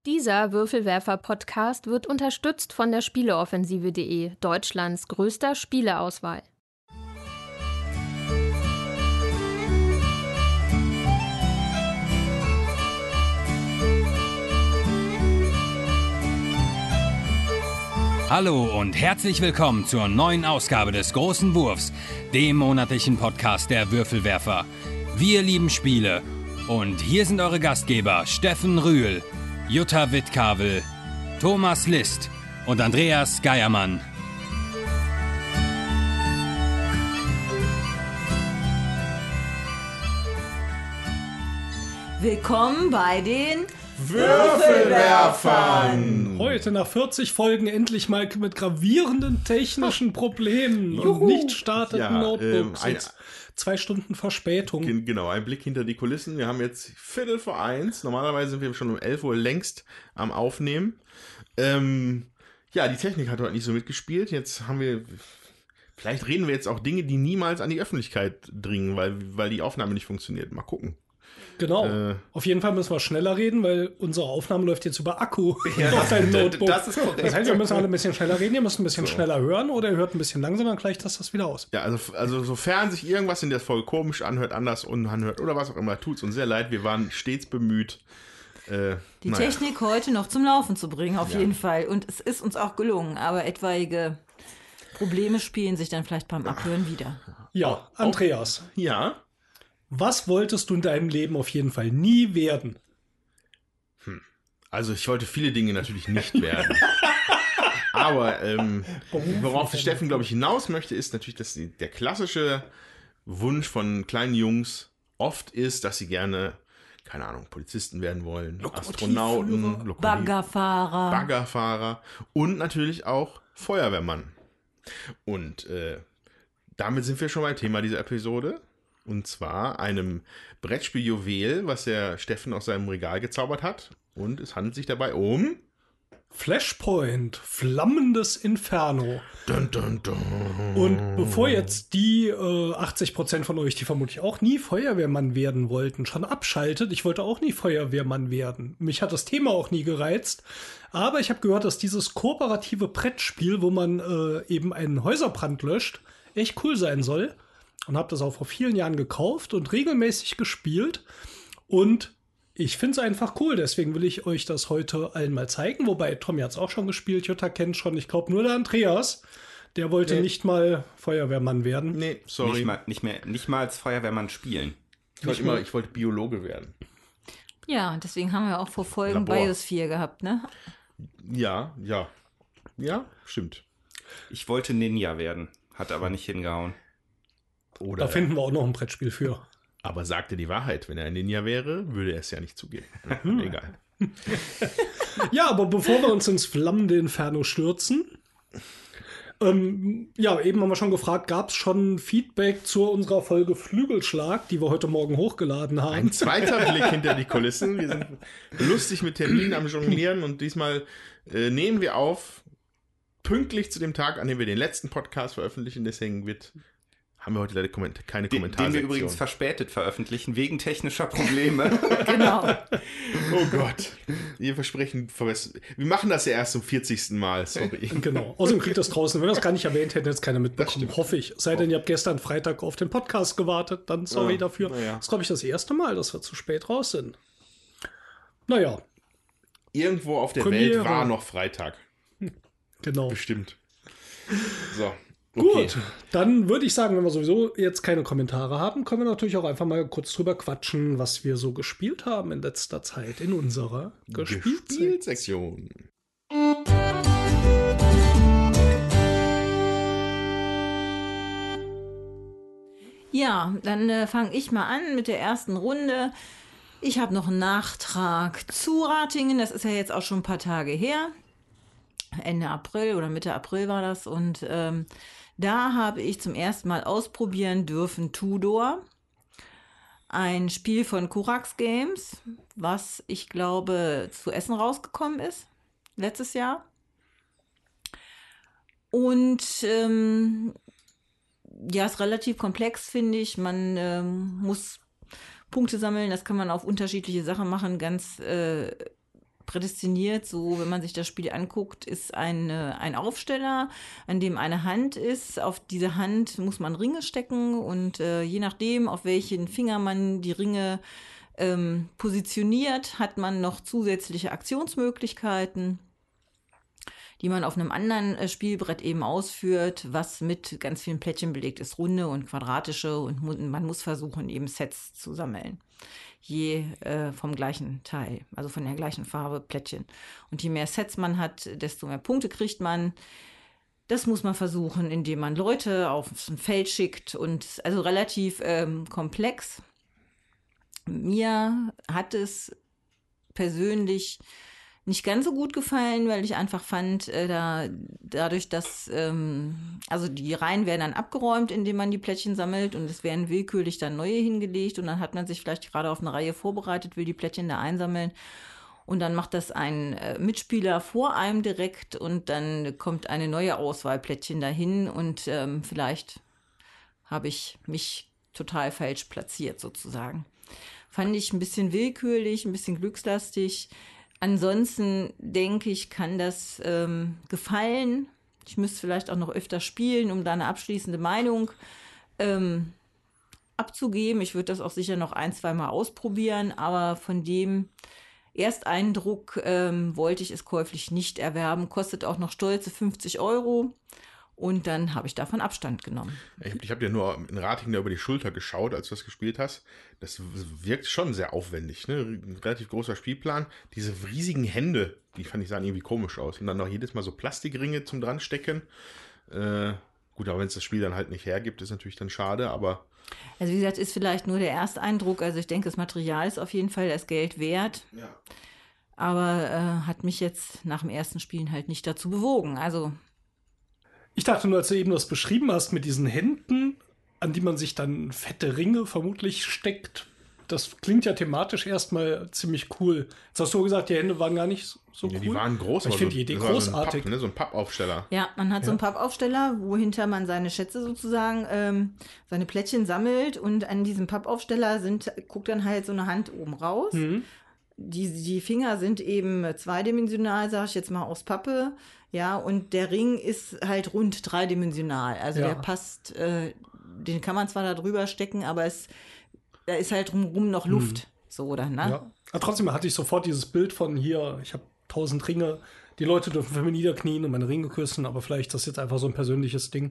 Dieser Würfelwerfer-Podcast wird unterstützt von der Spieleoffensive.de, Deutschlands größter Spieleauswahl. Hallo und herzlich willkommen zur neuen Ausgabe des Großen Wurfs, dem monatlichen Podcast der Würfelwerfer. Wir lieben Spiele und hier sind eure Gastgeber Steffen Rühl, Jutta Wittkavel, Thomas List und Andreas Geiermann. Willkommen bei den Würfelwerfern! Heute nach 40 Folgen endlich mal mit gravierenden technischen Problemen und nicht starteten Notebooks. 2 Stunden Verspätung. Genau, ein Blick hinter die Kulissen. Wir haben jetzt 1:45. Normalerweise sind wir schon um 11 Uhr längst am Aufnehmen. Die Technik hat heute nicht so mitgespielt. Jetzt haben wir... Vielleicht reden wir jetzt auch Dinge, die niemals an die Öffentlichkeit dringen, weil die Aufnahme nicht funktioniert. Mal gucken. Genau. Auf jeden Fall müssen wir schneller reden, weil unsere Aufnahme läuft jetzt über Akku auf deinem Notebook. Das ist korrekt. Das heißt, wir müssen alle ein bisschen schneller reden, ihr müsst ein bisschen schneller hören oder ihr hört ein bisschen langsamer, dann gleicht das wieder aus. Ja, also sofern sich irgendwas in der Folge komisch anhört, anders unanhört oder was auch immer, tut es uns sehr leid. Wir waren stets bemüht, die Technik heute noch zum Laufen zu bringen, auf jeden Fall. Und es ist uns auch gelungen, aber etwaige Probleme spielen sich dann vielleicht beim Abhören wieder. Ja, Andreas. Ja? Was wolltest du in deinem Leben auf jeden Fall nie werden? Also ich wollte viele Dinge natürlich nicht werden. Aber worauf Steffen, glaube ich, hinaus möchte, ist natürlich, dass der klassische Wunsch von kleinen Jungs oft ist, dass sie gerne, keine Ahnung, Polizisten werden wollen, Astronauten, Baggerfahrer und natürlich auch Feuerwehrmann. Und damit sind wir schon beim Thema dieser Episode. Und zwar einem Brettspiel-Juwel, was der Steffen aus seinem Regal gezaubert hat. Und es handelt sich dabei um... Flashpoint, flammendes Inferno. Dun, dun, dun. Und bevor jetzt die 80% von euch, die vermutlich auch nie Feuerwehrmann werden wollten, schon abschaltet, ich wollte auch nie Feuerwehrmann werden. Mich hat das Thema auch nie gereizt. Aber ich habe gehört, dass dieses kooperative Brettspiel, wo man eben einen Häuserbrand löscht, echt cool sein soll. Und habe das auch vor vielen Jahren gekauft und regelmäßig gespielt. Und ich finde es einfach cool. Deswegen will ich euch das heute allen mal zeigen. Wobei, Tommy hat es auch schon gespielt, Jutta kennt schon. Ich glaube nur der Andreas. Der wollte nicht mal Feuerwehrmann werden. Nee, sorry. Nicht mal als Feuerwehrmann spielen. Ich wollte Biologe werden. Ja, deswegen haben wir auch vor Folgen Labor. Biosphere gehabt, ne? Ja, stimmt. Ich wollte Ninja werden, hat aber nicht hingehauen. Oder Da finden wir auch noch ein Brettspiel für. aber sagte die Wahrheit, wenn er ein Ninja wäre, würde er es ja nicht zugeben. Egal. Ja, aber bevor wir uns ins flammende Inferno stürzen, eben haben wir schon gefragt, gab es schon Feedback zu unserer Folge Flügelschlag, die wir heute Morgen hochgeladen haben? Ein zweiter Blick hinter die Kulissen. Wir sind lustig mit Terminen am Jonglieren und diesmal nehmen wir auf, pünktlich zu dem Tag, an dem wir den letzten Podcast veröffentlichen. Deswegen haben wir heute leider keine Kommentare. Den wir übrigens verspätet veröffentlichen, wegen technischer Probleme. Genau. Oh Gott. Wir versprechen, wir machen das ja erst zum 40. Mal, sorry. Genau. Außerdem kriegt das draußen, wenn wir das gar nicht erwähnt hätten, jetzt keiner mitbekommen. Hoffe ich. Sei denn, ihr habt gestern Freitag auf den Podcast gewartet, dann sorry dafür. naja. Das ist, glaube ich, das erste Mal, dass wir zu spät raus sind. Naja, Irgendwo auf der Premiere. Welt war noch Freitag. genau. Bestimmt. So. Okay. Gut, dann würde ich sagen, wenn wir sowieso jetzt keine Kommentare haben, können wir natürlich auch einfach mal kurz drüber quatschen, was wir so gespielt haben in letzter Zeit in unserer Gespielsektion. Ja, dann fange ich mal an mit der ersten Runde. Ich habe noch einen Nachtrag zu Ratingen. Das ist ja jetzt auch schon ein paar Tage her. Ende April oder Mitte April war das. Und da habe ich zum ersten Mal ausprobieren dürfen Tudor. Ein Spiel von Kurax Games, was ich glaube zu Essen rausgekommen ist. Letztes Jahr. Und ist relativ komplex, finde ich. Man muss Punkte sammeln, das kann man auf unterschiedliche Sachen machen. Ganz prädestiniert, so wenn man sich das Spiel anguckt, ist ein Aufsteller, an dem eine Hand ist. Auf diese Hand muss man Ringe stecken und je nachdem, auf welchen Finger man die Ringe positioniert, hat man noch zusätzliche Aktionsmöglichkeiten, die man auf einem anderen Spielbrett eben ausführt, was mit ganz vielen Plättchen belegt ist, runde und quadratische, und man muss versuchen, eben Sets zu sammeln. Je vom gleichen Teil, also von der gleichen Farbe Plättchen. Und je mehr Sets man hat, desto mehr Punkte kriegt man. Das muss man versuchen, indem man Leute auf ein Feld schickt, und also relativ komplex. Mir hat es persönlich nicht ganz so gut gefallen, weil ich einfach fand, dadurch, dass also die Reihen werden dann abgeräumt, indem man die Plättchen sammelt, und es werden willkürlich dann neue hingelegt, und dann hat man sich vielleicht gerade auf eine Reihe vorbereitet, will die Plättchen da einsammeln, und dann macht das ein Mitspieler vor einem direkt, und dann kommt eine neue Auswahl Plättchen dahin, und vielleicht habe ich mich total falsch platziert sozusagen. Fand ich ein bisschen willkürlich, ein bisschen glückslastig. Ansonsten denke ich, kann das gefallen. Ich müsste vielleicht auch noch öfter spielen, um da eine abschließende Meinung abzugeben. Ich würde das auch sicher noch 1-2 Mal ausprobieren, aber von dem Ersteindruck wollte ich es käuflich nicht erwerben. Kostet auch noch stolze 50 €. Und dann habe ich davon Abstand genommen. Ich habe dir nur in Ratingen über die Schulter geschaut, als du das gespielt hast. Das wirkt schon sehr aufwendig, ne? Ein relativ großer Spielplan. Diese riesigen Hände, die fand ich sahen irgendwie komisch aus. Und dann noch jedes Mal so Plastikringe zum Dranstecken. Gut, aber wenn es das Spiel dann halt nicht hergibt, ist natürlich dann schade, aber... Also wie gesagt, ist vielleicht nur der Ersteindruck. Also ich denke, das Material ist auf jeden Fall das Geld wert. Ja. Aber hat mich jetzt nach dem ersten Spielen halt nicht dazu bewogen. Also... Ich dachte nur, als du eben das beschrieben hast mit diesen Händen, an die man sich dann fette Ringe vermutlich steckt, das klingt ja thematisch erstmal ziemlich cool. Jetzt hast du gesagt, die Hände waren gar nicht so cool. Die waren groß, aber ich finde die Idee großartig. So ein Pappaufsteller. Ja, man hat so einen Pappaufsteller, wohinter man seine Schätze sozusagen, seine Plättchen sammelt, und an diesem Pappaufsteller guckt dann halt so eine Hand oben raus. Mhm. Die Finger sind eben zweidimensional, sage ich jetzt mal, aus Pappe. Ja, und der Ring ist halt rund dreidimensional. Also der passt, den kann man zwar da drüber stecken, aber da ist halt drumherum noch Luft. So, oder, ne? Ja. Aber trotzdem hatte ich sofort dieses Bild von hier, ich habe 1000 Ringe, die Leute dürfen für mich niederknien und meine Ringe küssen, aber vielleicht ist das jetzt einfach so ein persönliches Ding.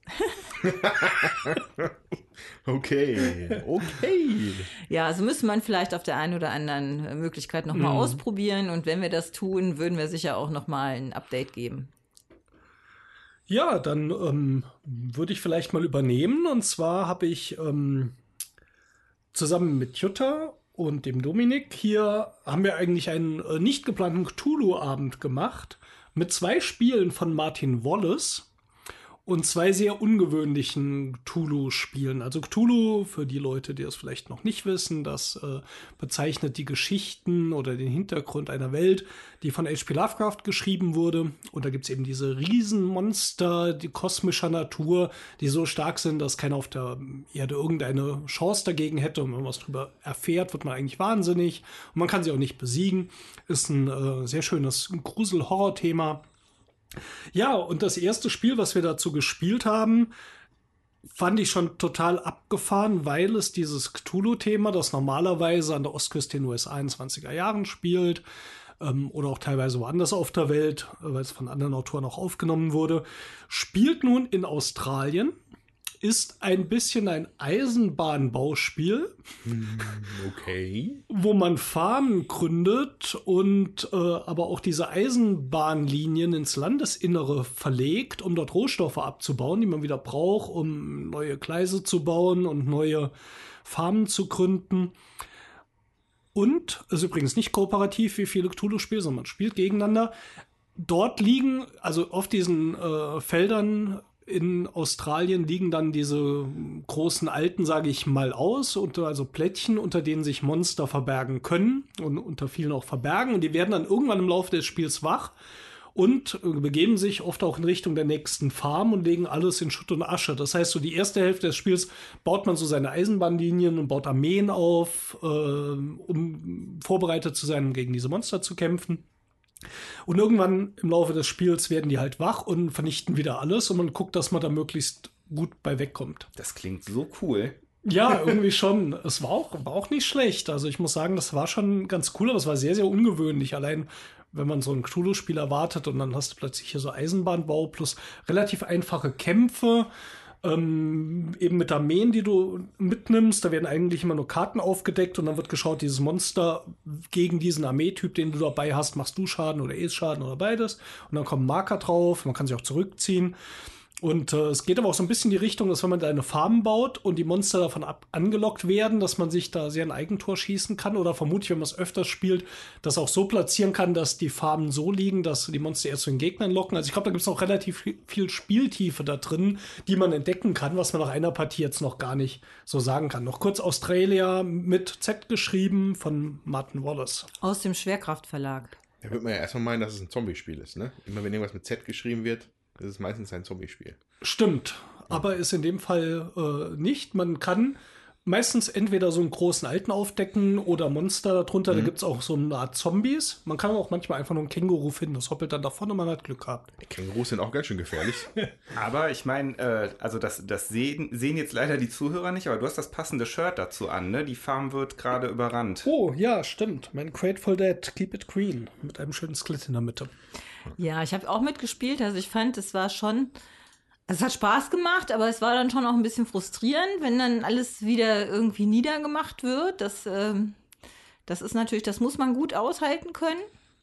Okay. Ja, also müsste man vielleicht auf der einen oder anderen Möglichkeit nochmal ausprobieren, und wenn wir das tun, würden wir sicher auch nochmal ein Update geben. Ja, dann würde ich vielleicht mal übernehmen, und zwar habe ich zusammen mit Jutta und dem Dominik hier haben wir eigentlich einen nicht geplanten Cthulhu-Abend gemacht mit 2 Spielen von Martin Wallace und 2 sehr ungewöhnlichen Cthulhu-Spielen. Also Cthulhu, für die Leute, die das vielleicht noch nicht wissen, das bezeichnet die Geschichten oder den Hintergrund einer Welt, die von H.P. Lovecraft geschrieben wurde. Und da gibt es eben diese Riesenmonster, die kosmischer Natur, die so stark sind, dass keiner auf der Erde irgendeine Chance dagegen hätte. Und wenn man was drüber erfährt, wird man eigentlich wahnsinnig. Und man kann sie auch nicht besiegen. Ist ein sehr schönes Grusel-Horror-Thema. Ja, und das erste Spiel, was wir dazu gespielt haben, fand ich schon total abgefahren, weil es dieses Cthulhu-Thema, das normalerweise an der Ostküste in den USA in den 20er Jahren spielt, oder auch teilweise woanders auf der Welt, weil es von anderen Autoren auch aufgenommen wurde, spielt nun in Australien, ist ein bisschen ein Eisenbahnbauspiel, Okay. wo man Farmen gründet und aber auch diese Eisenbahnlinien ins Landesinnere verlegt, um dort Rohstoffe abzubauen, die man wieder braucht, um neue Gleise zu bauen und neue Farmen zu gründen. Und es ist übrigens nicht kooperativ wie viele Cthulhu-Spiele, sondern man spielt gegeneinander. Dort liegen, also auf diesen Feldern in Australien liegen dann diese großen Alten, sage ich mal, aus, also Plättchen, unter denen sich Monster verbergen können und unter vielen auch verbergen. Und die werden dann irgendwann im Laufe des Spiels wach und begeben sich oft auch in Richtung der nächsten Farm und legen alles in Schutt und Asche. Das heißt, so die erste Hälfte des Spiels baut man so seine Eisenbahnlinien und baut Armeen auf, um vorbereitet zu sein, um gegen diese Monster zu kämpfen. Und irgendwann im Laufe des Spiels werden die halt wach und vernichten wieder alles und man guckt, dass man da möglichst gut bei wegkommt. Das klingt so cool. Ja, irgendwie schon. Es war auch nicht schlecht. Also ich muss sagen, das war schon ganz cool, aber es war sehr, sehr ungewöhnlich. Allein, wenn man so ein Cthulhu-Spiel erwartet und dann hast du plötzlich hier so Eisenbahnbau plus relativ einfache Kämpfe, eben mit Armeen, die du mitnimmst. Da werden eigentlich immer nur Karten aufgedeckt und dann wird geschaut, dieses Monster gegen diesen Armeetyp, den du dabei hast, machst du Schaden oder Schaden oder beides. Und dann kommen Marker drauf, man kann sich auch zurückziehen. Und es geht aber auch so ein bisschen in die Richtung, dass wenn man da eine Farm baut und die Monster davon angelockt werden, dass man sich da sehr ein Eigentor schießen kann oder vermutlich, wenn man es öfters spielt, das auch so platzieren kann, dass die Farben so liegen, dass die Monster erst zu den Gegnern locken. Also ich glaube, da gibt es auch relativ viel Spieltiefe da drin, die man entdecken kann, was man nach einer Partie jetzt noch gar nicht so sagen kann. Noch kurz Australia mit Z geschrieben von Martin Wallace. Aus dem Schwerkraftverlag. Da wird man ja erstmal meinen, dass es ein Zombie-Spiel ist, ne? Immer wenn irgendwas mit Z geschrieben wird, ist es meistens ein Zombie-Spiel. Stimmt, aber ist in dem Fall nicht. Man kann meistens entweder so einen großen Alten aufdecken oder Monster darunter. Da gibt es auch so eine Art Zombies. Man kann auch manchmal einfach nur ein Känguru finden. Das hoppelt dann davon und man hat Glück gehabt. Die Kängurus sind auch ganz schön gefährlich. Aber ich meine, also das sehen jetzt leider die Zuhörer nicht, aber du hast das passende Shirt dazu an, ne? Die Farm wird gerade überrannt. Oh, ja, stimmt. Mein Grateful Dead, Keep It Green. Mit einem schönen Skelett in der Mitte. Ja, ich habe auch mitgespielt. Also ich fand, es war schon... Es hat Spaß gemacht, aber es war dann schon auch ein bisschen frustrierend, wenn dann alles wieder irgendwie niedergemacht wird. Das ist natürlich, das muss man gut aushalten können,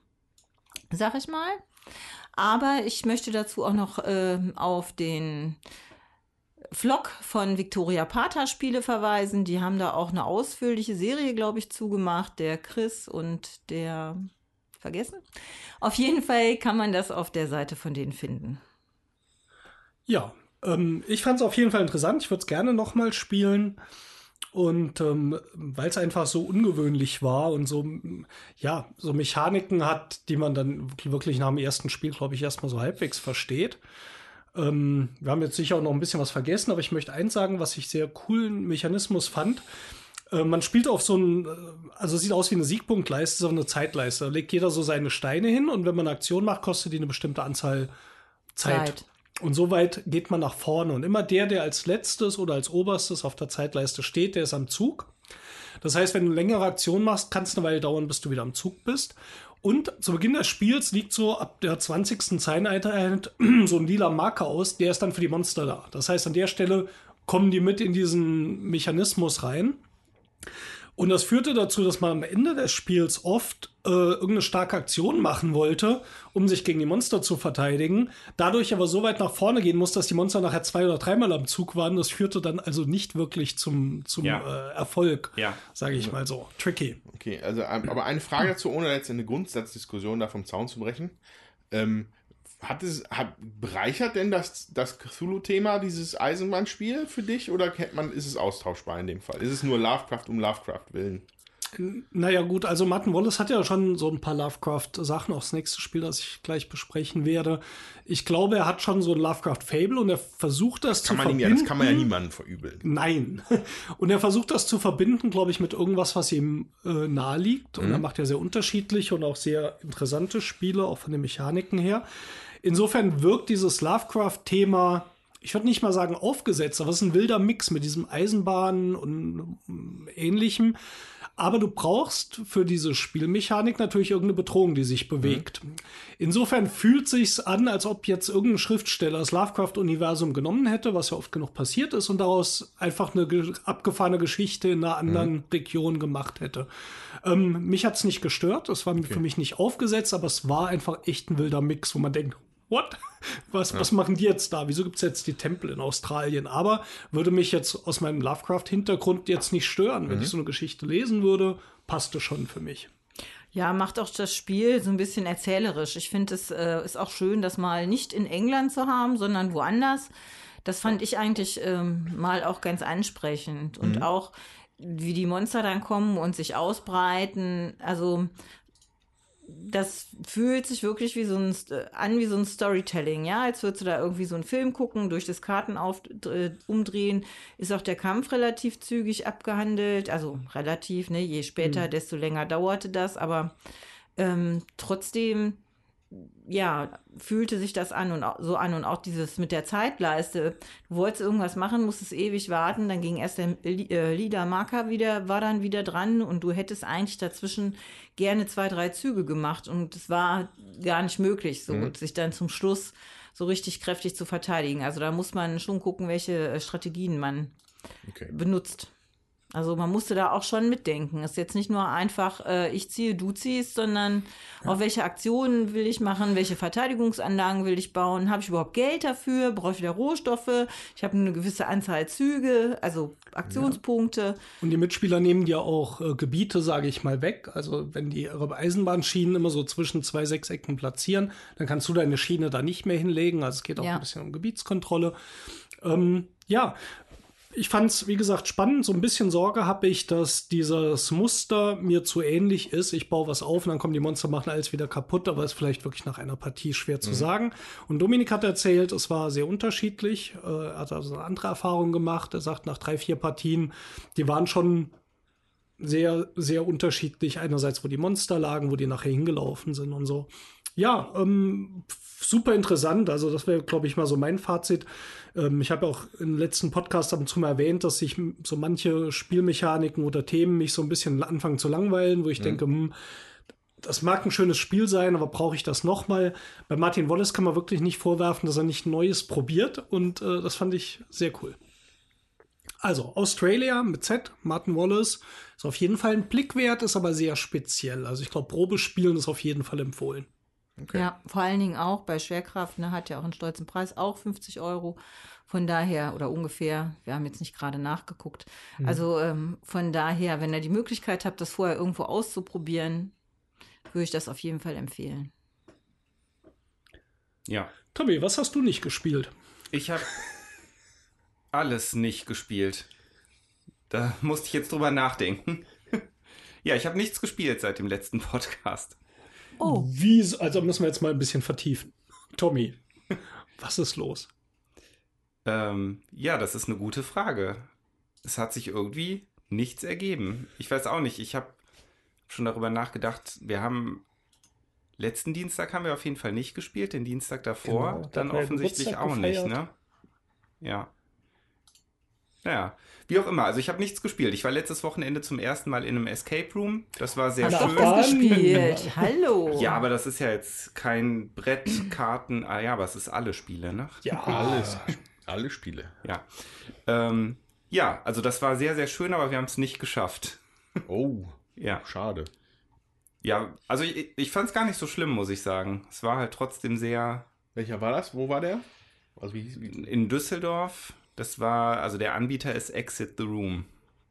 sag ich mal. Aber ich möchte dazu auch noch auf den Vlog von Victoria Pater Spiele verweisen. Die haben da auch eine ausführliche Serie, glaube ich, zugemacht. Der Chris und der... Vergessen? Auf jeden Fall kann man das auf der Seite von denen finden. Ja, ich fand es auf jeden Fall interessant. Ich würde es gerne nochmal spielen. Und weil es einfach so ungewöhnlich war und so, ja, so Mechaniken hat, die man dann wirklich nach dem ersten Spiel, glaube ich, erstmal so halbwegs versteht. Wir haben jetzt sicher auch noch ein bisschen was vergessen, aber ich möchte eins sagen, was ich sehr coolen Mechanismus fand. Man spielt auf so ein, also sieht aus wie eine Siegpunktleiste, so eine Zeitleiste. Da legt jeder so seine Steine hin und wenn man eine Aktion macht, kostet die eine bestimmte Anzahl Zeit. Und so weit geht man nach vorne. Und immer der als letztes oder als oberstes auf der Zeitleiste steht, der ist am Zug. Das heißt, wenn du eine längere Aktion machst, kann es eine Weile dauern, bis du wieder am Zug bist. Und zu Beginn des Spiels liegt so ab der 20. Zeiteinheit so ein lila Marker aus, der ist dann für die Monster da. Das heißt, an der Stelle kommen die mit in diesen Mechanismus rein. Und das führte dazu, dass man am Ende des Spiels oft irgendeine starke Aktion machen wollte, um sich gegen die Monster zu verteidigen. Dadurch aber so weit nach vorne gehen muss, dass die Monster nachher 2- oder 3-mal am Zug waren. Das führte dann also nicht wirklich zum Erfolg, sage ich mal so. Tricky. Okay, also aber eine Frage dazu, ohne jetzt in eine Grundsatzdiskussion da vom Zaun zu brechen. Bereichert denn das Cthulhu-Thema dieses Eisenbahnspiel für dich oder ist es austauschbar in dem Fall? Ist es nur Lovecraft um Lovecraft willen? Naja gut, also Martin Wallace hat ja schon so ein paar Lovecraft-Sachen, auch das nächste Spiel, das ich gleich besprechen werde. Ich glaube, er hat schon so ein Lovecraft-Fable und er versucht das zu verbinden. Das kann man ja niemandem verübeln. Nein. Und er versucht das zu verbinden, glaube ich, mit irgendwas, was ihm nahe liegt. Und er macht ja sehr unterschiedliche und auch sehr interessante Spiele, auch von den Mechaniken her. Insofern wirkt dieses Lovecraft-Thema, ich würde nicht mal sagen aufgesetzt, aber es ist ein wilder Mix mit diesem Eisenbahnen und Ähnlichem. Aber du brauchst für diese Spielmechanik natürlich irgendeine Bedrohung, die sich bewegt. Insofern fühlt sich's an, als ob jetzt irgendein Schriftsteller das Lovecraft-Universum genommen hätte, was ja oft genug passiert ist, und daraus einfach eine abgefahrene Geschichte in einer anderen Region gemacht hätte. Mich hat's nicht gestört, es war für mich nicht aufgesetzt, aber es war einfach echt ein wilder Mix, wo man denkt, what? Was machen die jetzt da? Wieso gibt's jetzt die Tempel in Australien? Aber würde mich jetzt aus meinem Lovecraft-Hintergrund jetzt nicht stören. Wenn ich so eine Geschichte lesen würde, passte schon für mich. Ja, macht auch das Spiel so ein bisschen erzählerisch. Ich finde, es ist auch schön, das mal nicht in England zu haben, sondern woanders. Das fand ich eigentlich mal auch ganz ansprechend. Und auch, wie die Monster dann kommen und sich ausbreiten. Also das fühlt sich wirklich wie so ein Storytelling, ja, als würdest du da irgendwie so einen Film gucken, durch das umdrehen, ist auch der Kampf relativ zügig abgehandelt, also relativ, ne, je später, desto länger dauerte das, aber trotzdem, ja, fühlte sich das an und auch dieses mit der Zeitleiste. Du wolltest irgendwas machen, musstest ewig warten, dann ging erst der Leader-Marker war dann wieder dran und du hättest eigentlich dazwischen gerne 2, 3 Züge gemacht und es war gar nicht möglich, sich dann zum Schluss so richtig kräftig zu verteidigen. Also da muss man schon gucken, welche Strategien man benutzt. Also man musste da auch schon mitdenken. Es ist jetzt nicht nur einfach, ich ziehe, du ziehst, sondern auch welche Aktionen will ich machen, welche Verteidigungsanlagen will ich bauen, habe ich überhaupt Geld dafür, brauche ich wieder Rohstoffe, ich habe eine gewisse Anzahl Züge, also Aktionspunkte. Und die Mitspieler nehmen dir auch Gebiete, sage ich mal, weg. Also wenn die ihre Eisenbahnschienen immer so zwischen 2 Sechsecken platzieren, dann kannst du deine Schiene da nicht mehr hinlegen. Also es geht auch ein bisschen um Gebietskontrolle. Ich fand es, wie gesagt, spannend. So ein bisschen Sorge habe ich, dass dieses Muster mir zu ähnlich ist. Ich baue was auf und dann kommen die Monster, machen alles wieder kaputt, aber ist vielleicht wirklich nach einer Partie schwer zu sagen. Und Dominik hat erzählt, es war sehr unterschiedlich. Er hat also eine andere Erfahrung gemacht. Er sagt, nach 3, 4 Partien, die waren schon sehr, sehr unterschiedlich. Einerseits, wo die Monster lagen, wo die nachher hingelaufen sind und so. Ja, super interessant. Also das wäre, glaube ich, mal so mein Fazit. Ich habe auch im letzten Podcast ab und zu mal erwähnt, dass sich so manche Spielmechaniken oder Themen mich so ein bisschen anfangen zu langweilen, wo ich denke, das mag ein schönes Spiel sein, aber brauche ich das nochmal? Bei Martin Wallace kann man wirklich nicht vorwerfen, dass er nicht Neues probiert und das fand ich sehr cool. Also Australia mit Z, Martin Wallace, ist auf jeden Fall ein Blick wert, ist aber sehr speziell. Also ich glaube, Probespielen ist auf jeden Fall empfohlen. Okay. Ja, vor allen Dingen auch bei Schwerkraft, ne, hat ja auch einen stolzen Preis, auch 50 €. Von daher, oder ungefähr, wir haben jetzt nicht gerade nachgeguckt. Also von daher, wenn ihr die Möglichkeit habt, das vorher irgendwo auszuprobieren, würde ich das auf jeden Fall empfehlen. Ja. Tommy, was hast du nicht gespielt? Ich habe alles nicht gespielt. Da musste ich jetzt drüber nachdenken. Ja, ich habe nichts gespielt seit dem letzten Podcast. Oh. Also müssen wir jetzt mal ein bisschen vertiefen. Tommy, was ist los? Ja, das ist eine gute Frage. Es hat sich irgendwie nichts ergeben. Ich weiß auch nicht, ich habe schon darüber nachgedacht, letzten Dienstag haben wir auf jeden Fall nicht gespielt, den Dienstag davor, Genau, dann offensichtlich auch nicht, ne? Ja. Naja, wie auch immer, also ich habe nichts gespielt. Ich war letztes Wochenende zum ersten Mal in einem Escape Room. Das war sehr schön. Doch was gespielt. Hallo. Ja, aber das ist ja jetzt kein Brett, Karten, aber es ist alle Spiele, ne? Ja, Alle Spiele. Ja. Ja, also das war sehr, sehr schön, aber wir haben es nicht geschafft. Oh, Ja. schade. Ja, also ich fand es gar nicht so schlimm, muss ich sagen. Es war halt trotzdem sehr... Welcher war das? Wo war der? Also wie In Düsseldorf, also der Anbieter ist Exit the Room.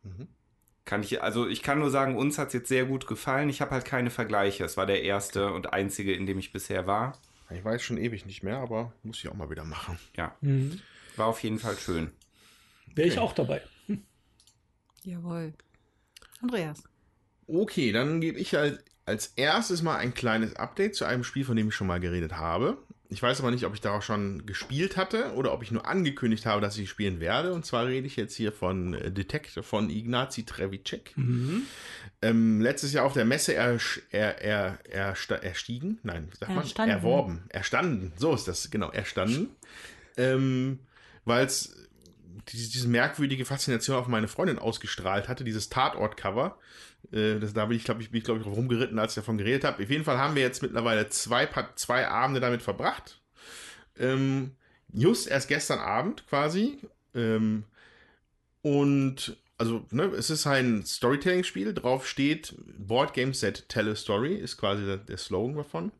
Ich kann nur sagen, uns hat es jetzt sehr gut gefallen. Ich habe halt keine Vergleiche. Es war der erste und einzige, in dem ich bisher war. Ich weiß schon ewig nicht mehr, aber muss ich auch mal wieder machen. Ja, war auf jeden Fall schön. wäre ich auch dabei. Jawohl. Andreas. Okay, dann gebe ich als erstes mal ein kleines Update zu einem Spiel, von dem ich schon mal geredet habe. Ich weiß aber nicht, ob ich darauf schon gespielt hatte oder ob ich nur angekündigt habe, dass ich spielen werde. Und zwar rede ich jetzt hier von Detective von Ignacy Trzewiczek. Letztes Jahr auf der Messe erstiegen. Nein, wie sagt man? Erstanden. Erworben. Erstanden. So ist das, genau. Erstanden. Weil es diese merkwürdige Faszination auf meine Freundin ausgestrahlt hatte, dieses Tatort-Cover. Da bin ich, glaube ich, drauf rumgeritten, als ich davon geredet habe. Auf jeden Fall haben wir jetzt mittlerweile zwei Abende damit verbracht. Just erst gestern Abend quasi. Und also, es ist ein Storytelling-Spiel. Drauf steht Board Games that tell a story, ist quasi der Slogan davon.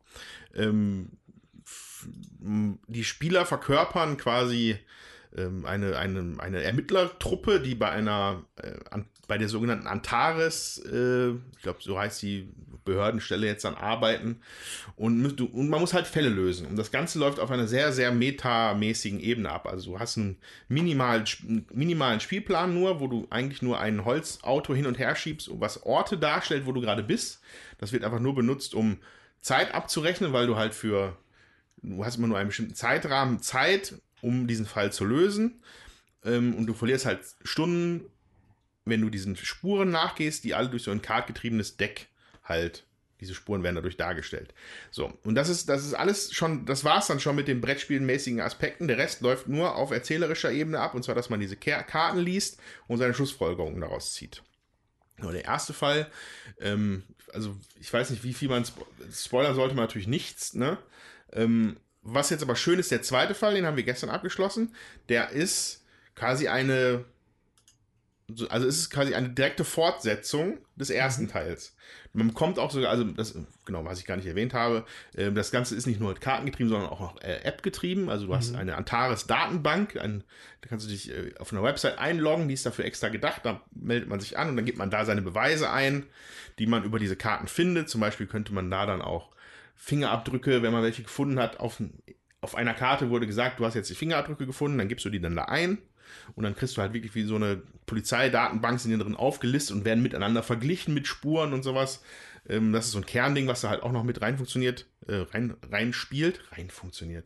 Die Spieler verkörpern quasi eine Ermittlertruppe, die bei der sogenannten Antares, ich glaube, so heißt die Behördenstelle jetzt dann arbeiten und man muss halt Fälle lösen. Und das Ganze läuft auf einer sehr, sehr metamäßigen Ebene ab. Also du hast einen minimalen Spielplan nur, wo du eigentlich nur ein Holzauto hin und her schiebst, was Orte darstellt, wo du gerade bist. Das wird einfach nur benutzt, um Zeit abzurechnen, weil du hast immer nur einen bestimmten Zeitrahmen Zeit, um diesen Fall zu lösen. Und du verlierst halt Stunden, wenn du diesen Spuren nachgehst, die alle durch so ein kartgetriebenes Deck halt, diese Spuren werden dadurch dargestellt. So, und das ist alles schon, das war's dann schon mit den brettspielmäßigen Aspekten. Der Rest läuft nur auf erzählerischer Ebene ab, und zwar, dass man diese Karten liest und seine Schlussfolgerungen daraus zieht. Nur der erste Fall, also ich weiß nicht, wie viel man spoilern sollte, man natürlich nichts, ne? Was jetzt aber schön ist, der zweite Fall, den haben wir gestern abgeschlossen, der ist quasi es ist quasi eine direkte Fortsetzung des ersten Teils. Man bekommt auch sogar, also das, genau, was ich gar nicht erwähnt habe, das Ganze ist nicht nur kartengetrieben, sondern auch noch App-getrieben. Also du hast eine Antares-Datenbank, da kannst du dich auf einer Website einloggen, die ist dafür extra gedacht, da meldet man sich an und dann gibt man da seine Beweise ein, die man über diese Karten findet. Zum Beispiel könnte man da dann auch Fingerabdrücke, wenn man welche gefunden hat, auf einer Karte wurde gesagt, du hast jetzt die Fingerabdrücke gefunden, dann gibst du die dann da ein. Und dann kriegst du halt wirklich wie so eine Polizeidatenbank, sind die drin aufgelistet und werden miteinander verglichen mit Spuren und sowas. Das ist so ein Kernding, was da halt auch noch mit rein funktioniert, rein funktioniert.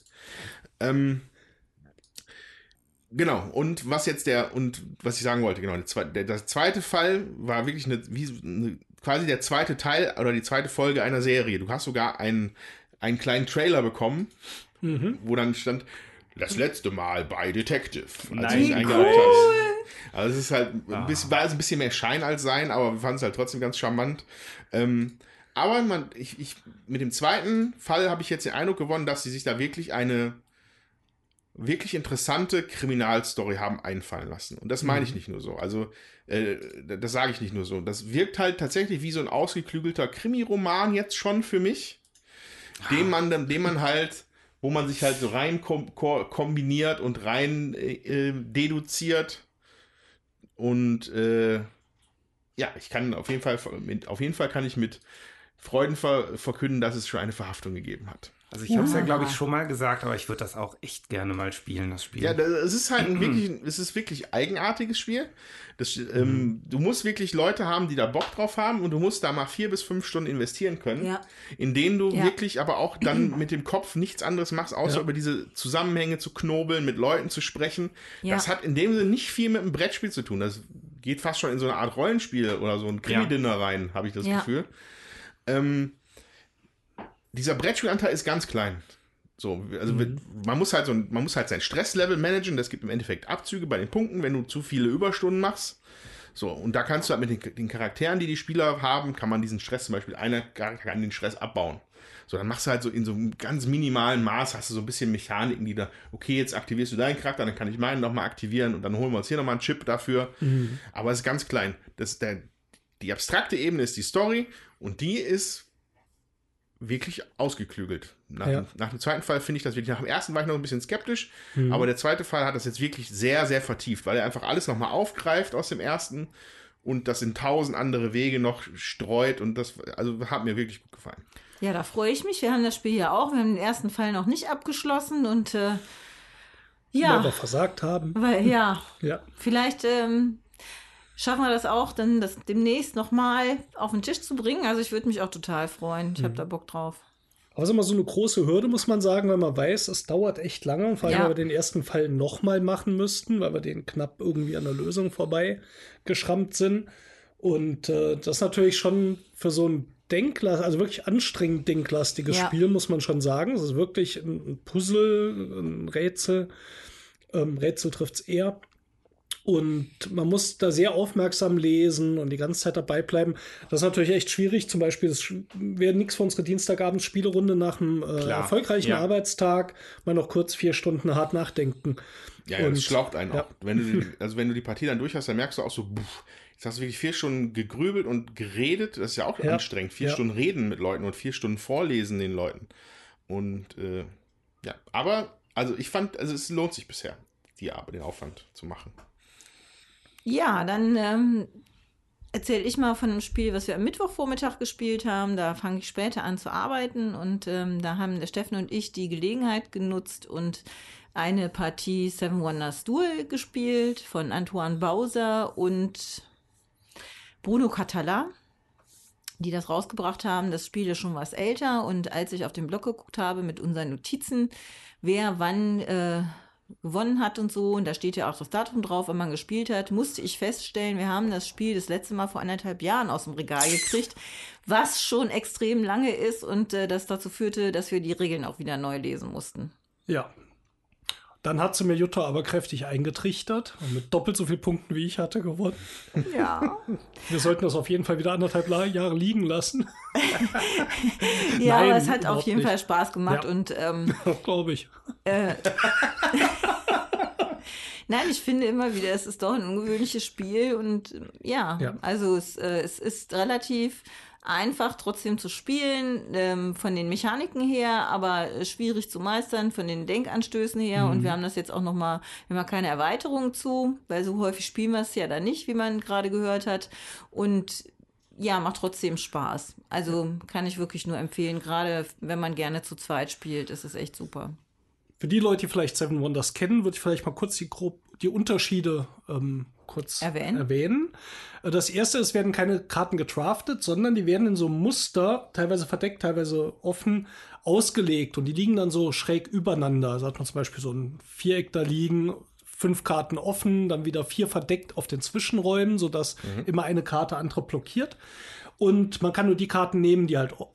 Genau, und was jetzt was ich sagen wollte, genau, der zweite Fall war wirklich quasi der zweite Teil oder die zweite Folge einer Serie. Du hast sogar einen kleinen Trailer bekommen, wo dann stand, das letzte Mal bei Detective. Als ich eingeloggt hast. Also es ist halt ein bisschen mehr Schein als Sein, aber wir fanden es halt trotzdem ganz charmant. Aber mit dem zweiten Fall habe ich jetzt den Eindruck gewonnen, dass sie sich da wirklich eine wirklich interessante Kriminalstory haben einfallen lassen. Und das meine ich nicht nur so. Also das sage ich nicht nur so. Das wirkt halt tatsächlich wie so ein ausgeklügelter Krimi-Roman jetzt schon für mich, den man halt, wo man sich halt so rein kombiniert und rein deduziert. Und ich kann auf jeden Fall kann ich mit Freuden verkünden, dass es schon eine Verhaftung gegeben hat. Also ich habe es ja, glaube ich, schon mal gesagt, aber ich würde das auch echt gerne mal spielen, das Spiel. Ja, es ist halt wirklich eigenartiges Spiel. Du musst wirklich Leute haben, die da Bock drauf haben, und du musst da mal 4 bis 5 Stunden investieren können, in denen du wirklich aber auch dann mit dem Kopf nichts anderes machst, außer über diese Zusammenhänge zu knobeln, mit Leuten zu sprechen. Ja. Das hat in dem Sinne nicht viel mit einem Brettspiel zu tun. Das geht fast schon in so eine Art Rollenspiel oder so ein Krimi-Dinner rein, habe ich das Gefühl. Dieser Brettspielanteil ist ganz klein. So, also man muss halt sein Stresslevel managen. Das gibt im Endeffekt Abzüge bei den Punkten, wenn du zu viele Überstunden machst. So, und da kannst du halt mit den Charakteren, die Spieler haben, kann man diesen Stress, zum Beispiel einer kann den Stress abbauen. So, dann machst du halt so in so einem ganz minimalen Maß, hast du so ein bisschen Mechaniken, die da, okay, jetzt aktivierst du deinen Charakter, dann kann ich meinen nochmal aktivieren und dann holen wir uns hier nochmal einen Chip dafür. Aber es ist ganz klein. Die abstrakte Ebene ist die Story, und die ist wirklich ausgeklügelt. Nach dem zweiten Fall finde ich das wirklich, nach dem ersten war ich noch ein bisschen skeptisch, aber der zweite Fall hat das jetzt wirklich sehr, sehr vertieft, weil er einfach alles nochmal aufgreift aus dem ersten und das in 1000 andere Wege noch streut, und das hat mir wirklich gut gefallen. Ja, da freue ich mich. Wir haben das Spiel ja auch. Wir haben den ersten Fall noch nicht abgeschlossen und weil wir versagt haben. Vielleicht schaffen wir das auch, dann das demnächst nochmal auf den Tisch zu bringen. Also ich würde mich auch total freuen. Ich habe da Bock drauf. Aber es ist immer so eine große Hürde, muss man sagen, weil man weiß, es dauert echt lange. Vor allem, weil wir den ersten Fall nochmal machen müssten, weil wir den knapp irgendwie an der Lösung vorbei geschrammt sind. Und das ist natürlich schon für so ein also wirklich anstrengend denklastiges Spiel, muss man schon sagen. Es ist wirklich ein Puzzle, ein Rätsel. Rätsel trifft es eher. Und man muss da sehr aufmerksam lesen und die ganze Zeit dabei bleiben. Das ist natürlich echt schwierig. Zum Beispiel, das wäre nichts für unsere Dienstagabends-Spielerunde nach einem erfolgreichen Arbeitstag. Mal noch kurz 4 Stunden hart nachdenken. Ja, und das schlaucht einen auch. Wenn du die Partie dann durch hast, dann merkst du auch so, jetzt hast du wirklich 4 Stunden gegrübelt und geredet. Das ist ja auch anstrengend. 4 Stunden reden mit Leuten und 4 Stunden vorlesen den Leuten. Und aber ich fand, es lohnt sich bisher, den Aufwand zu machen. Ja, dann erzähle ich mal von einem Spiel, was wir am Mittwochvormittag gespielt haben. Da fange ich später an zu arbeiten, und da haben der Steffen und ich die Gelegenheit genutzt und eine Partie Seven Wonders Duel gespielt von Antoine Bauser und Bruno Catala. die das rausgebracht haben. Das Spiel ist schon was älter und als ich auf den Blog geguckt habe mit unseren Notizen, wer wann gewonnen hat und so, und da steht ja auch das Datum drauf, wenn man gespielt hat, musste ich feststellen, wir haben das Spiel das letzte Mal vor 1,5 Jahren aus dem Regal gekriegt, was schon extrem lange ist und das dazu führte, dass wir die Regeln auch wieder neu lesen mussten. Ja. Dann hat sie mir Jutta aber kräftig eingetrichtert und mit doppelt so viel Punkten wie ich hatte gewonnen. Ja. Wir sollten das auf jeden Fall wieder 1,5 Jahre liegen lassen. Ja, Nein, aber es hat auf jeden nicht. Fall Spaß gemacht Ja. und Glaube ich. Nein, ich finde immer wieder, es ist doch ein ungewöhnliches Spiel und ja. Also es ist relativ einfach trotzdem zu spielen, von den Mechaniken her, aber schwierig zu meistern, von den Denkanstößen her. Und wir haben das jetzt auch nochmal, wir haben keine Erweiterung zu, weil so häufig spielen wir es ja dann nicht, wie man gerade gehört hat. Und ja, macht trotzdem Spaß. Also kann ich wirklich nur empfehlen, gerade wenn man gerne zu zweit spielt, ist es echt super. Für die Leute, die vielleicht Seven Wonders kennen, würde ich vielleicht mal kurz die Unterschiede kurz erwähnen. Das erste, es werden keine Karten gedraftet, sondern die werden in so einem Muster, teilweise verdeckt, teilweise offen, ausgelegt. Und die liegen dann so schräg übereinander. Also hat man zum Beispiel so ein Viereck da liegen, 5 Karten offen, dann wieder 4 verdeckt auf den Zwischenräumen, sodass immer eine Karte andere blockiert. Und man kann nur die Karten nehmen, die halt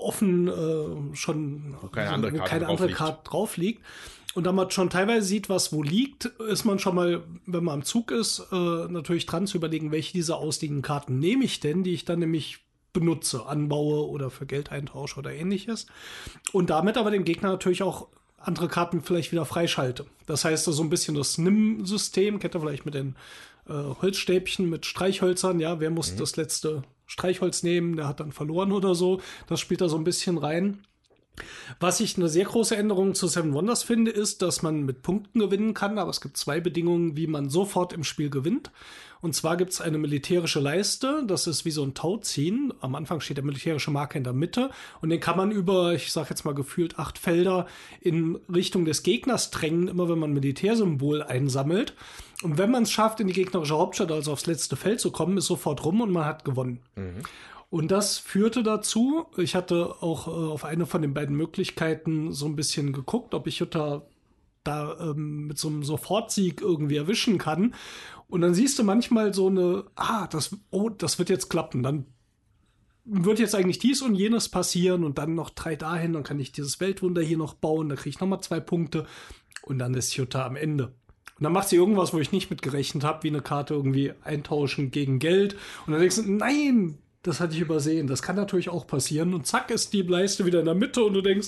offen schon keine andere Karte drauf liegt. Und da man schon teilweise sieht, was wo liegt, ist man schon mal, wenn man am Zug ist, natürlich dran zu überlegen, welche dieser ausliegenden Karten nehme ich denn, die ich dann nämlich benutze, anbaue oder für Geld eintausche oder ähnliches. Und damit aber dem Gegner natürlich auch andere Karten vielleicht wieder freischalte. Das heißt, so ein bisschen das NIM-System, kennt ihr vielleicht mit den Holzstäbchen, mit Streichhölzern, ja, wer muss das letzte Streichholz nehmen, der hat dann verloren oder so. Das spielt da so ein bisschen rein. Was ich eine sehr große Änderung zu Seven Wonders finde, ist, dass man mit Punkten gewinnen kann, aber es gibt 2 Bedingungen, wie man sofort im Spiel gewinnt. Und zwar gibt es eine militärische Leiste, das ist wie so ein Tauziehen. Am Anfang steht der militärische Marker in der Mitte und den kann man über, ich sag jetzt mal gefühlt 8 Felder in Richtung des Gegners drängen, immer wenn man ein Militärsymbol einsammelt. Und wenn man es schafft, in die gegnerische Hauptstadt, also aufs letzte Feld zu kommen, ist sofort rum und man hat gewonnen. Und das führte dazu, ich hatte auch auf eine von den beiden Möglichkeiten so ein bisschen geguckt, ob ich Jutta da mit so einem Sofortsieg irgendwie erwischen kann. Und dann siehst du manchmal so eine, das wird jetzt klappen. Dann wird jetzt eigentlich dies und jenes passieren und dann noch 3 dahin, dann kann ich dieses Weltwunder hier noch bauen, dann kriege ich nochmal 2 Punkte und dann ist Jutta am Ende. Und dann macht sie irgendwas, wo ich nicht mit gerechnet habe, wie eine Karte irgendwie eintauschen gegen Geld. Und dann denkst du, nein, das hatte ich übersehen. Das kann natürlich auch passieren. Und zack, ist die Leiste wieder in der Mitte und du denkst,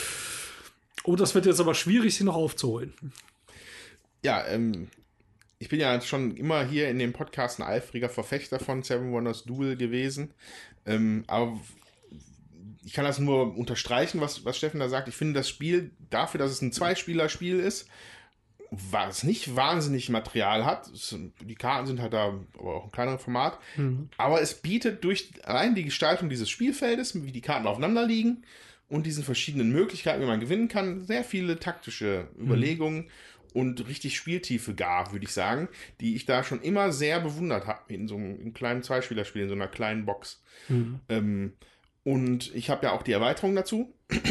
oh, das wird jetzt aber schwierig, sie noch aufzuholen. Ja, ich bin ja schon immer hier in dem Podcast ein eifriger Verfechter von Seven Wonders Duel gewesen. Aber ich kann das nur unterstreichen, was Steffen da sagt. Ich finde das Spiel, dafür, dass es ein Zweispieler-Spiel ist, was nicht wahnsinnig Material hat. Die Karten sind halt da aber auch ein kleineres Format. Aber es bietet durch allein die Gestaltung dieses Spielfeldes, wie die Karten aufeinander liegen und diesen verschiedenen Möglichkeiten, wie man gewinnen kann, sehr viele taktische Überlegungen und richtig Spieltiefe gar, würde ich sagen, die ich da schon immer sehr bewundert habe in so einem kleinen Zweispielerspiel, in so einer kleinen Box. Und ich habe ja auch die Erweiterung dazu.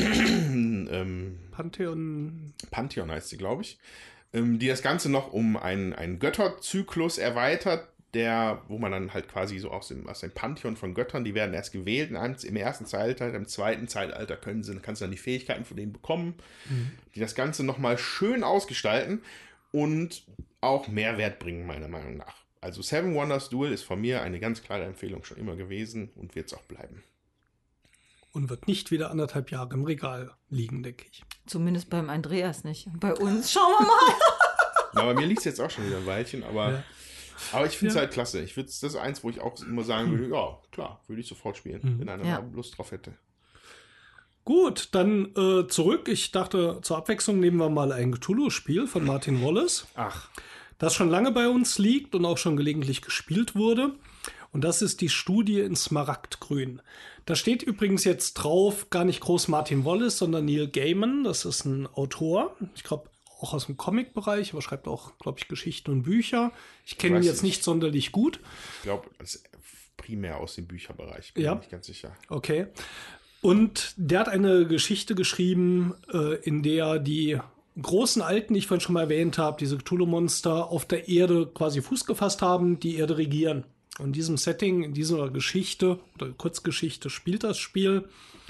Pantheon heißt sie, glaube ich. Die das Ganze noch um einen Götterzyklus erweitert, wo man dann halt quasi so aus dem Pantheon von Göttern, die werden erst gewählt im ersten Zeitalter, im zweiten Zeitalter kannst du dann die Fähigkeiten von denen bekommen, die das Ganze nochmal schön ausgestalten und auch Mehrwert bringen, meiner Meinung nach. Also Seven Wonders Duel ist von mir eine ganz klare Empfehlung schon immer gewesen und wird es auch bleiben. Und wird nicht wieder 1,5 Jahre im Regal liegen, denke ich. Zumindest beim Andreas nicht. Bei uns, schauen wir mal. Ja, bei mir liegt es jetzt auch schon wieder ein Weilchen, aber ich finde es halt klasse. Das ist eins, wo ich auch immer sagen würde, ja, klar, würde ich sofort spielen, wenn einer mal Lust drauf hätte. Gut, dann zurück. Ich dachte, zur Abwechslung nehmen wir mal ein Cthulhu-Spiel von Martin Wallace. Ach. Das schon lange bei uns liegt und auch schon gelegentlich gespielt wurde. Und das ist die Studie in Smaragdgrün. Da steht übrigens jetzt drauf, gar nicht groß Martin Wallace, sondern Neil Gaiman. Das ist ein Autor. Ich glaube, auch aus dem Comic-Bereich, aber schreibt auch, glaube ich, Geschichten und Bücher. Ich kenne ihn jetzt nicht sonderlich gut. Ich glaube, als primär aus dem Bücherbereich. Bin Ja. mir nicht ganz sicher. Okay. Und der hat eine Geschichte geschrieben, in der die großen Alten, die ich vorhin schon mal erwähnt habe, diese Cthulhu-Monster auf der Erde quasi Fuß gefasst haben, die Erde regieren. Und in diesem Setting, in dieser Geschichte oder Kurzgeschichte spielt das Spiel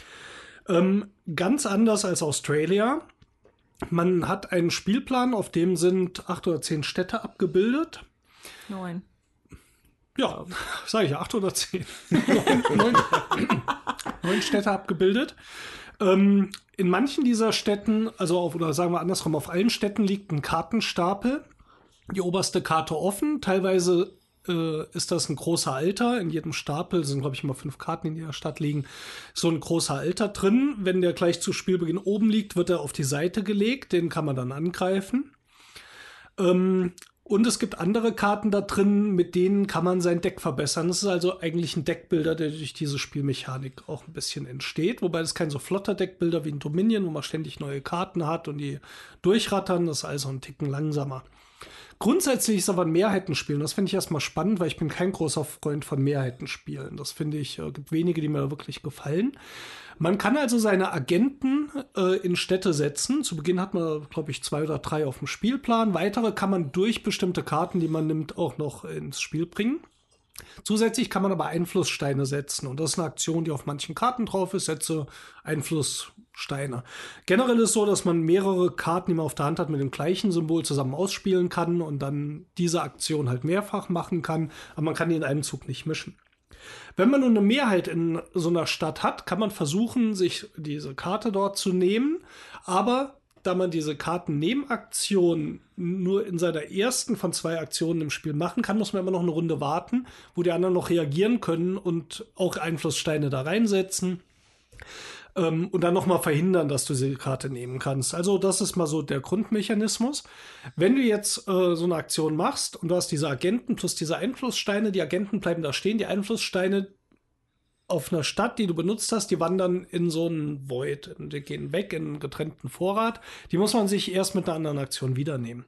ganz anders als Australia. Man hat einen Spielplan, auf dem sind 8 oder 10 Städte abgebildet. 9. Ja, sage ich ja, 8 oder 10. 9 Städte abgebildet. In manchen dieser Städten, oder sagen wir andersrum, auf allen Städten liegt ein Kartenstapel. Die oberste Karte offen. Teilweise ist das ein großer Altar. In jedem Stapel sind, glaube ich, immer 5 Karten, in jeder Stadt liegen. So ein großer Altar drin. Wenn der gleich zu Spielbeginn oben liegt, wird er auf die Seite gelegt. Den kann man dann angreifen. Und es gibt andere Karten da drin, mit denen kann man sein Deck verbessern. Das ist also eigentlich ein Deckbilder, der durch diese Spielmechanik auch ein bisschen entsteht. Wobei das kein so flotter Deckbilder wie ein Dominion, wo man ständig neue Karten hat und die durchrattern. Das ist also ein Ticken langsamer. Grundsätzlich ist aber ein Mehrheitenspiel. Das finde ich erstmal spannend, weil ich bin kein großer Freund von Mehrheitenspielen. Das finde ich, gibt wenige, die mir wirklich gefallen. Man kann also seine Agenten in Städte setzen. Zu Beginn hat man, glaube ich, 2 oder 3 auf dem Spielplan. Weitere kann man durch bestimmte Karten, die man nimmt, auch noch ins Spiel bringen. Zusätzlich kann man aber Einflusssteine setzen. Und das ist eine Aktion, die auf manchen Karten drauf ist. Setze Einflusssteine. Generell ist es so, dass man mehrere Karten, die man auf der Hand hat, mit dem gleichen Symbol zusammen ausspielen kann und dann diese Aktion halt mehrfach machen kann. Aber man kann die in einem Zug nicht mischen. Wenn man nun eine Mehrheit in so einer Stadt hat, kann man versuchen, sich diese Karte dort zu nehmen. Aber da man diese Kartennebenaktion nur in seiner ersten von 2 Aktionen im Spiel machen kann, muss man immer noch eine Runde warten, wo die anderen noch reagieren können und auch Einflusssteine da reinsetzen. Und dann nochmal verhindern, dass du diese Karte nehmen kannst. Also das ist mal so der Grundmechanismus. Wenn du jetzt so eine Aktion machst und du hast diese Agenten plus diese Einflusssteine, die Agenten bleiben da stehen, die Einflusssteine auf einer Stadt, die du benutzt hast, die wandern in so einen Void. Die gehen weg in einen getrennten Vorrat. Die muss man sich erst mit einer anderen Aktion wiedernehmen.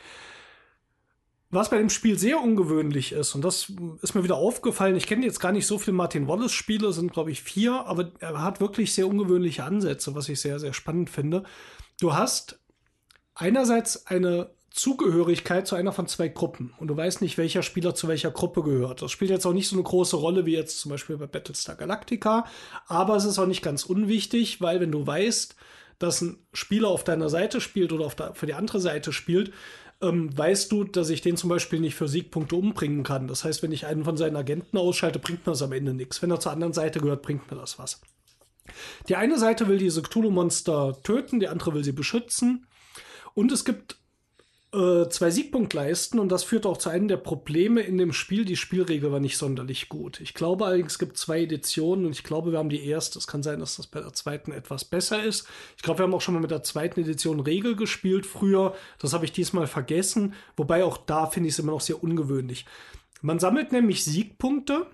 Was bei dem Spiel sehr ungewöhnlich ist, und das ist mir wieder aufgefallen, ich kenne jetzt gar nicht so viele Martin Wallace-Spiele, sind glaube ich 4, aber er hat wirklich sehr ungewöhnliche Ansätze, was ich sehr, sehr spannend finde. Du hast einerseits eine Zugehörigkeit zu einer von 2 Gruppen und du weißt nicht, welcher Spieler zu welcher Gruppe gehört. Das spielt jetzt auch nicht so eine große Rolle wie jetzt zum Beispiel bei Battlestar Galactica, aber es ist auch nicht ganz unwichtig, weil wenn du weißt, dass ein Spieler auf deiner Seite spielt oder für die andere Seite spielt, weißt du, dass ich den zum Beispiel nicht für Siegpunkte umbringen kann. Das heißt, wenn ich einen von seinen Agenten ausschalte, bringt mir das am Ende nichts. Wenn er zur anderen Seite gehört, bringt mir das was. Die eine Seite will diese Cthulhu-Monster töten, die andere will sie beschützen. Und es gibt 2 Siegpunktleisten und das führt auch zu einem der Probleme in dem Spiel. Die Spielregel war nicht sonderlich gut. Ich glaube allerdings, es gibt 2 Editionen und ich glaube, wir haben die erste. Es kann sein, dass das bei der zweiten etwas besser ist. Ich glaube, wir haben auch schon mal mit der 2. Edition Regel gespielt früher. Das habe ich diesmal vergessen. Wobei auch da finde ich es immer noch sehr ungewöhnlich. Man sammelt nämlich Siegpunkte.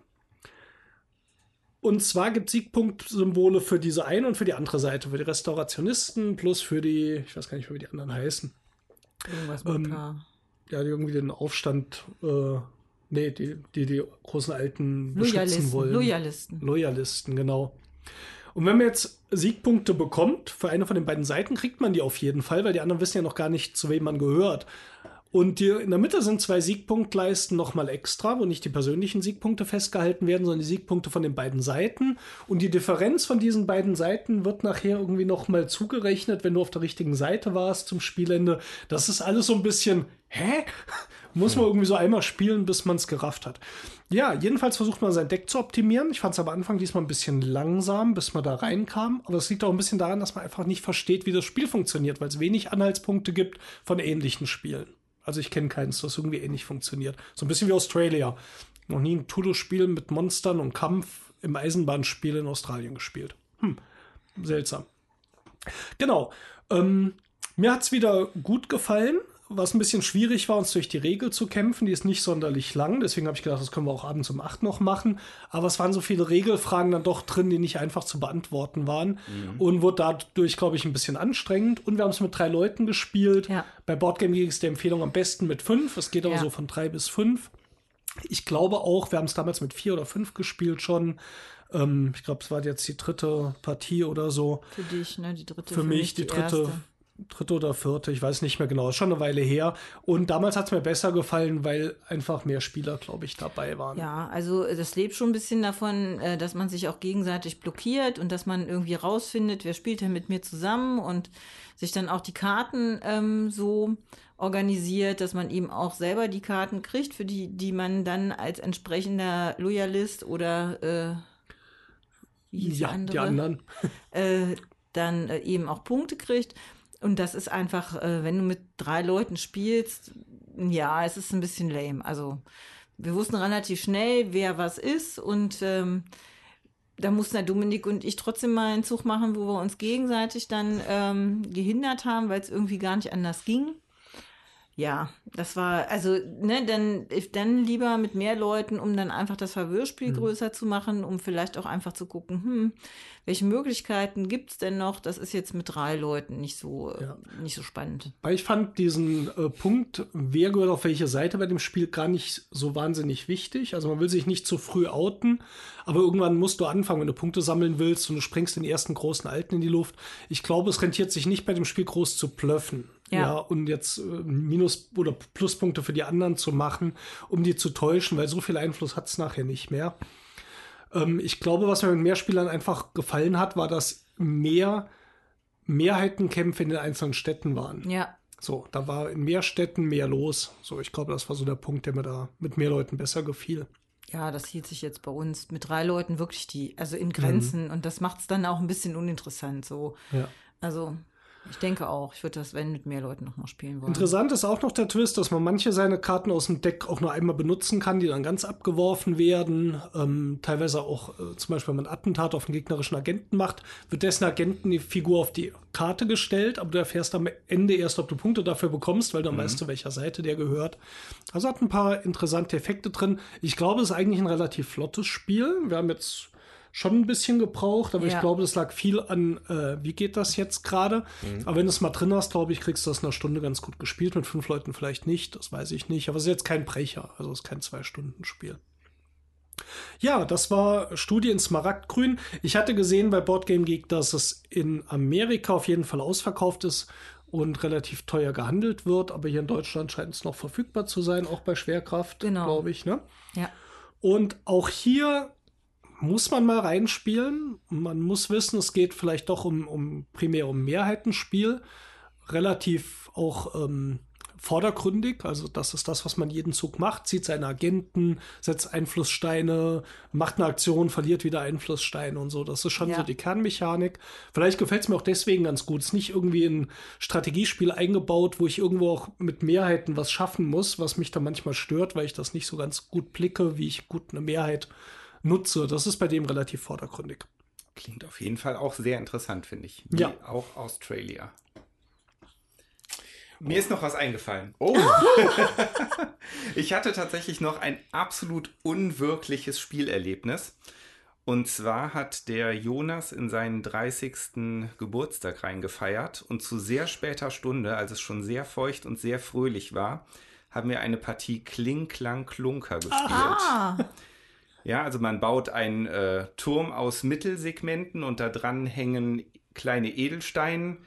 Und zwar gibt es Siegpunktsymbole für diese eine und für die andere Seite. Für die Restaurationisten plus für die, ich weiß gar nicht, wie die anderen heißen. Irgendwas mit K. Ja, die irgendwie den Aufstand, die großen Alten beschützen wollen. Loyalisten, genau. Und wenn man jetzt Siegpunkte bekommt, für eine von den beiden Seiten, kriegt man die auf jeden Fall, weil die anderen wissen ja noch gar nicht, zu wem man gehört. Und in der Mitte sind 2 Siegpunktleisten nochmal extra, wo nicht die persönlichen Siegpunkte festgehalten werden, sondern die Siegpunkte von den beiden Seiten. Und die Differenz von diesen beiden Seiten wird nachher irgendwie nochmal zugerechnet, wenn du auf der richtigen Seite warst zum Spielende. Das ist alles so ein bisschen, muss man irgendwie so einmal spielen, bis man es gerafft hat. Ja, jedenfalls versucht man sein Deck zu optimieren. Ich fand es am Anfang diesmal ein bisschen langsam, bis man da reinkam. Aber es liegt auch ein bisschen daran, dass man einfach nicht versteht, wie das Spiel funktioniert, weil es wenig Anhaltspunkte gibt von ähnlichen Spielen. Also ich kenne keins, das irgendwie ähnlich funktioniert. So ein bisschen wie Australia. Noch nie ein Cthulhu-Spiel mit Monstern und Kampf im Eisenbahnspiel in Australien gespielt. Seltsam. Genau. Mir hat es wieder gut gefallen. Was ein bisschen schwierig war, uns durch die Regel zu kämpfen. Die ist nicht sonderlich lang. Deswegen habe ich gedacht, das können wir auch abends um 8 noch machen. Aber es waren so viele Regelfragen dann doch drin, die nicht einfach zu beantworten waren. Und wurde dadurch, glaube ich, ein bisschen anstrengend. Und wir haben es mit 3 Leuten gespielt. Ja. Bei Boardgame Geek ist die Empfehlung am besten mit 5. Es geht aber so von 3 bis 5. Ich glaube auch, wir haben es damals mit 4 oder 5 gespielt schon. Ich glaube, es war jetzt die 3. Partie oder so. Für dich, ne? Die 3. Für mich die 3. erste. 3. oder 4. Ich weiß nicht mehr genau. Ist schon eine Weile her. Und damals hat es mir besser gefallen, weil einfach mehr Spieler, glaube ich, dabei waren. Ja, also das lebt schon ein bisschen davon, dass man sich auch gegenseitig blockiert und dass man irgendwie rausfindet, wer spielt denn mit mir zusammen und sich dann auch die Karten so organisiert, dass man eben auch selber die Karten kriegt, für die man dann als entsprechender Loyalist oder wie hieß Ja, die anderen. dann eben auch Punkte kriegt. Und das ist einfach, wenn du mit 3 Leuten spielst, ja, es ist ein bisschen lame. Also wir wussten relativ schnell, wer was ist und da mussten der Dominik und ich trotzdem mal einen Zug machen, wo wir uns gegenseitig dann gehindert haben, weil es irgendwie gar nicht anders ging. Ja, das war, also, ne, dann lieber mit mehr Leuten, um dann einfach das Verwirrspiel größer zu machen, um vielleicht auch einfach zu gucken, welche Möglichkeiten gibt es denn noch? Das ist jetzt mit 3 Leuten nicht so spannend. Weil ich fand diesen Punkt, wer gehört auf welche Seite bei dem Spiel, gar nicht so wahnsinnig wichtig. Also man will sich nicht zu früh outen, aber irgendwann musst du anfangen, wenn du Punkte sammeln willst und du springst den ersten großen Alten in die Luft. Ich glaube, es rentiert sich nicht bei dem Spiel groß zu bluffen. Ja, und jetzt Minus- oder Pluspunkte für die anderen zu machen, um die zu täuschen, weil so viel Einfluss hat es nachher nicht mehr. Ich glaube, was mir mit mehr Spielern einfach gefallen hat, war, dass mehr Mehrheitenkämpfe in den einzelnen Städten waren. Ja. So, da war in mehr Städten mehr los. So, ich glaube, das war so der Punkt, der mir da mit mehr Leuten besser gefiel. Ja, das hielt sich jetzt bei uns mit 3 Leuten wirklich also in Grenzen und das macht es dann auch ein bisschen uninteressant so. Ja. Also ich denke auch, ich würde das, wenn, mit mehr Leuten noch mal spielen wollen. Interessant ist auch noch der Twist, dass man manche seine Karten aus dem Deck auch nur einmal benutzen kann, die dann ganz abgeworfen werden. Teilweise auch, zum Beispiel, wenn man Attentat auf einen gegnerischen Agenten macht, wird dessen Agenten die Figur auf die Karte gestellt, aber du erfährst am Ende erst, ob du Punkte dafür bekommst, weil dann weißt, zu welcher Seite der gehört. Also hat ein paar interessante Effekte drin. Ich glaube, es ist eigentlich ein relativ flottes Spiel. Wir haben jetzt schon ein bisschen gebraucht, aber ich glaube, das lag viel an, wie geht das jetzt gerade? Aber wenn du es mal drin hast, glaube ich, kriegst du das in einer Stunde ganz gut gespielt. Mit 5 Leuten vielleicht nicht, das weiß ich nicht. Aber es ist jetzt kein Brecher, also es ist kein 2-Stunden-Spiel. Ja, das war Studie in Smaragdgrün. Ich hatte gesehen bei Boardgame Geek, dass es in Amerika auf jeden Fall ausverkauft ist und relativ teuer gehandelt wird. Aber hier in Deutschland scheint es noch verfügbar zu sein, auch bei Schwerkraft, glaube ich. Ne? Ja. Und auch hier muss man mal reinspielen. Man muss wissen, es geht vielleicht doch primär um Mehrheitenspiel. Relativ auch vordergründig. Also das ist das, was man jeden Zug macht. Zieht seine Agenten, setzt Einflusssteine, macht eine Aktion, verliert wieder Einflusssteine und so. Das ist schon so die Kernmechanik. Vielleicht gefällt es mir auch deswegen ganz gut. Es ist nicht irgendwie in Strategiespiel eingebaut, wo ich irgendwo auch mit Mehrheiten was schaffen muss, was mich dann manchmal stört, weil ich das nicht so ganz gut blicke, wie ich gut eine Mehrheit nutze. Das ist bei dem relativ vordergründig. Klingt auf jeden Fall auch sehr interessant, finde ich. Ja. Auch Australia. Mir ist noch was eingefallen. Oh! Ich hatte tatsächlich noch ein absolut unwirkliches Spielerlebnis. Und zwar hat der Jonas in seinen 30. Geburtstag reingefeiert. Und zu sehr später Stunde, als es schon sehr feucht und sehr fröhlich war, haben wir eine Partie Kling, Klang, Klunker gespielt. Ah. Ja, also man baut einen Turm aus Mittelsegmenten und da dran hängen kleine Edelstein-Dinger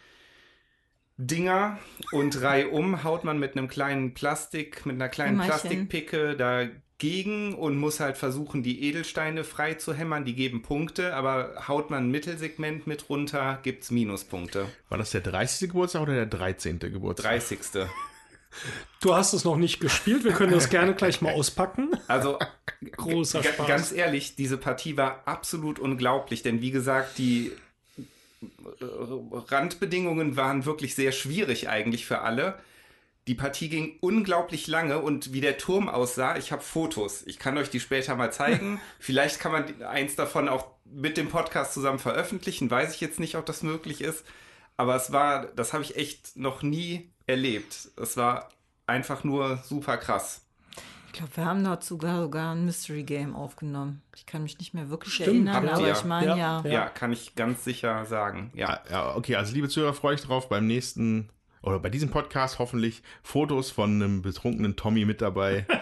und reihum haut man mit einer kleinen Plastikpicke dagegen und muss halt versuchen, die Edelsteine frei zu hämmern. Die geben Punkte, aber haut man ein Mittelsegment mit runter, gibt's Minuspunkte. War das der 30. Geburtstag oder der 13. Geburtstag? 30. Du hast es noch nicht gespielt. Wir können das gerne gleich mal auspacken. Also großer Spaß. Ganz ehrlich, diese Partie war absolut unglaublich, denn wie gesagt, die Randbedingungen waren wirklich sehr schwierig eigentlich für alle. Die Partie ging unglaublich lange und wie der Turm aussah, ich habe Fotos. Ich kann euch die später mal zeigen. Vielleicht kann man eins davon auch mit dem Podcast zusammen veröffentlichen. Weiß ich jetzt nicht, ob das möglich ist. Aber das habe ich echt noch nie erlebt. Es war einfach nur super krass. Ich glaube, wir haben dort sogar ein Mystery Game aufgenommen. Ich kann mich nicht mehr wirklich Stimmt, erinnern, aber ihr? ich meine, ja. Ja, kann ich ganz sicher sagen. Ja, Okay, also liebe Zuhörer, freue ich drauf, bei diesem Podcast hoffentlich Fotos von einem betrunkenen Tommy mit dabei.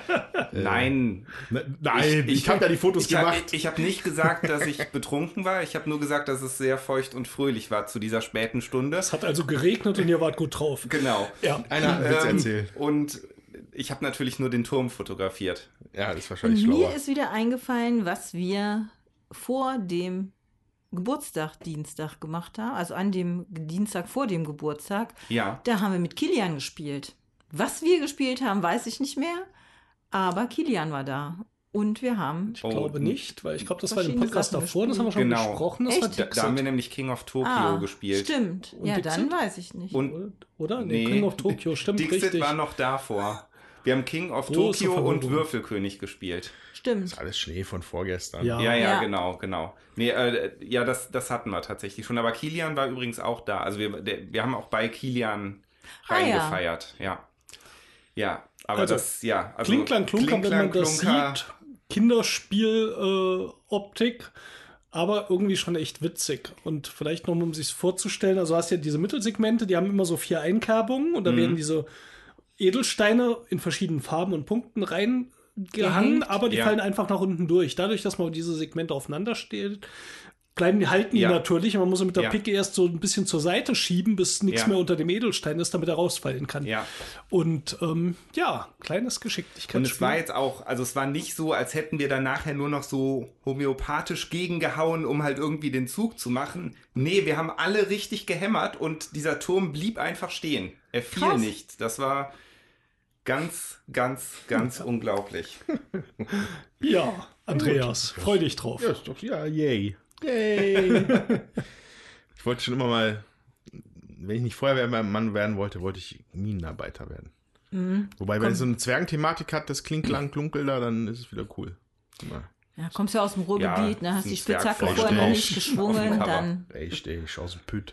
Nein. Nein, ich habe ja die Fotos gemacht. Ich habe nicht gesagt, dass ich betrunken war. Ich habe nur gesagt, dass es sehr feucht und fröhlich war zu dieser späten Stunde. Es hat also geregnet und ihr wart gut drauf. Genau. Ja. Einer hat einen Witz erzählt. Und ich habe natürlich nur den Turm fotografiert. Ja, das ist wahrscheinlich Mir schlauer. ist wieder eingefallen, was wir vor dem Geburtstag Dienstag gemacht haben, also an dem Dienstag vor dem Geburtstag. Ja. Da haben wir mit Kilian gespielt. Was wir gespielt haben, weiß ich nicht mehr, aber Kilian war da. Und wir haben... Ich glaube nicht, weil ich glaube, das war im verschiedene Podcast Sachen davor, das haben wir schon Genau. besprochen. Das war Echt? Da haben wir nämlich King of Tokyo gespielt. Stimmt. Und Ja, Dixit? dann weiß ich nicht. Und Oder? Nee, King of Tokyo, stimmt, Dixit richtig. war noch davor. Wir haben King of Große Tokyo und Verwirrung. Würfelkönig gespielt. Stimmt. Alles Schnee von vorgestern. Ja. Ja, Ja. genau. Nee, ja, das hatten wir tatsächlich schon. Aber Kilian war übrigens auch da. Also wir haben auch bei Kilian reingefeiert. Ja. Ja, aber Also, das, ja. Also Klinklang, Klunker, wenn man das Klunker. sieht. Kinderspiel-Optik, aber irgendwie schon echt witzig. Und vielleicht noch, um sich vorzustellen, also hast ja diese Mittelsegmente, die haben immer so 4 Einkerbungen und da werden diese Edelsteine in verschiedenen Farben und Punkten reingehangen, Gehängt. aber die Ja. fallen einfach nach unten durch. Dadurch, dass man diese Segmente aufeinander steht, halten die Ja. natürlich. Und man muss sie mit der Ja. Picke erst so ein bisschen zur Seite schieben, bis nichts Ja. mehr unter dem Edelstein ist, damit er rausfallen kann. Ja. Und ja, kleines Und Geschicklichkeitsspiel. es war jetzt auch, also es war nicht so, als hätten wir dann nachher nur noch so homöopathisch gegengehauen, um halt irgendwie den Zug zu machen. Nee, wir haben alle richtig gehämmert und dieser Turm blieb einfach stehen. Er fiel Krass. nicht. Das war ganz unglaublich. Ja, Andreas, freu dich drauf. Ja, ist doch, ja, yay. Yay. Ich wollte schon immer mal, wenn ich nicht Feuerwehrmann werden wollte, wollte ich Minenarbeiter werden. Wobei, wenn es so eine Zwergenthematik hat, das Klinklang, Klunkel da, dann ist es wieder cool. Ja. Ja, kommst ja aus dem Ruhrgebiet, Ja, ne? Hast ein die Spitzhacke Zwerg vorher noch vielleicht nicht auf geschwungen, dem Cover. dann... Richtig, aus dem Pütt.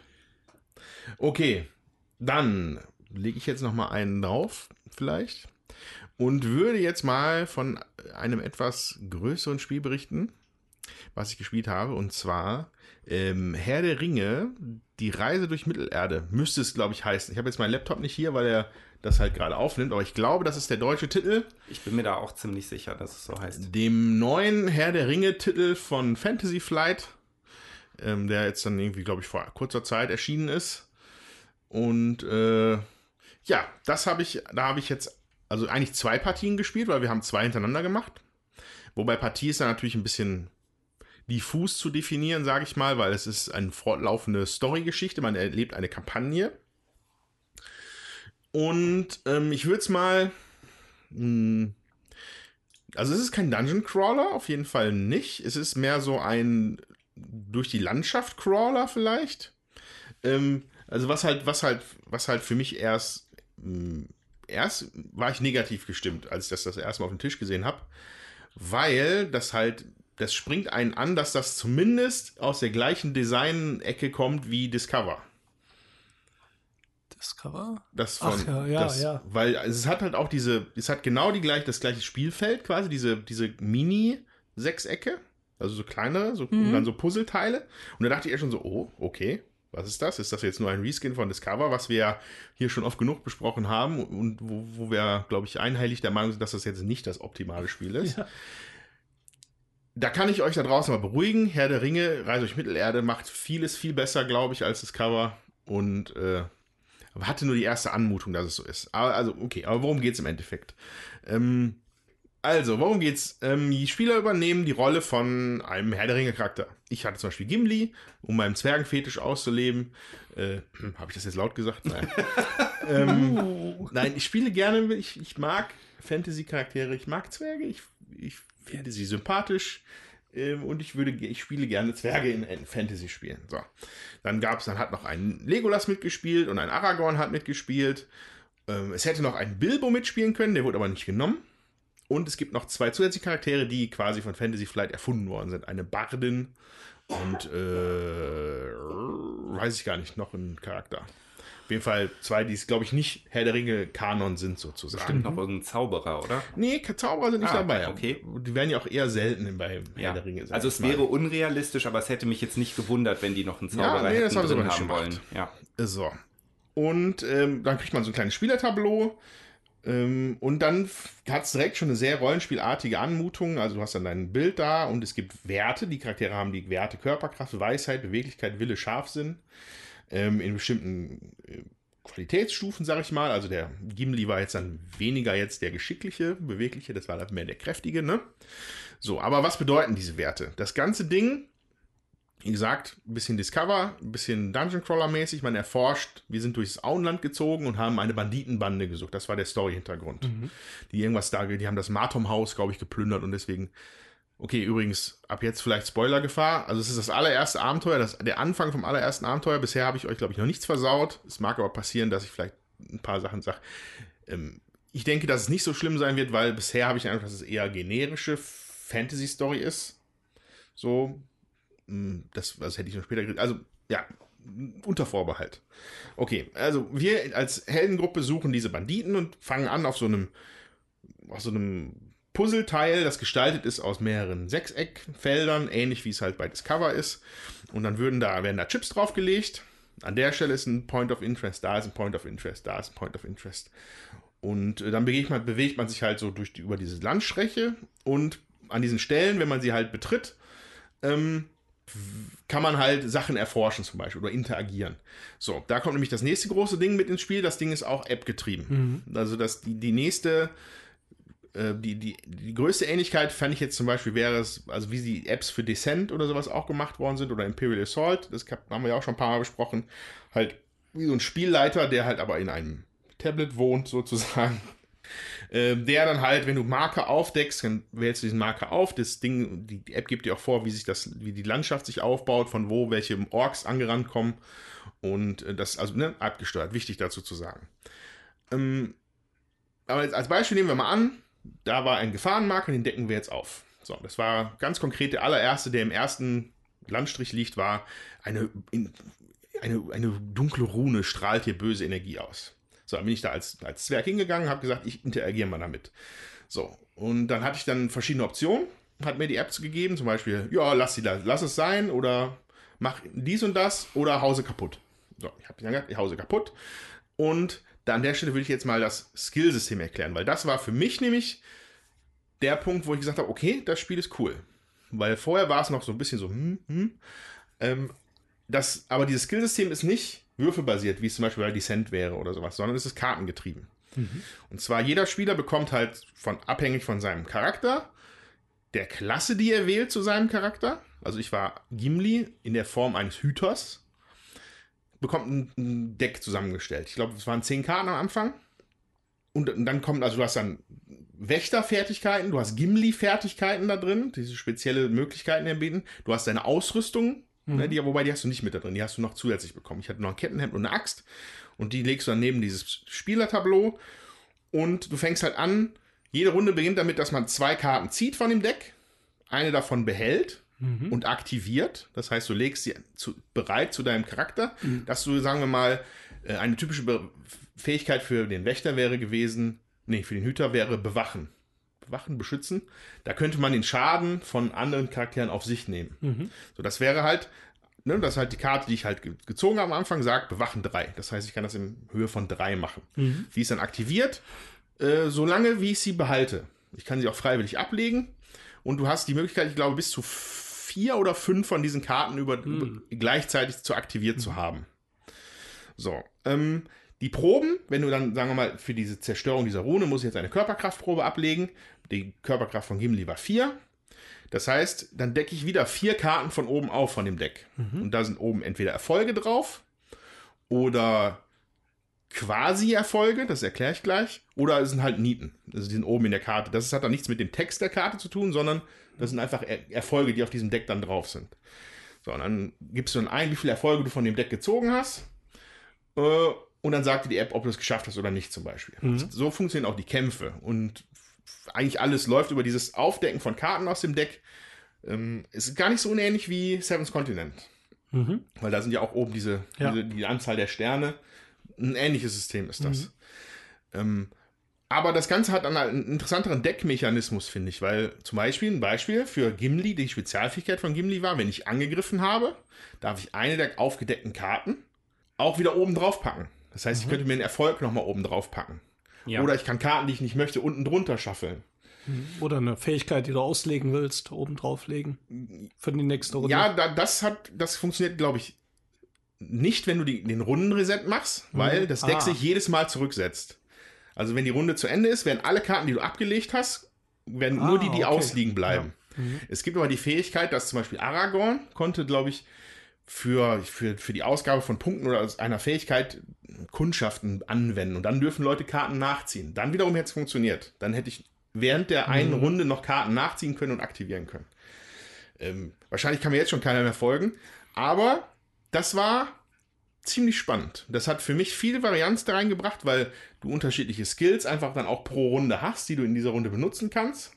Okay, dann lege ich jetzt noch mal einen drauf, vielleicht. Und würde jetzt mal von einem etwas größeren Spiel berichten, was ich gespielt habe. Und zwar Herr der Ringe, die Reise durch Mittelerde, müsste es, glaube ich, heißen. Ich habe jetzt meinen Laptop nicht hier, weil er das halt gerade aufnimmt. Aber ich glaube, das ist der deutsche Titel. Ich bin mir da auch ziemlich sicher, dass es so heißt. Dem neuen Herr der Ringe-Titel von Fantasy Flight, der jetzt dann irgendwie, glaube ich, vor kurzer Zeit erschienen ist. Und ja, da habe ich jetzt also eigentlich 2 Partien gespielt, weil wir haben 2 hintereinander gemacht. Wobei Partie ist dann natürlich ein bisschen diffus zu definieren, sage ich mal, weil es ist eine fortlaufende Story-Geschichte, man erlebt eine Kampagne. Und ich würde es mal... Also es ist kein Dungeon Crawler, auf jeden Fall nicht. Es ist mehr so ein durch die Landschaft Crawler vielleicht. Also was halt für mich erst war ich negativ gestimmt, als ich das erste Mal auf dem Tisch gesehen habe, weil das springt einen an, dass das zumindest aus der gleichen Design-Ecke kommt wie Discover. Discover? Das von, Ach ja. das, weil es hat halt auch es hat genau das gleiche Spielfeld quasi, diese Mini-Sechsecke, also so kleinere, und dann so Puzzleteile. Und da dachte ich ja schon so, oh, okay, was ist das? Ist das jetzt nur ein Reskin von Discover, was wir hier schon oft genug besprochen haben und wo wir, glaube ich, einhellig der Meinung sind, dass das jetzt nicht das optimale Spiel ist? Ja. Da kann ich euch da draußen mal beruhigen. Herr der Ringe, Reise durch Mittelerde, macht vieles viel besser, glaube ich, als Discover und hatte nur die erste Anmutung, dass es so ist. Aber worum geht es im Endeffekt? Worum geht's? Die Spieler übernehmen die Rolle von einem Herr der Ringe-Charakter. Ich hatte zum Beispiel Gimli, um meinen Zwergenfetisch auszuleben. Habe ich das jetzt laut gesagt? Nein. Nein, ich spiele gerne, ich mag Fantasy-Charaktere, ich mag Zwerge, ich finde sie sympathisch. Und ich spiele gerne Zwerge in Fantasy-Spielen. So. Dann hat noch ein Legolas mitgespielt und ein Aragorn hat mitgespielt. Es hätte noch ein Bilbo mitspielen können, der wurde aber nicht genommen. Und es gibt noch 2 zusätzliche Charaktere, die quasi von Fantasy Flight erfunden worden sind. Eine Bardin und weiß ich gar nicht, noch ein Charakter. Auf jeden Fall 2, die es, glaube ich, nicht Herr der Ringe Kanon sind, sozusagen. Bestimmt noch irgendein Zauberer, oder? Nee, Zauberer sind nicht dabei. Okay. Die werden ja auch eher selten bei Herr der Ringe. Also es wäre unrealistisch, aber es hätte mich jetzt nicht gewundert, wenn die noch einen Zauberer hätten das haben sie drin aber nicht haben gemacht. wollen. Ja. So. Und dann kriegt man so ein kleines Spielertableau. Und dann hat es direkt schon eine sehr rollenspielartige Anmutung. Also du hast dann dein Bild da und es gibt Werte. Die Charaktere haben die Werte Körperkraft, Weisheit, Beweglichkeit, Wille, Scharfsinn. In bestimmten Qualitätsstufen, sag ich mal. Also der Gimli war jetzt dann weniger jetzt der geschickliche, bewegliche, das war dann mehr der kräftige, ne? So, aber was bedeuten diese Werte? Das ganze Ding, wie gesagt, ein bisschen Discover, ein bisschen Dungeon Crawler-mäßig, man erforscht, wir sind durchs Auenland gezogen und haben eine Banditenbande gesucht. Das war der Story-Hintergrund. Die haben das Martom-Haus, glaube ich, geplündert und deswegen, okay, übrigens, ab jetzt vielleicht Spoilergefahr. Also es ist das allererste Abenteuer, der Anfang vom allerersten Abenteuer. Bisher habe ich euch, glaube ich, noch nichts versaut. Es mag aber passieren, dass ich vielleicht ein paar Sachen sage. Ich denke, dass es nicht so schlimm sein wird, weil bisher habe ich einfach, dass es eher generische Fantasy-Story ist. So, das hätte ich noch später gekriegt. Also, ja, unter Vorbehalt. Okay, also wir als Heldengruppe suchen diese Banditen und fangen an auf so einem Puzzleteil, das gestaltet ist aus mehreren Sechseckfeldern, ähnlich wie es halt bei Discover ist. Und dann werden da Chips draufgelegt. An der Stelle ist ein Point of Interest, da ist ein Point of Interest, da ist ein Point of Interest. Und dann bewegt man sich halt so über diese Landstrecke und an diesen Stellen, wenn man sie halt betritt, kann man halt Sachen erforschen zum Beispiel oder interagieren. So, da kommt nämlich das nächste große Ding mit ins Spiel. Das Ding ist auch App-getrieben. Also die nächste, die größte Ähnlichkeit fand ich jetzt zum Beispiel wäre es, also wie die Apps für Descent oder sowas auch gemacht worden sind oder Imperial Assault, das haben wir ja auch schon ein paar Mal besprochen, halt wie so ein Spielleiter, der halt aber in einem Tablet wohnt sozusagen. Der dann halt, wenn du Marker aufdeckst, dann wählst du diesen Marker auf. Das Ding, die App gibt dir auch vor, wie die Landschaft sich aufbaut, von wo welche Orks angerannt kommen. Und das, also, abgesteuert, wichtig dazu zu sagen. Aber jetzt als Beispiel nehmen wir mal an, da war ein Gefahrenmarker, den decken wir jetzt auf. So, das war ganz konkret der allererste, der im ersten Landstrich liegt, war eine dunkle Rune strahlt hier böse Energie aus. So, dann bin ich da als Zwerg hingegangen, habe gesagt, ich interagiere mal damit. So, und dann hatte ich dann verschiedene Optionen, hat mir die Apps gegeben, zum Beispiel, ja, lass es sein oder mach dies und das oder Hause kaputt. So, ich habe dann gesagt, Hause kaputt. Und da an der Stelle würde ich jetzt mal das Skillsystem erklären, weil das war für mich nämlich der Punkt, wo ich gesagt habe, okay, das Spiel ist cool. Weil vorher war es noch so ein bisschen so, aber dieses Skillsystem ist nicht würfelbasiert, wie es zum Beispiel bei Descent wäre oder sowas, sondern es ist kartengetrieben. Und zwar jeder Spieler bekommt halt abhängig von seinem Charakter, der Klasse, die er wählt zu seinem Charakter, also ich war Gimli in der Form eines Hüters, bekommt ein Deck zusammengestellt. Ich glaube, es waren 10 Karten am Anfang. Und dann kommt, also du hast dann Wächterfertigkeiten, du hast Gimli-Fertigkeiten da drin, diese spezielle Möglichkeiten erbieten. Du hast deine Ausrüstung, wobei die hast du nicht mit da drin, die hast du noch zusätzlich bekommen. Ich hatte noch ein Kettenhemd und eine Axt und die legst du dann neben dieses Spielertableau und du fängst halt an, jede Runde beginnt damit, dass man 2 Karten zieht von dem Deck, eine davon behält und aktiviert. Das heißt, du legst sie bereit zu deinem Charakter, dass du, sagen wir mal, eine typische Fähigkeit für den Wächter wäre gewesen, für den Hüter wäre bewachen. Bewachen, beschützen. Da könnte man den Schaden von anderen Charakteren auf sich nehmen. So, das wäre halt, das ist halt die Karte, die ich halt gezogen habe am Anfang, sagt Bewachen 3. Das heißt, ich kann das in Höhe von 3 machen. Die ist dann aktiviert, solange wie ich sie behalte. Ich kann sie auch freiwillig ablegen und du hast die Möglichkeit, ich glaube, bis zu 4 oder 5 von diesen Karten gleichzeitig aktiviert zu haben. So, die Proben, wenn du dann, sagen wir mal, für diese Zerstörung dieser Rune muss ich jetzt eine Körperkraftprobe ablegen. Die Körperkraft von Gimli war 4. Das heißt, dann decke ich wieder 4 Karten von oben auf von dem Deck. Und da sind oben entweder Erfolge drauf oder Quasi-Erfolge, das erkläre ich gleich, oder es sind halt Nieten. Also die sind oben in der Karte. Das hat dann nichts mit dem Text der Karte zu tun, sondern das sind einfach Erfolge, die auf diesem Deck dann drauf sind. So, und dann gibst du dann ein, wie viele Erfolge du von dem Deck gezogen hast. Und dann sagt dir die App, ob du es geschafft hast oder nicht zum Beispiel. So funktionieren auch die Kämpfe. Und eigentlich alles läuft über dieses Aufdecken von Karten aus dem Deck. Es ist gar nicht so unähnlich wie Seven's Continent. Weil da sind ja auch oben die Anzahl der Sterne. Ein ähnliches System ist das. Aber das Ganze hat dann einen interessanteren Deckmechanismus, finde ich. Weil zum Beispiel, ein Beispiel für Gimli, die Spezialfähigkeit von Gimli war, wenn ich angegriffen habe, darf ich eine der aufgedeckten Karten auch wieder oben drauf packen. Das heißt, ich könnte mir einen Erfolg nochmal oben drauf packen. Ja. Oder ich kann Karten, die ich nicht möchte, unten drunter schaffeln. Oder eine Fähigkeit, die du auslegen willst, oben drauflegen. Für die nächste Runde. Ja, das funktioniert, glaube ich, nicht, wenn du den Rundenreset machst, weil das Deck sich jedes Mal zurücksetzt. Also wenn die Runde zu Ende ist, werden alle Karten, die du abgelegt hast, werden nur die okay. ausliegen bleiben. Ja. Es gibt aber die Fähigkeit, dass zum Beispiel Aragorn konnte, glaube ich, für die Ausgabe von Punkten oder einer Fähigkeit Kundschaften anwenden. Und dann dürfen Leute Karten nachziehen. Dann wiederum hätte es funktioniert. Dann hätte ich während der einen Runde noch Karten nachziehen können und aktivieren können. Wahrscheinlich kann mir jetzt schon keiner mehr folgen. Aber das war ziemlich spannend. Das hat für mich viel Varianz da reingebracht, weil du unterschiedliche Skills einfach dann auch pro Runde hast, die du in dieser Runde benutzen kannst.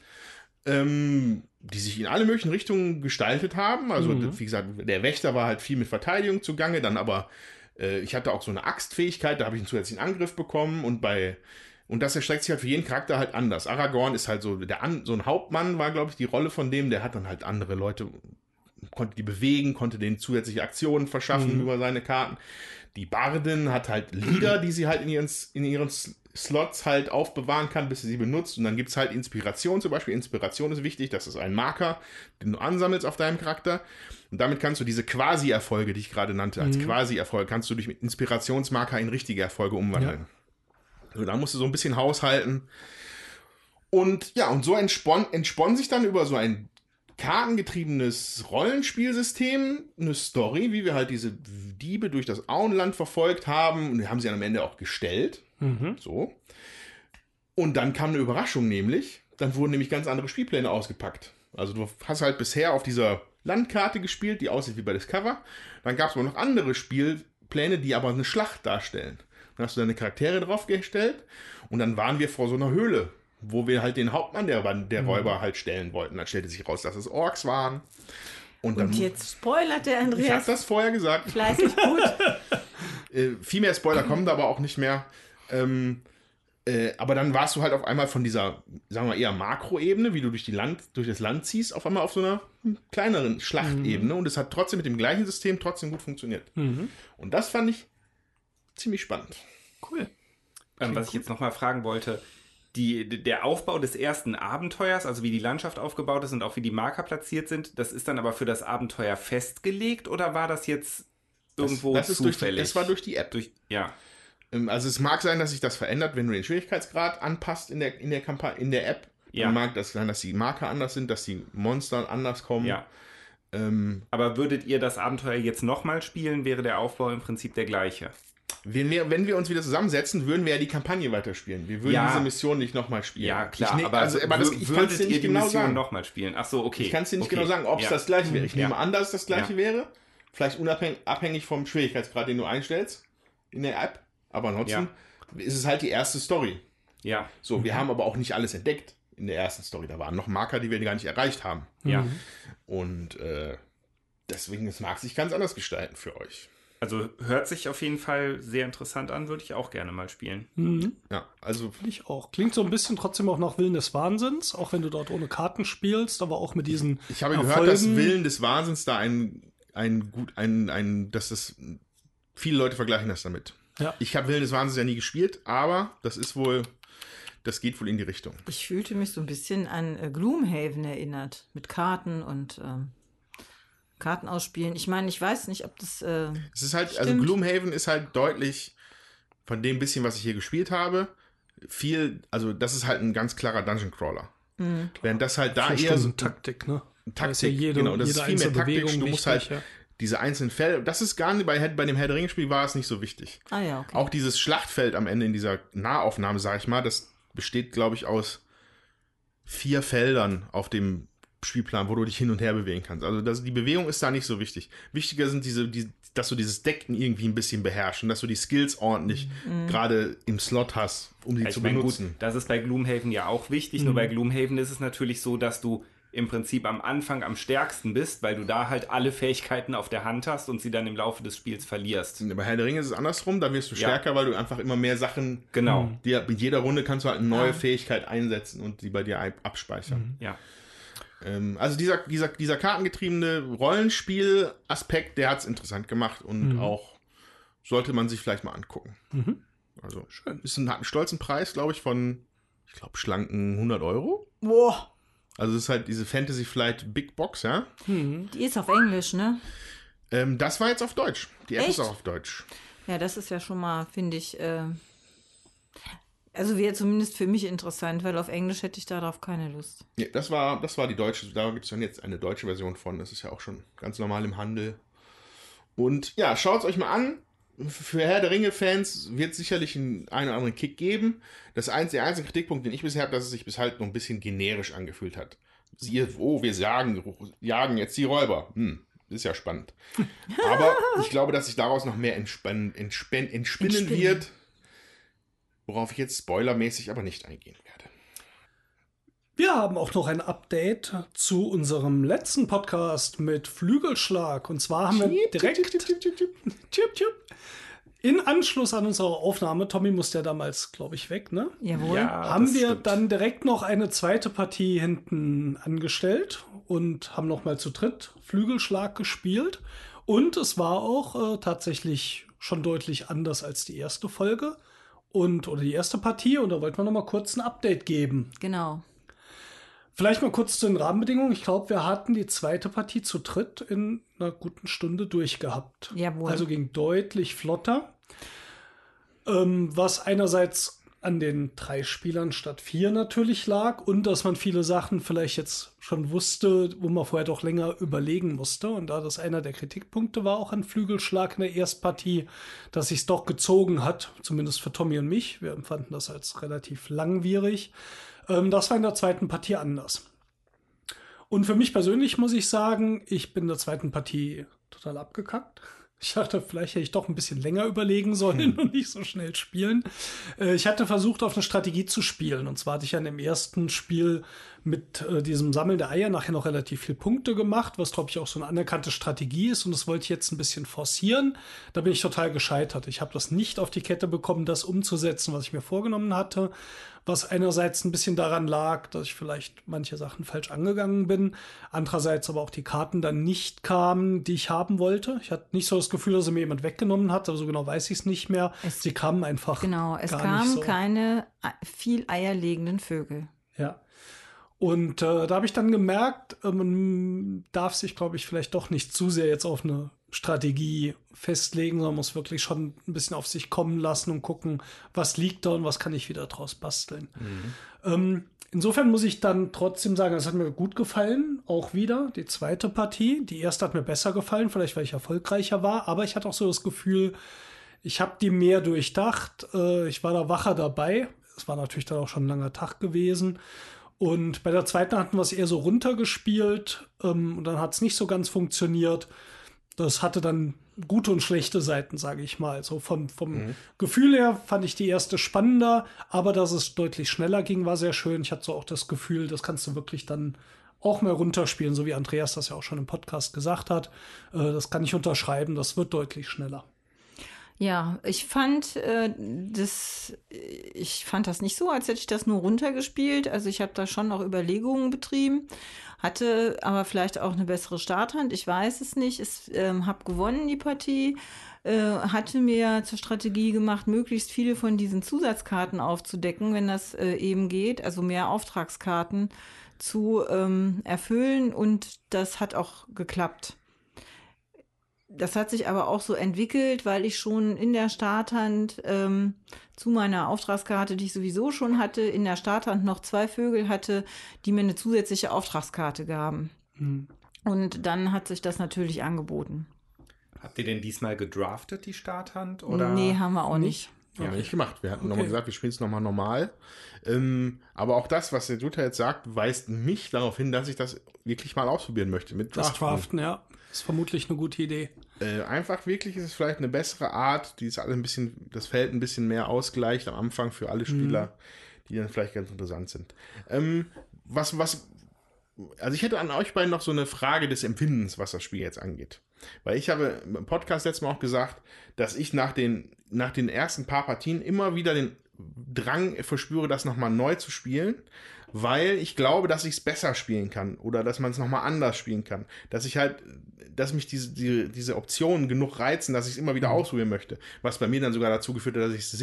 Die sich in alle möglichen Richtungen gestaltet haben. Also, wie gesagt, der Wächter war halt viel mit Verteidigung zugange, dann aber, ich hatte auch so eine Axtfähigkeit, da habe ich einen zusätzlichen Angriff bekommen und das erstreckt sich halt für jeden Charakter halt anders. Aragorn ist halt so ein Hauptmann, war, glaube ich, die Rolle von dem, der hat dann halt andere Leute, konnte die bewegen, konnte denen zusätzliche Aktionen verschaffen über seine Karten. Die Bardin hat halt Lieder, die sie halt in ihren Slots halt aufbewahren kann, bis sie sie benutzt. Und dann gibt es halt Inspiration zum Beispiel. Inspiration ist wichtig, das ist ein Marker, den du ansammelst auf deinem Charakter. Und damit kannst du diese Quasi-Erfolge, die ich gerade nannte, als Quasi-Erfolge, kannst du durch Inspirationsmarker in richtige Erfolge umwandeln. Ja. So, da musst du so ein bisschen haushalten. Und ja, und so entspann sich dann über so ein kartengetriebenes Rollenspielsystem eine Story, wie wir halt diese Diebe durch das Auenland verfolgt haben. Und die haben sie am Ende auch gestellt. So. Und dann kam eine Überraschung, nämlich, dann wurden nämlich ganz andere Spielpläne ausgepackt. Also du hast halt bisher auf dieser Landkarte gespielt, die aussieht wie bei Discover. Dann gab es aber noch andere Spielpläne, die aber eine Schlacht darstellen. Dann hast du deine Charaktere draufgestellt und dann waren wir vor so einer Höhle, wo wir halt den Hauptmann der Räuber halt stellen wollten. Dann stellte sich raus, dass es Orks waren. Und jetzt spoilert der Andreas. Ich habe das vorher gesagt. Fleißig gut. Viel mehr Spoiler kommen da aber auch nicht mehr. Aber dann warst du halt auf einmal von dieser, sagen wir eher Makroebene, wie du durch das Land ziehst, auf einmal auf so einer kleineren Schlachtebene. Und es hat trotzdem mit dem gleichen System trotzdem gut funktioniert. Und das fand ich ziemlich spannend. Cool. Was ich jetzt nochmal fragen wollte, der Aufbau des ersten Abenteuers, also wie die Landschaft aufgebaut ist und auch wie die Marker platziert sind, das ist dann aber für das Abenteuer festgelegt oder war das jetzt irgendwo zufällig? Das war durch die App. Ja. Also es mag sein, dass sich das verändert, wenn du den Schwierigkeitsgrad anpasst in der App. Ja. Dann mag das sein, dass die Marker anders sind, dass die Monster anders kommen. Ja. Aber würdet ihr das Abenteuer jetzt nochmal spielen, wäre der Aufbau im Prinzip der gleiche? Wenn wir uns wieder zusammensetzen, würden wir ja die Kampagne weiterspielen. Wir würden diese Mission nicht nochmal spielen. Ja, klar. Ich kann es dir nicht genau sagen. Nochmal spielen? Ach so, okay. Ich kann es dir nicht genau sagen, ob es das gleiche wäre. Ich nehme an, dass es das gleiche wäre. Vielleicht abhängig vom Schwierigkeitsgrad, den du einstellst in der App. Aber ansonsten ist es halt die erste Story. Ja. So, wir haben aber auch nicht alles entdeckt in der ersten Story. Da waren noch Marker, die wir gar nicht erreicht haben. Ja. Und deswegen, es mag sich ganz anders gestalten für euch. Also hört sich auf jeden Fall sehr interessant an, würde ich auch gerne mal spielen. Ja, also Ich auch. Klingt so ein bisschen trotzdem auch nach Willen des Wahnsinns, auch wenn du dort ohne Karten spielst, aber auch mit diesen ich habe gehört, dass Willen des Wahnsinns da dass das viele Leute vergleichen das damit. Ja. Ich habe Willen des Wahnsinns ja nie gespielt, aber das geht wohl in die Richtung. Ich fühlte mich so ein bisschen an Gloomhaven erinnert, mit Karten und Karten ausspielen. Ich meine, ich weiß nicht, ob das Es ist halt, stimmt. also Gloomhaven ist halt deutlich von dem bisschen, was ich hier gespielt habe, also das ist halt ein ganz klarer Dungeon Crawler. Während das halt da eher so Taktik, ne? Taktik, genau, das ist viel mehr taktisch. Du musst halt diese einzelnen Felder, das ist gar nicht, bei dem Herr der Ringe-Spiel war es nicht so wichtig. Ah ja, okay. Auch dieses Schlachtfeld am Ende in dieser Nahaufnahme, sag ich mal, das besteht, glaube ich, aus 4 Feldern auf dem Spielplan, wo du dich hin und her bewegen kannst. Also die Bewegung ist da nicht so wichtig. Wichtiger sind dass du dieses Deck irgendwie ein bisschen beherrschst und dass du die Skills ordentlich gerade im Slot hast, um sie zu benutzen. Gut, das ist bei Gloomhaven ja auch wichtig, nur bei Gloomhaven ist es natürlich so, dass du im Prinzip am Anfang am stärksten bist, weil du da halt alle Fähigkeiten auf der Hand hast und sie dann im Laufe des Spiels verlierst. Bei Herr der Ringe ist es andersrum, da wirst du stärker, weil du einfach immer mehr Sachen... Genau. Mit jeder Runde kannst du halt eine neue Fähigkeit einsetzen und die bei dir abspeichern. Ja. Also dieser kartengetriebene Rollenspiel-Aspekt, der hat es interessant gemacht und auch sollte man sich vielleicht mal angucken. Also schön. Hat einen stolzen Preis, glaube ich, von, schlanken 100 €. Boah. Also es ist halt diese Fantasy Flight Big Box, ja? Die ist auf Englisch, ne? Das war jetzt auf Deutsch. Die App Echt? ist auch auf Deutsch. Ja, das ist ja schon mal, finde ich, also wäre zumindest für mich interessant, weil auf Englisch hätte ich darauf keine Lust. Ja, das war die deutsche. Da gibt es dann jetzt eine deutsche Version von. Das ist ja auch schon ganz normal im Handel. Und ja, schaut es euch mal an. Für Herr der Ringe-Fans wird es sicherlich einen oder anderen Kick geben. Der einzige Kritikpunkt, den ich bisher habe, dass es sich bis halt noch ein bisschen generisch angefühlt hat. Siehe, wir jagen jetzt die Räuber. Ist ja spannend. Aber ich glaube, dass sich daraus noch mehr entspinnen wird, worauf ich jetzt spoilermäßig aber nicht eingehen werde. Wir haben auch noch ein Update zu unserem letzten Podcast mit Flügelschlag. Und zwar haben wir direkt in Anschluss an unsere Aufnahme, Tommy musste ja damals, glaube ich, weg, ne? Jawohl. Ja, Haben wir stimmt. dann direkt noch eine zweite Partie hinten angestellt und haben noch mal zu dritt Flügelschlag gespielt. Und es war auch tatsächlich schon deutlich anders als die erste Folge oder die erste Partie. Und da wollten wir noch mal kurz ein Update geben. Genau. Vielleicht mal kurz zu den Rahmenbedingungen. Ich glaube, wir hatten die zweite Partie zu dritt in einer guten Stunde durchgehabt. Jawohl. Also ging deutlich flotter. Was einerseits an den 3 Spielern statt 4 natürlich lag und dass man viele Sachen vielleicht jetzt schon wusste, wo man vorher doch länger überlegen musste. Und da das einer der Kritikpunkte war, auch an Flügelschlag in der Erstpartie, dass sich es doch gezogen hat, zumindest für Tommy und mich. Wir empfanden das als relativ langwierig. Das war in der zweiten Partie anders. Und für mich persönlich muss ich sagen, ich bin in der zweiten Partie total abgekackt. Ich dachte, vielleicht hätte ich doch ein bisschen länger überlegen sollen und nicht so schnell spielen. Ich hatte versucht, auf eine Strategie zu spielen. Und zwar hatte ich ja in dem ersten Spiel mit diesem Sammeln der Eier nachher noch relativ viele Punkte gemacht, was, glaube ich, auch so eine anerkannte Strategie ist. Und das wollte ich jetzt ein bisschen forcieren. Da bin ich total gescheitert. Ich habe das nicht auf die Kette bekommen, das umzusetzen, was ich mir vorgenommen hatte. Was einerseits ein bisschen daran lag, dass ich vielleicht manche Sachen falsch angegangen bin. Andererseits aber auch die Karten dann nicht kamen, die ich haben wollte. Ich hatte nicht so das Gefühl, dass sie mir jemand weggenommen hat, aber so genau weiß ich es nicht mehr. Sie kamen einfach Genau, es gar kamen nicht so. keine viel eierlegenden Vögel. Ja. Und da habe ich dann gemerkt, man darf sich, glaube ich, vielleicht doch nicht zu sehr jetzt auf eine Strategie festlegen, sondern muss wirklich schon ein bisschen auf sich kommen lassen und gucken, was liegt da und was kann ich wieder draus basteln. Insofern muss ich dann trotzdem sagen, es hat mir gut gefallen, auch wieder die zweite Partie. Die erste hat mir besser gefallen, vielleicht weil ich erfolgreicher war, aber ich hatte auch so das Gefühl, ich habe die mehr durchdacht, ich war da wacher dabei. Es war natürlich dann auch schon ein langer Tag gewesen. Und bei der zweiten hatten wir es eher so runtergespielt und dann hat es nicht so ganz funktioniert. Das hatte dann gute und schlechte Seiten, sage ich mal. So vom Gefühl her fand ich die erste spannender, aber dass es deutlich schneller ging, war sehr schön. Ich hatte so auch das Gefühl, das kannst du wirklich dann auch mehr runterspielen, so wie Andreas das ja auch schon im Podcast gesagt hat. Das kann ich unterschreiben, das wird deutlich schneller. Ja, ich fand das nicht so, als hätte ich das nur runtergespielt. Also ich habe da schon noch Überlegungen betrieben, hatte aber vielleicht auch eine bessere Starthand. Ich weiß es nicht. Ich habe gewonnen die Partie, hatte mir zur Strategie gemacht, möglichst viele von diesen Zusatzkarten aufzudecken, wenn das eben geht. Also mehr Auftragskarten zu erfüllen und das hat auch geklappt. Das hat sich aber auch so entwickelt, weil ich schon in der Starthand zu meiner Auftragskarte, die ich sowieso schon hatte, in der Starthand noch 2 Vögel hatte, die mir eine zusätzliche Auftragskarte gaben. Und dann hat sich das natürlich angeboten. Habt ihr denn diesmal gedraftet, die Starthand? Oder? Nee, haben wir auch nicht. Ja, nicht gemacht. Wir hatten nochmal gesagt, wir spielen es nochmal normal. Aber auch das, was der Jutta jetzt sagt, weist mich darauf hin, dass ich das wirklich mal ausprobieren möchte. Mit Das Draften, ja. Ist vermutlich eine gute Idee. Einfach wirklich ist es vielleicht eine bessere Art, die das Feld ein bisschen mehr ausgleicht am Anfang für alle Spieler, die dann vielleicht ganz interessant sind. Also ich hätte an euch beiden noch so eine Frage des Empfindens, was das Spiel jetzt angeht. Weil ich habe im Podcast letztes Mal auch gesagt, dass ich nach den ersten paar Partien immer wieder den Drang verspüre, das nochmal neu zu spielen, weil ich glaube, dass ich es besser spielen kann oder dass man es nochmal anders spielen kann. Dass mich diese Optionen genug reizen, dass ich es immer wieder ausprobieren möchte. Was bei mir dann sogar dazu geführt hat, dass ich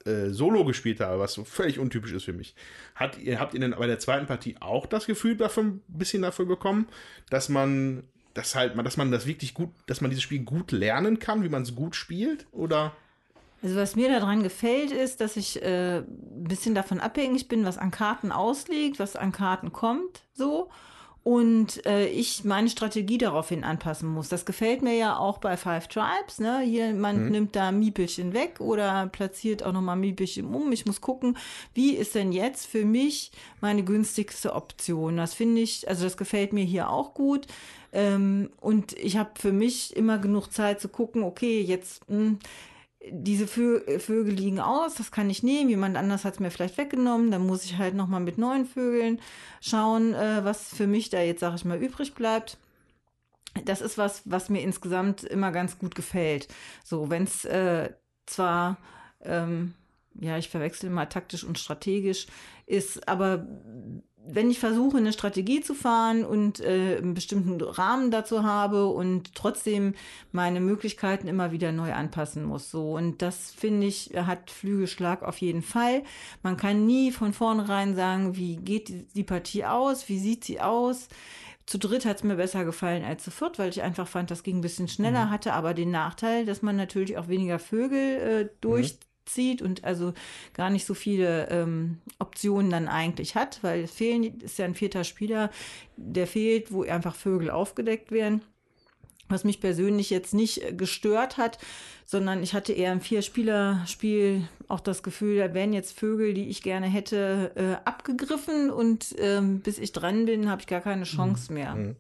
Solo gespielt habe, was so völlig untypisch ist für mich. Habt ihr denn bei der zweiten Partie auch das Gefühl davon, ein bisschen dafür bekommen, dass man dieses Spiel gut lernen kann, wie man es gut spielt? Oder? Also was mir daran gefällt, ist, dass ich ein bisschen davon abhängig bin, was an Karten ausliegt, was an Karten kommt, so. Und ich meine Strategie daraufhin anpassen muss. Das gefällt mir ja auch bei Five Tribes. Ne? Jemand nimmt da Miepelchen weg oder platziert auch nochmal Miepelchen um. Ich muss gucken, wie ist denn jetzt für mich meine günstigste Option. Das finde ich, also das gefällt mir hier auch gut. Und ich habe für mich immer genug Zeit zu gucken, okay, jetzt diese Vögel liegen aus, das kann ich nehmen, jemand anders hat es mir vielleicht weggenommen, dann muss ich halt nochmal mit neuen Vögeln schauen, was für mich da jetzt, sag ich mal, übrig bleibt. Das ist was mir insgesamt immer ganz gut gefällt. So, wenn es zwar, ich verwechsel mal taktisch und strategisch ist, aber wenn ich versuche, eine Strategie zu fahren und einen bestimmten Rahmen dazu habe und trotzdem meine Möglichkeiten immer wieder neu anpassen muss. So. Und das, finde ich, hat Flügelschlag auf jeden Fall. Man kann nie von vornherein sagen, wie geht die Partie aus, wie sieht sie aus. Zu dritt hat es mir besser gefallen als zu viert, weil ich einfach fand, das ging ein bisschen schneller, hatte aber den Nachteil, dass man natürlich auch weniger Vögel durchzieht und also gar nicht so viele Optionen dann eigentlich hat, weil es ist ja ein 4. Spieler, der fehlt, wo einfach Vögel aufgedeckt werden. Was mich persönlich jetzt nicht gestört hat, sondern ich hatte eher im 4-Spieler-Spiel auch das Gefühl, da wären jetzt Vögel, die ich gerne hätte, abgegriffen und bis ich dran bin, habe ich gar keine Chance mehr.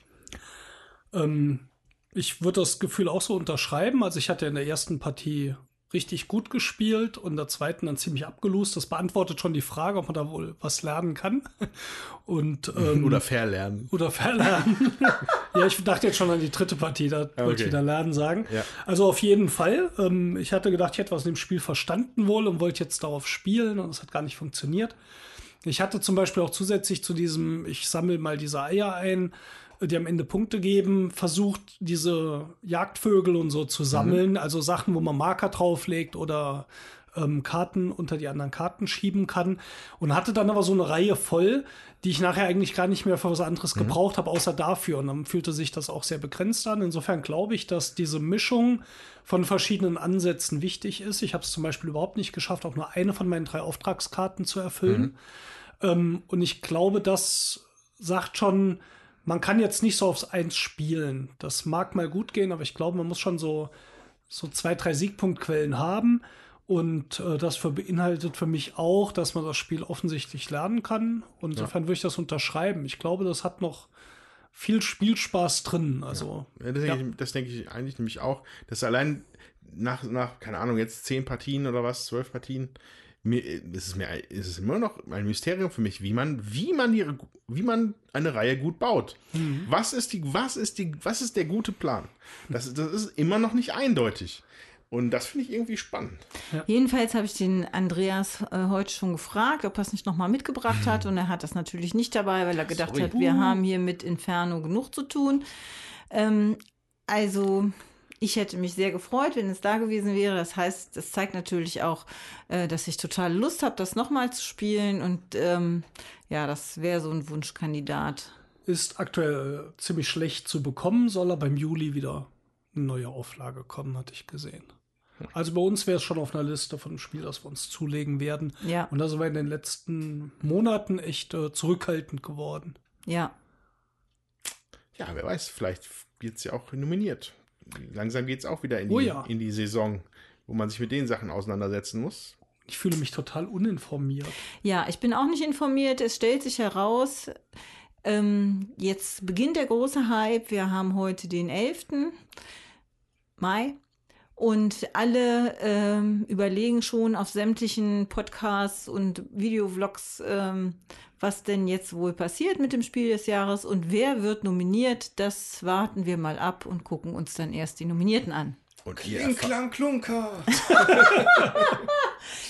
Ich würde das Gefühl auch so unterschreiben. Also ich hatte in der ersten Partie richtig gut gespielt und in der zweiten dann ziemlich abgelost. Das beantwortet schon die Frage, ob man da wohl was lernen kann. Und, oder verlernen. Oder verlernen. Ja, ich dachte jetzt schon an die dritte Partie, da wollte ich wieder lernen sagen. Ja. Also auf jeden Fall. Ich hatte gedacht, ich hätte was in dem Spiel verstanden wohl und wollte jetzt darauf spielen und das hat gar nicht funktioniert. Ich hatte zum Beispiel auch zusätzlich zu diesem, ich sammle mal diese Eier ein, die am Ende Punkte geben, versucht, diese Jagdvögel und so zu sammeln. Also Sachen, wo man Marker drauflegt oder Karten unter die anderen Karten schieben kann. Und hatte dann aber so eine Reihe voll, die ich nachher eigentlich gar nicht mehr für was anderes gebraucht habe, außer dafür. Und dann fühlte sich das auch sehr begrenzt an. Insofern glaube ich, dass diese Mischung von verschiedenen Ansätzen wichtig ist. Ich habe es zum Beispiel überhaupt nicht geschafft, auch nur eine von meinen 3 Auftragskarten zu erfüllen. Und ich glaube, das sagt schon, man kann jetzt nicht so aufs 1 spielen. Das mag mal gut gehen, aber ich glaube, man muss schon so 2, 3 Siegpunktquellen haben. Und das beinhaltet für mich auch, dass man das Spiel offensichtlich lernen kann. Und insofern würde ich das unterschreiben. Ich glaube, das hat noch viel Spielspaß drin. Also, das denke ich eigentlich nämlich auch, dass allein nach, keine Ahnung, jetzt 10 Partien oder was, 12 Partien, ist es immer noch ein Mysterium für mich, wie man eine Reihe gut baut. Was ist der gute Plan? Das ist immer noch nicht eindeutig. Und das finde ich irgendwie spannend. Ja. Jedenfalls habe ich den Andreas heute schon gefragt, ob er es nicht nochmal mitgebracht hat. Und er hat das natürlich nicht dabei, weil er gedacht hat, wir haben hier mit Inferno genug zu tun. Also ich hätte mich sehr gefreut, wenn es da gewesen wäre. Das heißt, das zeigt natürlich auch, dass ich total Lust habe, das nochmal zu spielen. Und das wäre so ein Wunschkandidat. Ist aktuell ziemlich schlecht zu bekommen, soll aber im Juli wieder eine neue Auflage kommen, hatte ich gesehen. Also bei uns wäre es schon auf einer Liste von einem Spiel, das wir uns zulegen werden. Ja. Und da sind wir in den letzten Monaten echt zurückhaltend geworden. Ja. Ja, wer weiß, vielleicht wird es ja auch nominiert. Langsam geht es auch wieder in die Saison, wo man sich mit den Sachen auseinandersetzen muss. Ich fühle mich total uninformiert. Ja, ich bin auch nicht informiert. Es stellt sich heraus, jetzt beginnt der große Hype. Wir haben heute den 11. Mai. Und alle überlegen schon auf sämtlichen Podcasts und Videovlogs, was denn jetzt wohl passiert mit dem Spiel des Jahres und wer wird nominiert. Das warten wir mal ab und gucken uns dann erst die Nominierten an. Und Kling, Klang, Klunker.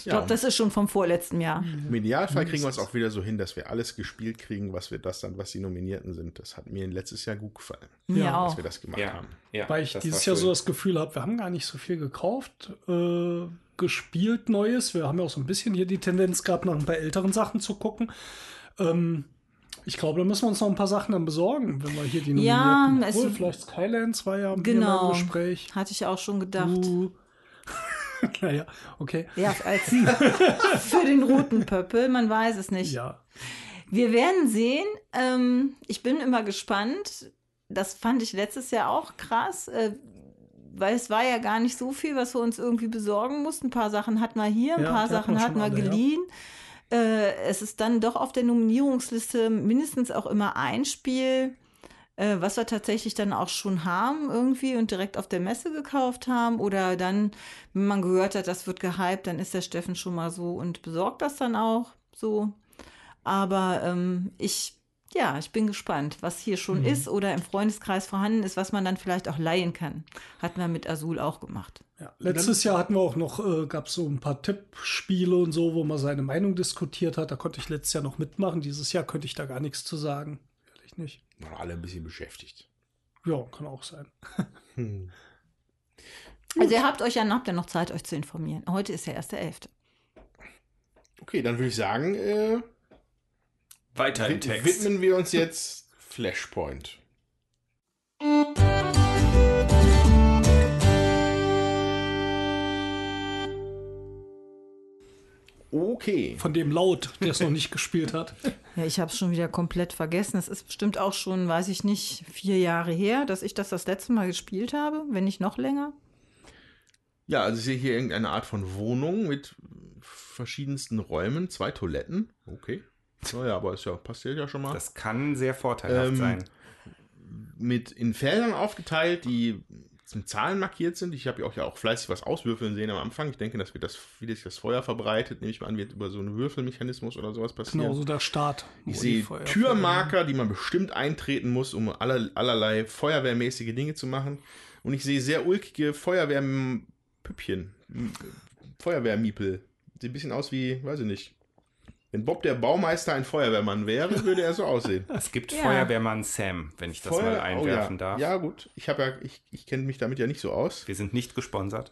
glaube, das ist schon vom vorletzten Jahr. Im Idealfall kriegen wir es auch wieder so hin, dass wir alles gespielt kriegen, was die Nominierten sind. Das hat mir letztes Jahr gut gefallen, Mir auch. dass wir das gemacht haben. Ja, Weil ich das dieses war Jahr so schön. das Gefühl habe, wir haben gar nicht so viel gekauft, gespielt Neues. Wir haben ja auch so ein bisschen hier die Tendenz gehabt, nach ein paar älteren Sachen zu gucken. Ich glaube, da müssen wir uns noch ein paar Sachen dann besorgen, wenn wir hier die Ja, Nominierten... Vielleicht Skylands war ja hier mal im Gespräch. Hatte ich auch schon gedacht. Naja, okay. Ja, als für den roten Pöppel, man weiß es nicht. Ja. Wir werden sehen. Ich bin immer gespannt. Das fand ich letztes Jahr auch krass, weil es war ja gar nicht so viel, was wir uns irgendwie besorgen mussten. Ein paar Sachen hatten wir hier, ein Ja, paar die hatten Sachen wir hatten schon wir alle, ja. geliehen. Es ist dann doch auf der Nominierungsliste mindestens auch immer ein Spiel, was wir tatsächlich dann auch schon haben irgendwie und direkt auf der Messe gekauft haben. Oder dann, wenn man gehört hat, das wird gehypt, dann ist der Steffen schon mal so und besorgt das dann auch so. Aber ich bin gespannt, was hier schon ist oder im Freundeskreis vorhanden ist, was man dann vielleicht auch leihen kann. Hatten wir mit Azul auch gemacht. Ja, letztes Jahr hatten wir auch noch, gab es so ein paar Tippspiele und so, wo man seine Meinung diskutiert hat. Da konnte ich letztes Jahr noch mitmachen. Dieses Jahr könnte ich da gar nichts zu sagen. Ehrlich nicht. Waren alle ein bisschen beschäftigt. Ja, kann auch sein. Also habt ihr noch Zeit, euch zu informieren. Heute ist ja erst der 11. Okay, dann würde ich sagen, Weiter im Text. widmen wir uns jetzt Flashpoint. Okay. Von dem Laut, der es noch nicht gespielt hat. Ja, ich habe es schon wieder komplett vergessen. Es ist bestimmt auch schon, weiß ich nicht, 4 Jahre her, dass ich das letzte Mal gespielt habe, wenn nicht noch länger. Ja, also ich sehe hier irgendeine Art von Wohnung mit verschiedensten Räumen, 2 Toiletten. Okay. Naja, aber passiert ja schon mal. Das kann sehr vorteilhaft sein. Mit in Feldern aufgeteilt, die mit Zahlen markiert sind. Ich habe ja auch fleißig was auswürfeln sehen am Anfang. Ich denke, dass wie sich das Feuer verbreitet, nehme ich mal an, wird über so einen Würfelmechanismus oder sowas passieren. Genau, so der Start. Ich sehe Türmarker, die man bestimmt eintreten muss, um allerlei feuerwehrmäßige Dinge zu machen. Und ich sehe sehr ulkige Feuerwehrpüppchen. Feuerwehrmiepel. Sieht ein bisschen aus wie, weiß ich nicht. Wenn Bob der Baumeister ein Feuerwehrmann wäre, würde er so aussehen. Es gibt Ja. Feuerwehrmann Sam, wenn ich das mal einwerfen darf. Ja, gut. Ich kenne mich damit ja nicht so aus. Wir sind nicht gesponsert.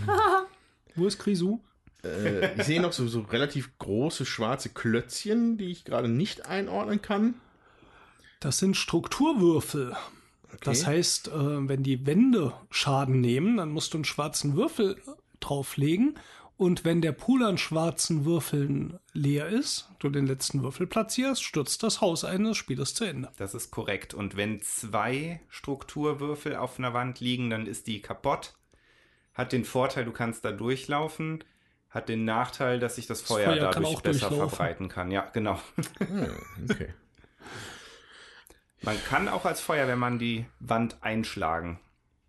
Wo ist Grisou? Ich sehe noch so relativ große schwarze Klötzchen, die ich gerade nicht einordnen kann. Das sind Strukturwürfel. Das heißt, wenn die Wände Schaden nehmen, dann musst du einen schwarzen Würfel drauflegen. Und wenn der Pool an schwarzen Würfeln leer ist, du den letzten Würfel platzierst, stürzt das Haus ein, das Spiel ist zu Ende. Das ist korrekt. Und wenn 2 Strukturwürfel auf einer Wand liegen, dann ist die kaputt. Hat den Vorteil, du kannst da durchlaufen. Hat den Nachteil, dass sich das Feuer Feuer kann dadurch auch besser durchlaufen. verbreiten kann. Ja, genau. Okay. Man kann auch als Feuerwehrmann die Wand einschlagen.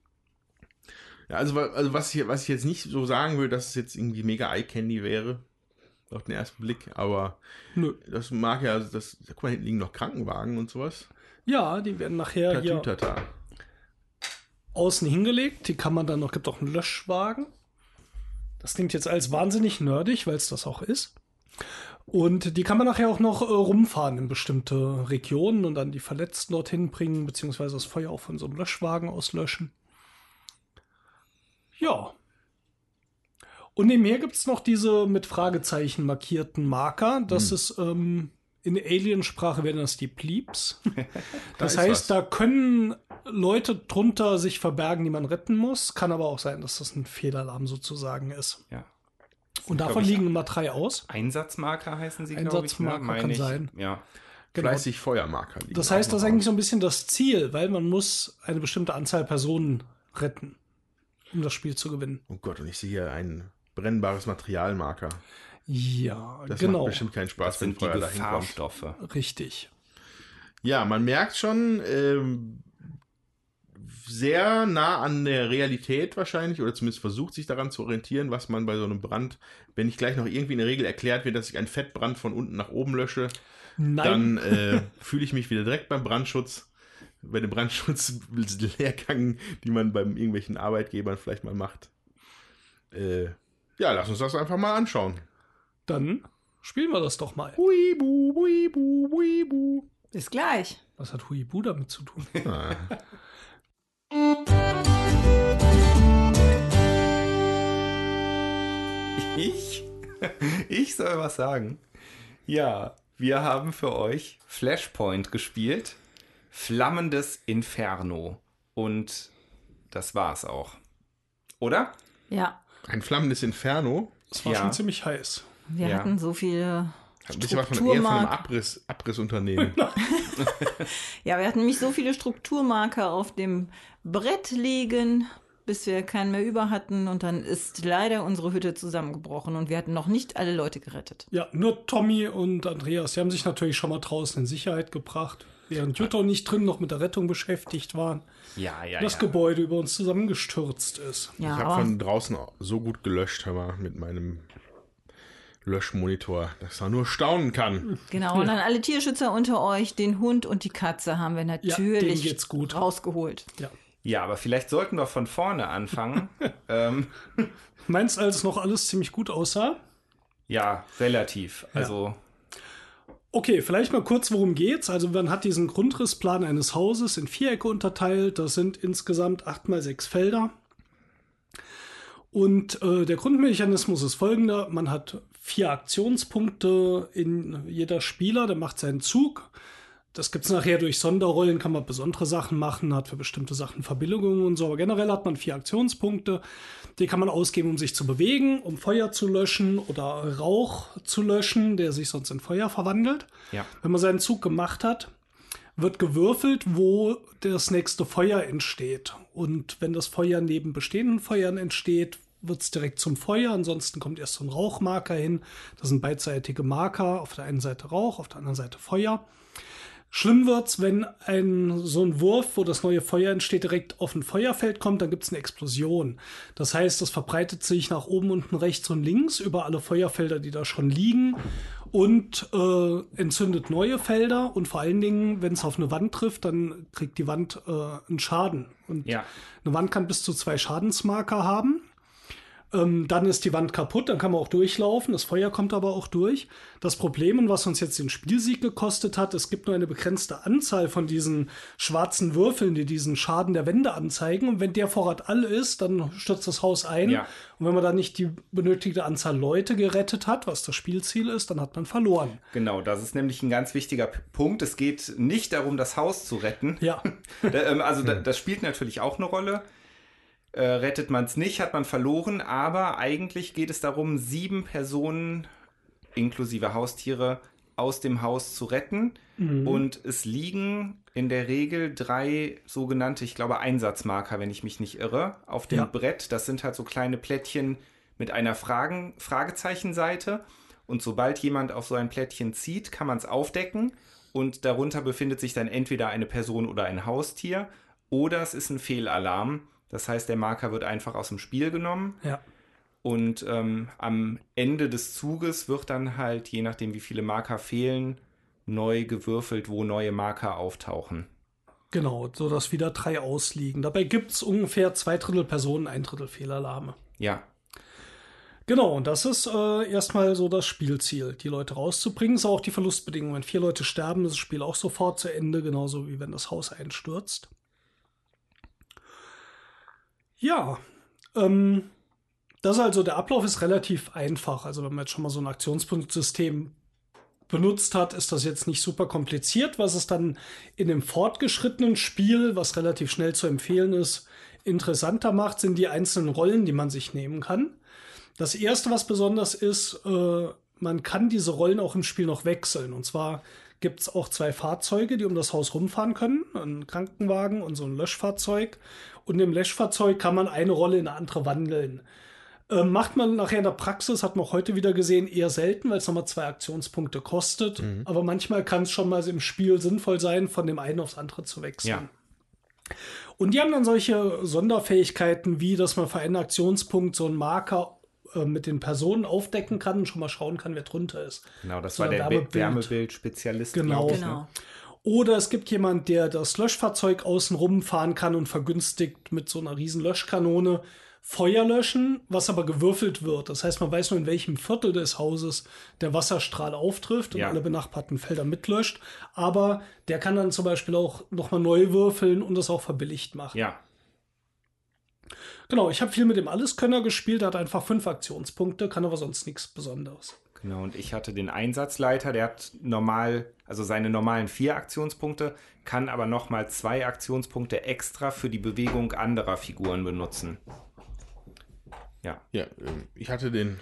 Ja, also was ich jetzt nicht so sagen will, dass es jetzt irgendwie mega Eye-Candy wäre, auf den ersten Blick, aber Nö. das mag ja, guck mal, hinten liegen noch Krankenwagen und sowas. Ja, die werden nachher hier Tatütata. außen hingelegt. Die kann man dann noch, gibt auch einen Löschwagen. Das klingt jetzt als wahnsinnig nerdig, weil es das auch ist. Und die kann man nachher auch noch rumfahren in bestimmte Regionen und dann die Verletzten dorthin bringen, beziehungsweise das Feuer auch von so einem Löschwagen auslöschen. Ja. Und nebenher gibt es noch diese mit Fragezeichen markierten Marker. Das ist in Aliensprache werden das die Pleeps. Das heißt, da können Leute drunter sich verbergen, die man retten muss. Kann aber auch sein, dass das ein Fehlalarm sozusagen ist. Ja. Und davon liegen immer 3 aus. Einsatzmarker heißen sie, glaube ich. Einsatzmarker Meine kann ich. sein. Ja. Genau. Fleißig Feuermarker liegen. Das auch heißt, das ist noch eigentlich aus. so ein bisschen das Ziel, weil man muss eine bestimmte Anzahl Personen retten, um das Spiel zu gewinnen. Oh Gott, und ich sehe hier ein brennbares Materialmarker. Ja, Das genau. macht bestimmt keinen Spaß, Das wenn sind die Feuer dahin kommt. Gefahrstoffe. Richtig. Ja, man merkt schon, sehr nah an der Realität wahrscheinlich, oder zumindest versucht sich daran zu orientieren, was man bei so einem Brand, wenn nicht gleich noch irgendwie eine Regel erklärt wird, dass ich einen Fettbrand von unten nach oben lösche, Nein. dann fühle ich mich wieder direkt beim Brandschutz, bei dem Brandschutzlehrgang, die man bei irgendwelchen Arbeitgebern vielleicht mal macht. Ja, lass uns das einfach mal anschauen. Dann spielen wir das doch mal. Huibu, huibu, huibu. Bis gleich. Was hat Huibu damit zu tun? Ah. Ich soll was sagen. Ja, wir haben für euch Flashpoint gespielt. Flammendes Inferno. Und das war's auch. Oder? Ja, Ein flammendes Inferno. Es war Ja. schon ziemlich heiß. wir Ja. hatten so viele Hat ein bisschen was von eher von einem Strukturmarker. Abrissunternehmen. Ja, wir hatten nämlich so viele Strukturmarker auf dem Brett liegen, bis wir keinen mehr über hatten. Und dann ist leider unsere Hütte zusammengebrochen und wir hatten noch nicht alle Leute gerettet. Ja, nur Tommy und Andreas, die haben sich natürlich schon mal draußen in Sicherheit gebracht, während Jutta und ich drin noch mit der Rettung beschäftigt waren. Ja. Das Gebäude über uns zusammengestürzt ist. Ja, Ich habe aber von draußen so gut gelöscht, hör mal, mit meinem Löschmonitor, dass man nur staunen kann. genau. Und an alle Tierschützer unter euch, den Hund und die Katze haben wir denen natürlich geht's gut. rausgeholt. Ja, aber vielleicht sollten wir von vorne anfangen. Meinst du, als noch alles ziemlich gut aussah? Ja, relativ. Also, Okay, vielleicht mal kurz, worum geht's. Also man hat diesen Grundrissplan eines Hauses in Vierecke unterteilt. Das sind insgesamt 8x6 Felder. Und der Grundmechanismus ist folgender. Man hat 4 Aktionspunkte in jeder Spieler. Der macht seinen Zug. Das gibt's nachher durch Sonderrollen, kann man besondere Sachen machen, hat für bestimmte Sachen Verbilligungen und so. Aber generell hat man 4 Aktionspunkte. Die kann man ausgeben, um sich zu bewegen, um Feuer zu löschen oder Rauch zu löschen, der sich sonst in Feuer verwandelt. ja. Wenn man seinen Zug gemacht hat, wird gewürfelt, wo das nächste Feuer entsteht. Und wenn das Feuer neben bestehenden Feuern entsteht, wird es direkt zum Feuer. Ansonsten kommt erst so ein Rauchmarker hin. Das sind beidseitige Marker. Auf der einen Seite Rauch, auf der anderen Seite Feuer. Schlimm wird's, wenn so ein Wurf, wo das neue Feuer entsteht, direkt auf ein Feuerfeld kommt, dann gibt's eine Explosion. Das heißt, das verbreitet sich nach oben, unten, rechts und links über alle Feuerfelder, die da schon liegen und entzündet neue Felder. Und vor allen Dingen, wenn es auf eine Wand trifft, dann kriegt die Wand einen Schaden. Und Ja. eine Wand kann bis zu 2 Schadensmarker haben. Dann ist die Wand kaputt, dann kann man auch durchlaufen. Das Feuer kommt aber auch durch. Das Problem, und was uns jetzt den Spielsieg gekostet hat, es gibt nur eine begrenzte Anzahl von diesen schwarzen Würfeln, die diesen Schaden der Wände anzeigen. Und wenn der Vorrat all ist, dann stürzt das Haus ein. Ja. Und wenn man dann nicht die benötigte Anzahl Leute gerettet hat, was das Spielziel ist, dann hat man verloren. Genau, das ist nämlich ein ganz wichtiger Punkt. Es geht nicht darum, das Haus zu retten. Ja, Das spielt natürlich auch eine Rolle. Rettet man es nicht, hat man verloren. Aber eigentlich geht es darum, 7 Personen inklusive Haustiere aus dem Haus zu retten. Und es liegen in der Regel 3 sogenannte, ich glaube, Einsatzmarker, wenn ich mich nicht irre, auf dem Ja. Brett. Das sind halt so kleine Plättchen mit einer Fragezeichenseite. Und sobald jemand auf so ein Plättchen zieht, kann man es aufdecken. Und darunter befindet sich dann entweder eine Person oder ein Haustier. Oder es ist ein Fehlalarm. Das heißt, der Marker wird einfach aus dem Spiel genommen. ja. Und am Ende des Zuges wird dann halt, je nachdem wie viele Marker fehlen, neu gewürfelt, wo neue Marker auftauchen. Genau, so dass wieder 3 ausliegen. Dabei gibt's ungefähr 2/3 Personen, 1/3 Fehlalarme. Ja, Genau, und das ist erstmal so das Spielziel, die Leute rauszubringen. Ist auch die Verlustbedingung. Wenn 4 Leute sterben, ist das Spiel auch sofort zu Ende, genauso wie wenn das Haus einstürzt. Ja, das ist also, der Ablauf ist relativ einfach. Also wenn man jetzt schon mal so ein Aktionspunktsystem benutzt hat, ist das jetzt nicht super kompliziert. Was es dann in dem fortgeschrittenen Spiel, was relativ schnell zu empfehlen ist, interessanter macht, sind die einzelnen Rollen, die man sich nehmen kann. Das erste, was besonders ist, man kann diese Rollen auch im Spiel noch wechseln. Und zwar gibt es auch 2 Fahrzeuge, die um das Haus rumfahren können. Ein Krankenwagen und so ein Löschfahrzeug. Und im Löschfahrzeug kann man eine Rolle in eine andere wandeln. Macht man nachher in der Praxis, hat man auch heute wieder gesehen, eher selten, weil es nochmal 2 Aktionspunkte kostet. Aber manchmal kann es schon mal im Spiel sinnvoll sein, von dem einen aufs andere zu wechseln. Ja. Und die haben dann solche Sonderfähigkeiten, wie dass man für einen Aktionspunkt so einen Marker mit den Personen aufdecken kann und schon mal schauen kann, wer drunter ist. genau, das So war ein der Wärmebild. Wärmebild-Spezialist. Genau. glaub ich, Genau. ne? Oder es gibt jemand, der das Löschfahrzeug außen rumfahren kann und vergünstigt mit so einer riesen Löschkanone Feuer löschen, was aber gewürfelt wird. Das heißt, man weiß nur, in welchem Viertel des Hauses der Wasserstrahl auftrifft und alle benachbarten Felder mitlöscht. Aber der kann dann zum Beispiel auch nochmal neu würfeln und das auch verbilligt machen. Ja. Genau, ich habe viel mit dem Alleskönner gespielt, der hat einfach 5 Aktionspunkte, kann aber sonst nichts Besonderes. Genau, und ich hatte den Einsatzleiter, der hat seine normalen 4 Aktionspunkte, kann aber nochmal 2 Aktionspunkte extra für die Bewegung anderer Figuren benutzen. Ja, ich hatte den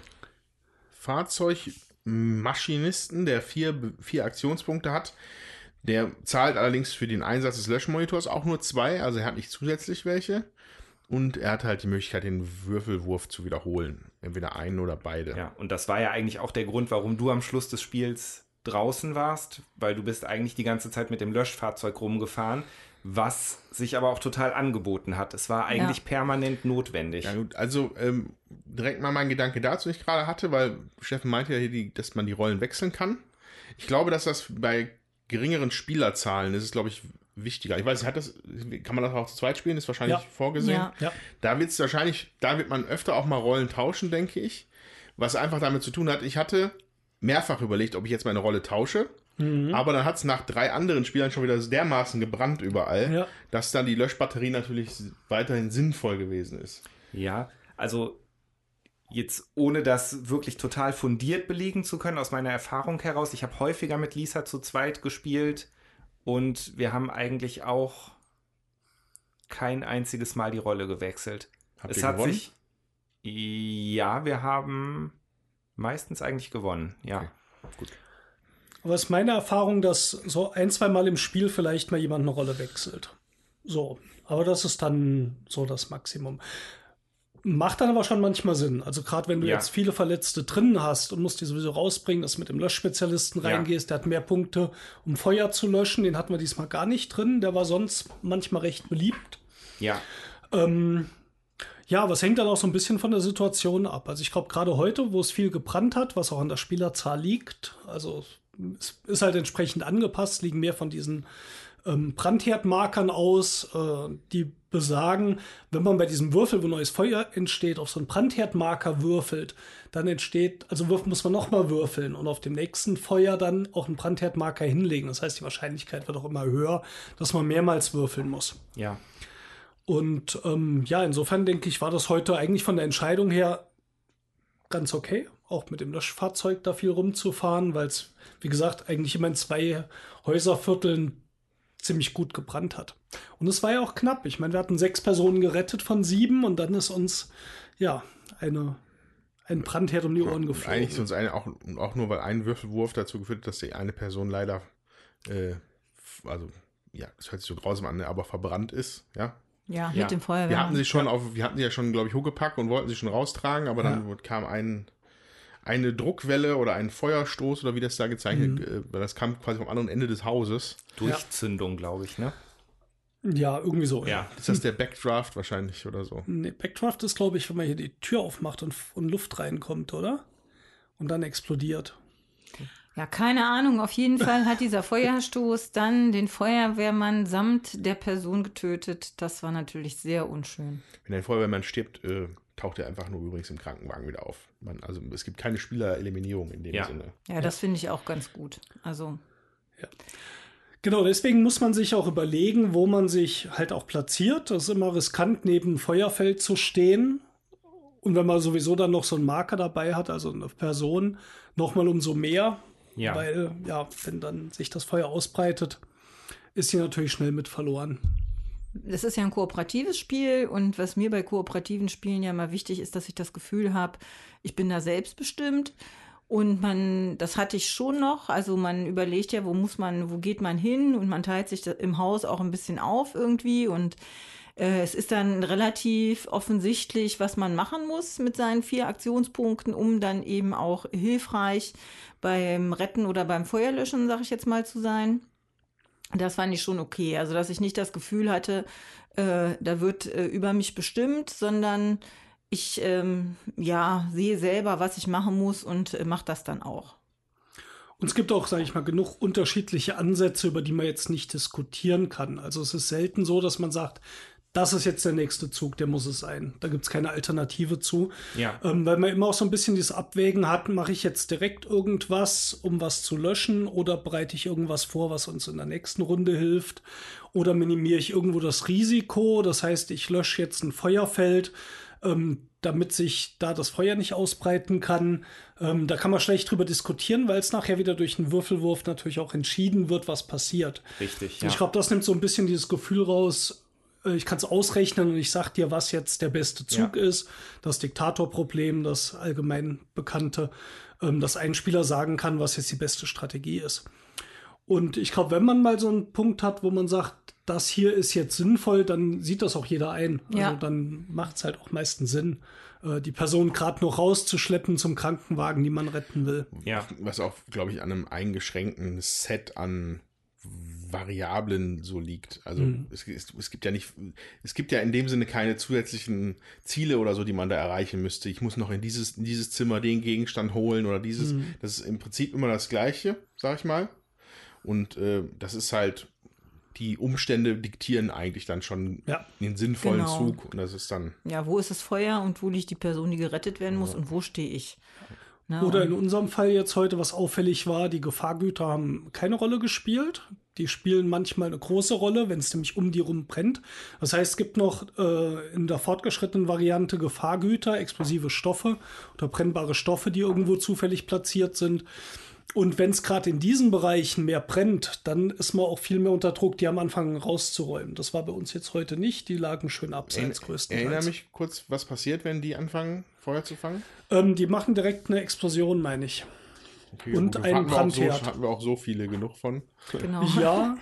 Fahrzeugmaschinisten, der 4 Aktionspunkte hat. Der zahlt allerdings für den Einsatz des Löschmonitors auch nur 2, also er hat nicht zusätzlich welche. Und er hat halt die Möglichkeit, den Würfelwurf zu wiederholen. Entweder einen oder beide. Ja, und das war ja eigentlich auch der Grund, warum du am Schluss des Spiels draußen warst, weil du bist eigentlich die ganze Zeit mit dem Löschfahrzeug rumgefahren, was sich aber auch total angeboten hat. Es war eigentlich permanent notwendig. Ja gut, also direkt mal mein Gedanke dazu, den ich gerade hatte, weil Steffen meinte ja hier, dass man die Rollen wechseln kann. Ich glaube, dass das bei geringeren Spielerzahlen ist, glaube ich, wichtiger. Ich weiß, kann man das auch zu zweit spielen? Ist wahrscheinlich vorgesehen. Ja. Da wird man öfter auch mal Rollen tauschen, denke ich. Was einfach damit zu tun hat, ich hatte mehrfach überlegt, ob ich jetzt meine Rolle tausche. Aber dann hat es nach 3 anderen Spielern schon wieder dermaßen gebrannt überall, dass dann die Löschbatterie natürlich weiterhin sinnvoll gewesen ist. Ja, also jetzt ohne das wirklich total fundiert belegen zu können, aus meiner Erfahrung heraus, ich habe häufiger mit Lisa zu zweit gespielt und wir haben eigentlich auch kein einziges Mal die Rolle gewechselt. Habt ihr gewonnen? Wir haben meistens eigentlich gewonnen, ja. Okay, gut. Aber es ist meine Erfahrung, dass so 1-2 Mal im Spiel vielleicht mal jemand eine Rolle wechselt. So, aber das ist dann so das Maximum. Macht dann aber schon manchmal Sinn. Also gerade wenn du jetzt viele Verletzte drin hast und musst die sowieso rausbringen, dass du mit dem Löschspezialisten reingehst, der hat mehr Punkte, um Feuer zu löschen. Den hatten wir diesmal gar nicht drin. Der war sonst manchmal recht beliebt. Ja. Aber es hängt dann auch so ein bisschen von der Situation ab. Also ich glaube, gerade heute, wo es viel gebrannt hat, was auch an der Spielerzahl liegt, also es ist halt entsprechend angepasst, liegen mehr von diesen Brandherdmarkern aus, die besagen, wenn man bei diesem Würfel, wo neues Feuer entsteht, auf so einen Brandherdmarker würfelt, dann muss man nochmal würfeln und auf dem nächsten Feuer dann auch einen Brandherdmarker hinlegen. Das heißt, die Wahrscheinlichkeit wird auch immer höher, dass man mehrmals würfeln muss. Ja. Und insofern denke ich, war das heute eigentlich von der Entscheidung her ganz okay, auch mit dem Löschfahrzeug da viel rumzufahren, weil es, wie gesagt, eigentlich immer in 2 Häuservierteln ziemlich gut gebrannt hat. Und es war ja auch knapp. Ich meine, wir hatten 6 Personen gerettet von 7 und dann ist uns ein Brandherd um die Ohren geflogen. Eigentlich ist uns auch nur, weil ein Würfelwurf dazu geführt hat, dass die eine Person leider, das hört sich so grausam an, aber verbrannt ist, ja. Ja, mit dem Feuerwehr. Wir hatten sie ja schon, glaube ich, hochgepackt und wollten sie schon raustragen, aber dann kam eine Druckwelle oder ein Feuerstoß oder wie das da gezeichnet, weil das kam quasi vom anderen Ende des Hauses. Durchzündung, glaube ich, ne? Ja, irgendwie so. Ja. Ist das der Backdraft wahrscheinlich oder so? Nee, Backdraft ist, glaube ich, wenn man hier die Tür aufmacht und Luft reinkommt, oder? Und dann explodiert. Ja, keine Ahnung. Auf jeden Fall hat dieser Feuerstoß dann den Feuerwehrmann samt der Person getötet. Das war natürlich sehr unschön. Wenn ein Feuerwehrmann stirbt, taucht er einfach nur übrigens im Krankenwagen wieder auf. Also es gibt keine Spielereliminierung in dem Sinne. Ja, das finde ich auch ganz gut. Also. Ja. Genau, deswegen muss man sich auch überlegen, wo man sich halt auch platziert. Das ist immer riskant, neben ein Feuerfeld zu stehen. Und wenn man sowieso dann noch so einen Marker dabei hat, also eine Person, nochmal umso mehr. Ja. Weil, wenn dann sich das Feuer ausbreitet, ist sie natürlich schnell mit verloren. Das ist ja ein kooperatives Spiel und was mir bei kooperativen Spielen ja mal wichtig ist, dass ich das Gefühl habe, ich bin da selbstbestimmt und das hatte ich schon noch, also man überlegt ja, wo geht man hin und man teilt sich im Haus auch ein bisschen auf irgendwie und es ist dann relativ offensichtlich, was man machen muss mit seinen 4 Aktionspunkten, um dann eben auch hilfreich beim Retten oder beim Feuerlöschen, sag ich jetzt mal, zu sein. Das fand ich schon okay. Also, dass ich nicht das Gefühl hatte, da wird über mich bestimmt, sondern ich sehe selber, was ich machen muss und mache das dann auch. Und es gibt auch, sage ich mal, genug unterschiedliche Ansätze, über die man jetzt nicht diskutieren kann. Also es ist selten so, dass man sagt, das ist jetzt der nächste Zug, der muss es sein. Da gibt es keine Alternative zu. Ja. Weil man immer auch so ein bisschen dieses Abwägen hat, mache ich jetzt direkt irgendwas, um was zu löschen, oder bereite ich irgendwas vor, was uns in der nächsten Runde hilft, oder minimiere ich irgendwo das Risiko, das heißt, ich lösche jetzt ein Feuerfeld, damit sich da das Feuer nicht ausbreiten kann. Da kann man schlecht drüber diskutieren, weil es nachher wieder durch einen Würfelwurf natürlich auch entschieden wird, was passiert. Richtig, ja. Ich glaube, das nimmt so ein bisschen dieses Gefühl raus, ich kann es ausrechnen und ich sag dir, was jetzt der beste Zug ist. Das Diktatorproblem, das allgemein bekannte, dass ein Spieler sagen kann, was jetzt die beste Strategie ist. Und ich glaube, wenn man mal so einen Punkt hat, wo man sagt, das hier ist jetzt sinnvoll, dann sieht das auch jeder ein. Also dann macht es halt auch meistens Sinn, die Person gerade noch rauszuschleppen zum Krankenwagen, die man retten will. Ja. Was auch, glaube ich, an einem eingeschränkten Set an Variablen so liegt. Also es gibt ja in dem Sinne keine zusätzlichen Ziele oder so, die man da erreichen müsste. Ich muss noch in dieses Zimmer den Gegenstand holen oder dieses. Das ist im Prinzip immer das Gleiche, sag ich mal. Und das ist halt, die Umstände diktieren eigentlich dann schon den sinnvollen Zug. Und das ist dann. Ja, wo ist das Feuer und wo liegt die Person, die gerettet werden muss und wo stehe ich? Na, oder in unserem Fall jetzt heute, was auffällig war, die Gefahrgüter haben keine Rolle gespielt. Die spielen manchmal eine große Rolle, wenn es nämlich um die rum brennt. Das heißt, es gibt noch in der fortgeschrittenen Variante Gefahrgüter, explosive Stoffe oder brennbare Stoffe, die irgendwo zufällig platziert sind. Und wenn es gerade in diesen Bereichen mehr brennt, dann ist man auch viel mehr unter Druck, die am Anfang rauszuräumen. Das war bei uns jetzt heute nicht. Die lagen schön abseits größtenteils. Erinnere mich kurz, was passiert, wenn die anfangen, Feuer zu fangen? Die machen direkt eine Explosion, meine ich. Okay, und einen Brandherd. Hatten wir auch so viele genug von. Genau. Ja.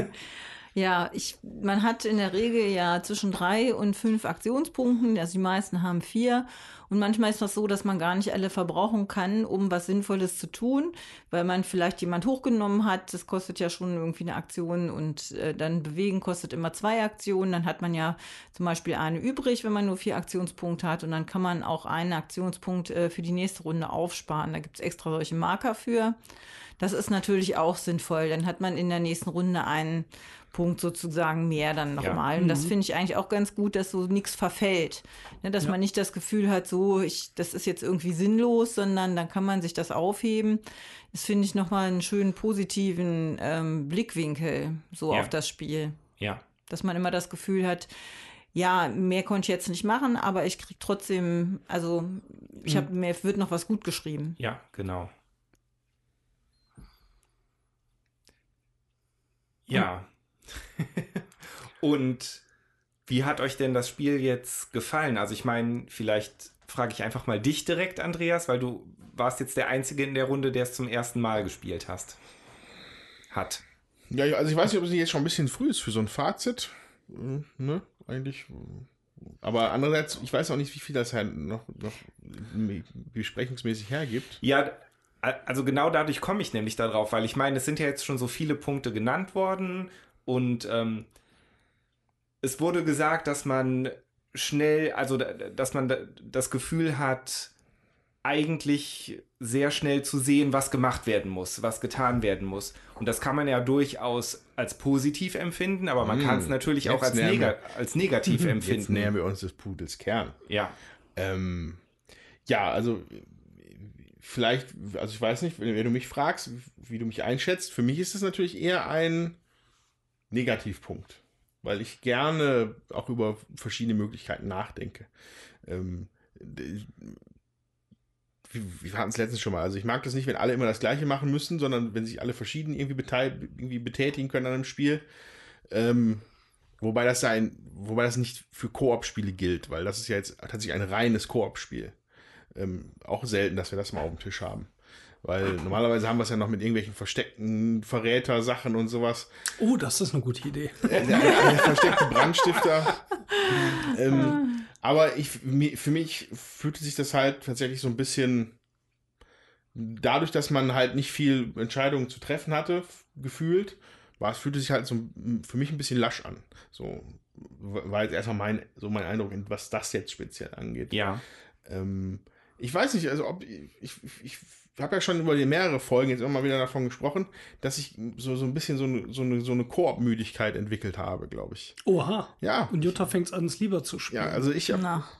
Ja, man hat in der Regel ja zwischen 3 und 5 Aktionspunkten, also die meisten haben 4. Und manchmal ist das so, dass man gar nicht alle verbrauchen kann, um was Sinnvolles zu tun, weil man vielleicht jemand hochgenommen hat. Das kostet ja schon irgendwie eine Aktion und dann bewegen kostet immer 2 Aktionen. Dann hat man ja zum Beispiel eine übrig, wenn man nur 4 Aktionspunkte hat. Und dann kann man auch einen Aktionspunkt für die nächste Runde aufsparen. Da gibt es extra solche Marker für. Das ist natürlich auch sinnvoll. Dann hat man in der nächsten Runde einen Punkt sozusagen mehr dann nochmal. Ja. Und das finde ich eigentlich auch ganz gut, dass so nichts verfällt. Ne, dass man nicht das Gefühl hat, das ist jetzt irgendwie sinnlos, sondern dann kann man sich das aufheben. Das finde ich nochmal einen schönen positiven Blickwinkel so auf das Spiel. Ja. Dass man immer das Gefühl hat, ja, mehr konnte ich jetzt nicht machen, aber ich kriege trotzdem, also mir wird noch was gut geschrieben. Ja, genau. Ja. Und wie hat euch denn das Spiel jetzt gefallen? Also ich meine, vielleicht frage ich einfach mal dich direkt, Andreas, weil du warst jetzt der Einzige in der Runde, der es zum ersten Mal gespielt hat. Ja, also ich weiß nicht, ob es jetzt schon ein bisschen früh ist für so ein Fazit. Ne, eigentlich. Aber andererseits, ich weiß auch nicht, wie viel das halt noch besprechungsmäßig hergibt. Ja, also genau dadurch komme ich nämlich darauf, weil ich meine, es sind ja jetzt schon so viele Punkte genannt worden und es wurde gesagt, dass man dass man das Gefühl hat, eigentlich sehr schnell zu sehen, was gemacht werden muss, was getan werden muss. Und das kann man ja durchaus als positiv empfinden, aber man kann es natürlich auch als negativ empfinden. Jetzt nähern wir uns des Pudels Kern. Ja. Ja, also vielleicht, also ich weiß nicht, wenn du mich fragst, wie du mich einschätzt, für mich ist es natürlich eher ein Negativpunkt, weil ich gerne auch über verschiedene Möglichkeiten nachdenke. Wir hatten es letztens schon mal, also ich mag das nicht, wenn alle immer das Gleiche machen müssen, sondern wenn sich alle verschieden irgendwie betätigen können an einem Spiel. Wobei das nicht für Koop-Spiele gilt, weil das ist ja jetzt tatsächlich ein reines Koop-Spiel. Auch selten, dass wir das mal auf dem Tisch haben. Weil normalerweise haben wir es ja noch mit irgendwelchen versteckten Verräter-Sachen und sowas. Oh, das ist eine gute Idee. Versteckte Brandstifter. Aber für mich fühlte sich das halt tatsächlich so ein bisschen, dadurch, dass man halt nicht viel Entscheidungen zu treffen hatte, gefühlt, fühlte sich halt so für mich ein bisschen lasch an. So war jetzt erstmal mein Eindruck, was das jetzt speziell angeht. Ja. Ich weiß nicht, also ob ich habe ja schon über mehrere Folgen jetzt immer mal wieder davon gesprochen, dass ich so ein bisschen so eine Koop-Müdigkeit entwickelt habe, glaube ich. Oha. Ja. Und Jutta fängt an, es lieber zu spielen. Ja, also ich habe Na,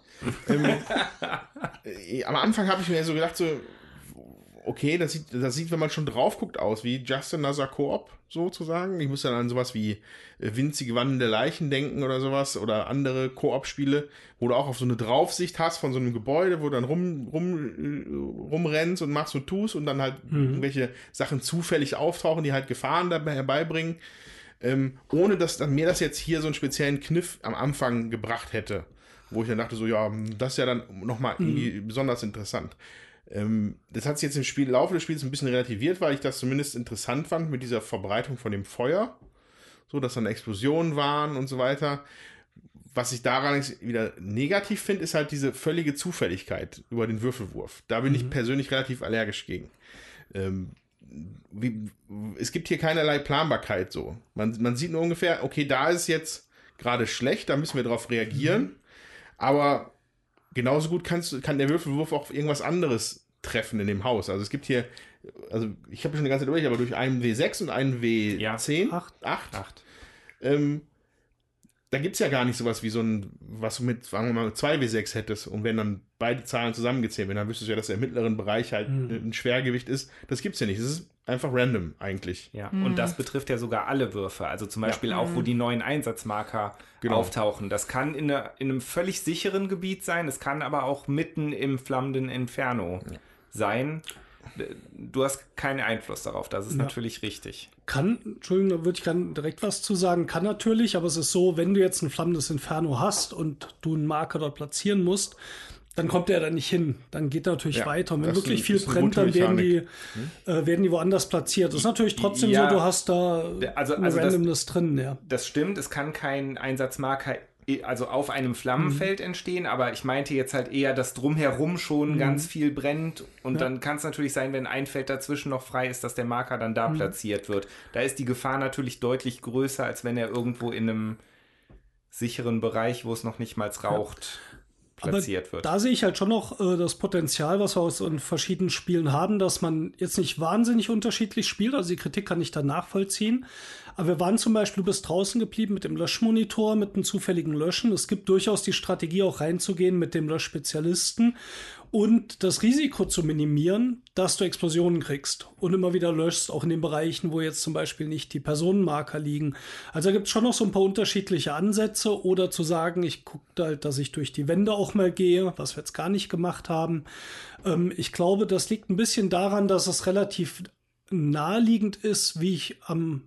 am Anfang habe ich mir so gedacht, so, okay, das sieht, wenn man schon drauf guckt, aus wie Just Another Koop, sozusagen. Ich muss dann an sowas wie winzige wandelnde Leichen denken oder sowas oder andere Koop-Spiele, wo du auch auf so eine Draufsicht hast von so einem Gebäude, wo du dann rumrennst und machst und tust und dann halt irgendwelche Sachen zufällig auftauchen, die halt Gefahren dabei herbeibringen, ohne dass dann mir das jetzt hier so einen speziellen Kniff am Anfang gebracht hätte, wo ich dann dachte so, ja, das ist ja dann nochmal irgendwie besonders interessant. Das hat sich jetzt im Laufe des Spiels ein bisschen relativiert, weil ich das zumindest interessant fand mit dieser Verbreitung von dem Feuer. So, dass dann Explosionen waren und so weiter. Was ich daran wieder negativ finde, ist halt diese völlige Zufälligkeit über den Würfelwurf. Da bin ich persönlich relativ allergisch gegen. Es gibt hier keinerlei Planbarkeit so. Man sieht nur ungefähr, okay, da ist jetzt gerade schlecht, da müssen wir drauf reagieren. Aber genauso gut kann der Würfelwurf auch irgendwas anderes treffen in dem Haus. Also es gibt hier, also ich habe schon eine ganze Zeit durch, aber durch einen W6 und einen W10, 8. Da gibt es ja gar nicht sowas wie so ein, was du mit, sagen wir mal, 2 W6 hättest und wenn dann beide Zahlen zusammengezählt werden, dann wüsstest du ja, dass der im mittleren Bereich halt ein Schwergewicht ist. Das gibt's ja nicht. Das ist einfach random eigentlich. Ja, und das betrifft ja sogar alle Würfe. Also zum Beispiel auch, wo die neuen Einsatzmarker auftauchen. Das kann in einem völlig sicheren Gebiet sein, es kann aber auch mitten im flammenden Inferno sein. Du hast keinen Einfluss darauf, das ist natürlich richtig. Entschuldigung, da würde ich gerne direkt was zu sagen, kann natürlich, aber es ist so, wenn du jetzt ein flammendes Inferno hast und du einen Marker dort platzieren musst, dann kommt der da nicht hin. Dann geht er natürlich weiter. Und wenn wirklich viel brennt, dann werden die woanders platziert. Das ist natürlich trotzdem so, du hast da eine Randomness drin. Ja. Das stimmt, es kann kein Einsatzmarker auf einem Flammenfeld entstehen, aber ich meinte jetzt halt eher, dass drumherum schon ganz viel brennt und dann kann es natürlich sein, wenn ein Feld dazwischen noch frei ist, dass der Marker dann da platziert wird. Da ist die Gefahr natürlich deutlich größer, als wenn er irgendwo in einem sicheren Bereich, wo es noch nicht mal raucht, platziert wird. Da sehe ich halt schon noch das Potenzial, was wir aus in verschiedenen Spielen haben, dass man jetzt nicht wahnsinnig unterschiedlich spielt. Also die Kritik kann ich da nachvollziehen. Aber wir waren zum Beispiel, du bist draußen geblieben mit dem Löschmonitor, mit einem zufälligen Löschen. Es gibt durchaus die Strategie, auch reinzugehen mit dem Löschspezialisten und das Risiko zu minimieren, dass du Explosionen kriegst und immer wieder löschst, auch in den Bereichen, wo jetzt zum Beispiel nicht die Personenmarker liegen. Also da gibt es schon noch so ein paar unterschiedliche Ansätze oder zu sagen, ich gucke halt, dass ich durch die Wände auch mal gehe, was wir jetzt gar nicht gemacht haben. Ich glaube, das liegt ein bisschen daran, dass es relativ naheliegend ist, wie ich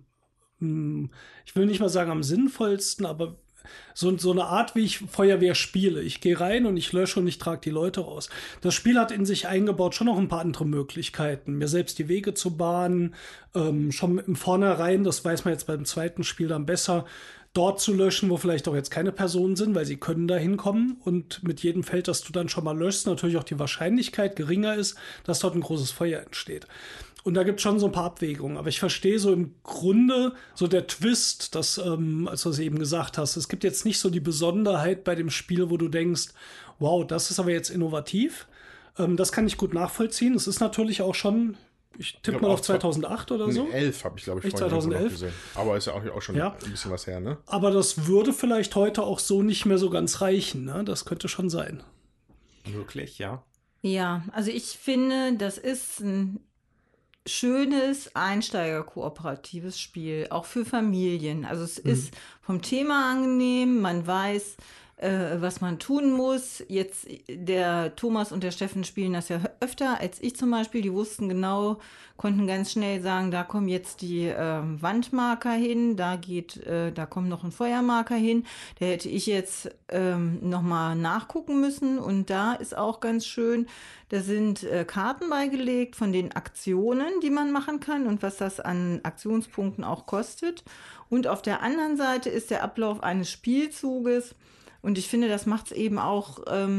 ich will nicht mal sagen am sinnvollsten, aber so eine Art, wie ich Feuerwehr spiele. Ich gehe rein und ich lösche und ich trage die Leute raus. Das Spiel hat in sich eingebaut schon noch ein paar andere Möglichkeiten, mir selbst die Wege zu bahnen, schon im Vornherein, das weiß man jetzt beim zweiten Spiel dann besser, dort zu löschen, wo vielleicht auch jetzt keine Personen sind, weil sie können da hinkommen und mit jedem Feld, das du dann schon mal löschst, natürlich auch die Wahrscheinlichkeit geringer ist, dass dort ein großes Feuer entsteht. Und da gibt es schon so ein paar Abwägungen. Aber ich verstehe so im Grunde so der Twist, dass, als du es eben gesagt hast, es gibt jetzt nicht so die Besonderheit bei dem Spiel, wo du denkst, wow, das ist aber jetzt innovativ. Das kann ich gut nachvollziehen. Es ist natürlich auch schon, ich tippe mal auf 2008 oder so. 2011 habe ich, glaube ich, vorhin 2011 gesehen. Aber ist ja auch schon ein bisschen was her, ne? Aber das würde vielleicht heute auch so nicht mehr so ganz reichen, ne? Das könnte schon sein. Wirklich, ja. Ja, also ich finde, das ist ein schönes Einsteiger-kooperatives Spiel, auch für Familien. Also es ist vom Thema angenehm, man weiß, was man tun muss. Jetzt der Thomas und der Steffen spielen das ja öfter als ich zum Beispiel. Die wussten genau, konnten ganz schnell sagen, da kommen jetzt die Wandmarker hin, da kommt noch ein Feuermarker hin. Da hätte ich jetzt nochmal nachgucken müssen. Und da ist auch ganz schön, da sind Karten beigelegt von den Aktionen, die man machen kann und was das an Aktionspunkten auch kostet. Und auf der anderen Seite ist der Ablauf eines Spielzuges. Und ich finde, das macht es eben auch,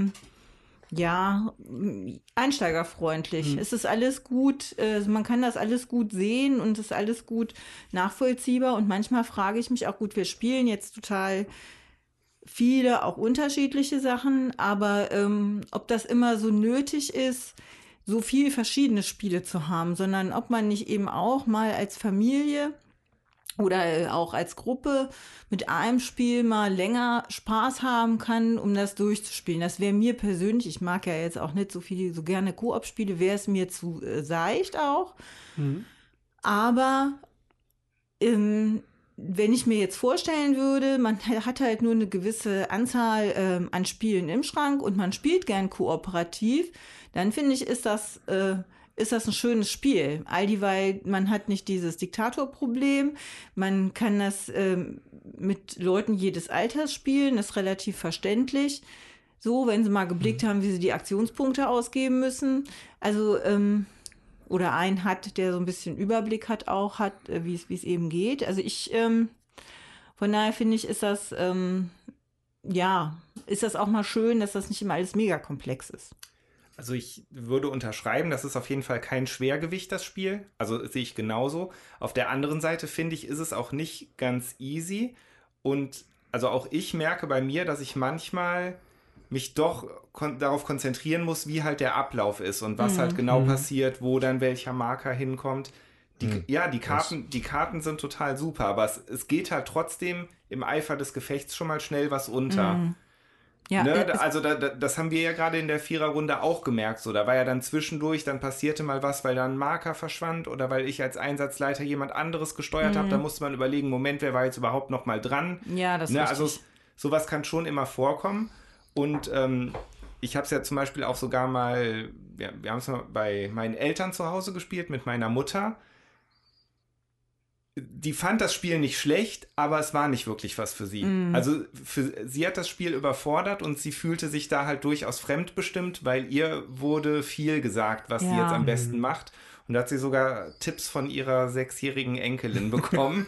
einsteigerfreundlich. Es ist alles gut, man kann das alles gut sehen und es ist alles gut nachvollziehbar. Und manchmal frage ich mich auch, gut, wir spielen jetzt total viele auch unterschiedliche Sachen, aber ob das immer so nötig ist, so viele verschiedene Spiele zu haben, sondern ob man nicht eben auch mal als Familie oder auch als Gruppe mit einem Spiel mal länger Spaß haben kann, um das durchzuspielen. Das wäre mir persönlich, ich mag ja jetzt auch nicht so gerne Koop-Spiele, wäre es mir zu seicht auch. Aber wenn ich mir jetzt vorstellen würde, man hat halt nur eine gewisse Anzahl an Spielen im Schrank und man spielt gern kooperativ, dann finde ich, ist das ein schönes Spiel. All dieweil, man hat nicht dieses Diktatorproblem, man kann das mit Leuten jedes Alters spielen, das ist relativ verständlich. So, wenn sie mal geblickt haben, wie sie die Aktionspunkte ausgeben müssen. Also, oder einen hat, der so ein bisschen Überblick hat, wie es eben geht. Also von daher finde ich, ist das auch mal schön, dass das nicht immer alles mega komplex ist. Also ich würde unterschreiben, das ist auf jeden Fall kein Schwergewicht, das Spiel. Also sehe ich genauso. Auf der anderen Seite finde ich, ist es auch nicht ganz easy. Und also auch ich merke bei mir, dass ich manchmal mich doch darauf konzentrieren muss, wie halt der Ablauf ist und was halt genau passiert, wo dann welcher Marker hinkommt. Die Karten sind total super, aber es geht halt trotzdem im Eifer des Gefechts schon mal schnell was unter. Ja, ne? Also das haben wir ja gerade in der Viererrunde auch gemerkt. So, da war ja dann zwischendurch, dann passierte mal was, weil da ein Marker verschwand oder weil ich als Einsatzleiter jemand anderes gesteuert habe. Da musste man überlegen, Moment, wer war jetzt überhaupt noch mal dran? Ja, das ist richtig. Also sowas kann schon immer vorkommen. Und ich habe es ja zum Beispiel auch sogar mal, wir haben es mal bei meinen Eltern zu Hause gespielt mit meiner Mutter. Die fand das Spiel nicht schlecht, aber es war nicht wirklich was für sie. Also sie hat das Spiel überfordert und sie fühlte sich da halt durchaus fremdbestimmt, weil ihr wurde viel gesagt, was sie jetzt am besten macht. Und da hat sie sogar Tipps von ihrer 6-jährigen Enkelin bekommen.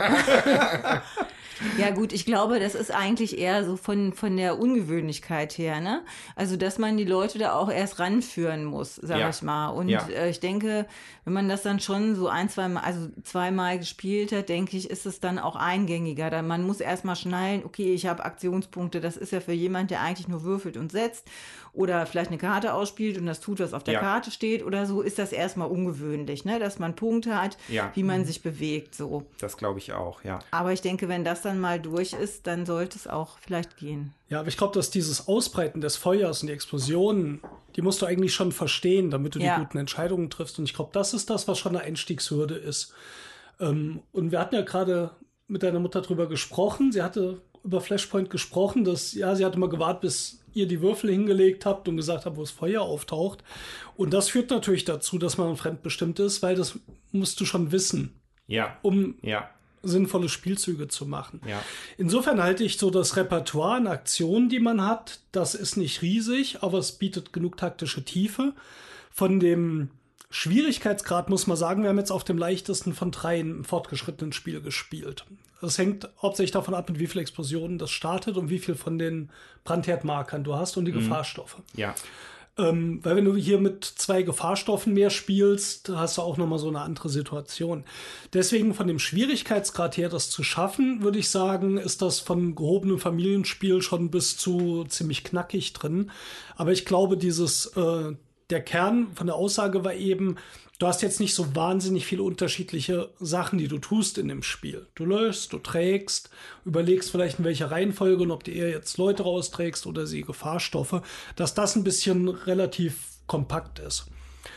Ja gut, ich glaube, das ist eigentlich eher so von der Ungewöhnlichkeit her, ne? Also, dass man die Leute da auch erst ranführen muss, sag ich mal. Und ich denke, wenn man das dann schon so zweimal gespielt hat, denke ich, ist es dann auch eingängiger. Man muss erst mal schnallen, okay, ich habe Aktionspunkte, das ist ja für jemand, der eigentlich nur würfelt und setzt oder vielleicht eine Karte ausspielt und das tut, was auf der Karte steht oder so, ist das erstmal ungewöhnlich, ne? Dass man Punkte hat, wie man sich bewegt, so. Das glaube ich auch, ja. Aber ich denke, wenn das dann mal durch ist, dann sollte es auch vielleicht gehen. Ja, aber ich glaube, dass dieses Ausbreiten des Feuers und die Explosionen, die musst du eigentlich schon verstehen, damit du die guten Entscheidungen triffst. Und ich glaube, das ist das, was schon eine Einstiegshürde ist. Und wir hatten ja gerade mit deiner Mutter drüber gesprochen. Sie hatte über Flashpoint gesprochen, dass, sie hatte mal gewartet, bis ihr die Würfel hingelegt habt und gesagt habt, wo das Feuer auftaucht. Und das führt natürlich dazu, dass man fremdbestimmt ist, weil das musst du schon wissen. Um sinnvolle Spielzüge zu machen. Insofern halte ich so das Repertoire an Aktionen, die man hat, das ist nicht riesig, aber es bietet genug taktische Tiefe. Von dem Schwierigkeitsgrad muss man sagen, wir haben jetzt auf dem leichtesten von 3 im fortgeschrittenen Spiel gespielt. Das hängt hauptsächlich davon ab, mit wie viel Explosionen das startet und wie viel von den Brandherdmarkern du hast und die Gefahrstoffe. Weil wenn du hier mit 2 Gefahrstoffen mehr spielst, hast du auch nochmal so eine andere Situation. Deswegen von dem Schwierigkeitsgrad her, das zu schaffen, würde ich sagen, ist das von gehobenem Familienspiel schon bis zu ziemlich knackig drin. Aber ich glaube, der Kern von der Aussage war eben, du hast jetzt nicht so wahnsinnig viele unterschiedliche Sachen, die du tust in dem Spiel. Du löst, du trägst, überlegst vielleicht in welcher Reihenfolge und ob du eher jetzt Leute rausträgst oder sie Gefahrstoffe, dass das ein bisschen relativ kompakt ist.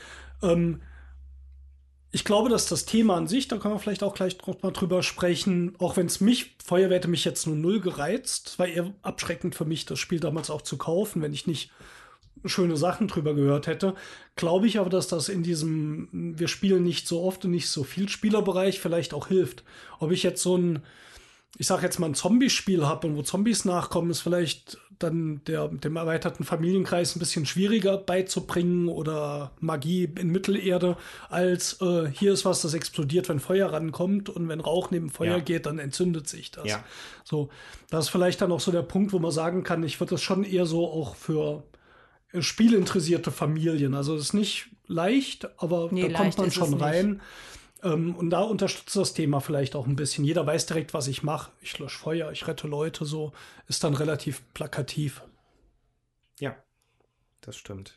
Ich glaube, dass das Thema an sich, da kann man vielleicht auch gleich mal drüber sprechen, auch wenn Feuerwehr hätte mich jetzt nur 0 gereizt, es war eher abschreckend für mich, das Spiel damals auch zu kaufen, wenn ich nicht schöne Sachen drüber gehört hätte. Glaube ich aber, dass das in diesem wir spielen nicht so oft und nicht so viel Spielerbereich vielleicht auch hilft. Ob ich jetzt ich sag jetzt mal ein Zombie-Spiel habe und wo Zombies nachkommen, ist vielleicht dann dem erweiterten Familienkreis ein bisschen schwieriger beizubringen oder Magie in Mittelerde, als hier ist was, das explodiert, wenn Feuer rankommt und wenn Rauch neben Feuer geht, dann entzündet sich das. So, das ist vielleicht dann auch so der Punkt, wo man sagen kann, ich würde das schon eher so auch für spielinteressierte Familien. Also es ist nicht leicht, aber da kommt man schon rein. Und da unterstützt das Thema vielleicht auch ein bisschen. Jeder weiß direkt, was ich mache. Ich lösche Feuer, ich rette Leute, so. Ist dann relativ plakativ. Ja, das stimmt.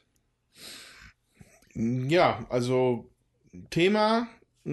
Ja, also Thema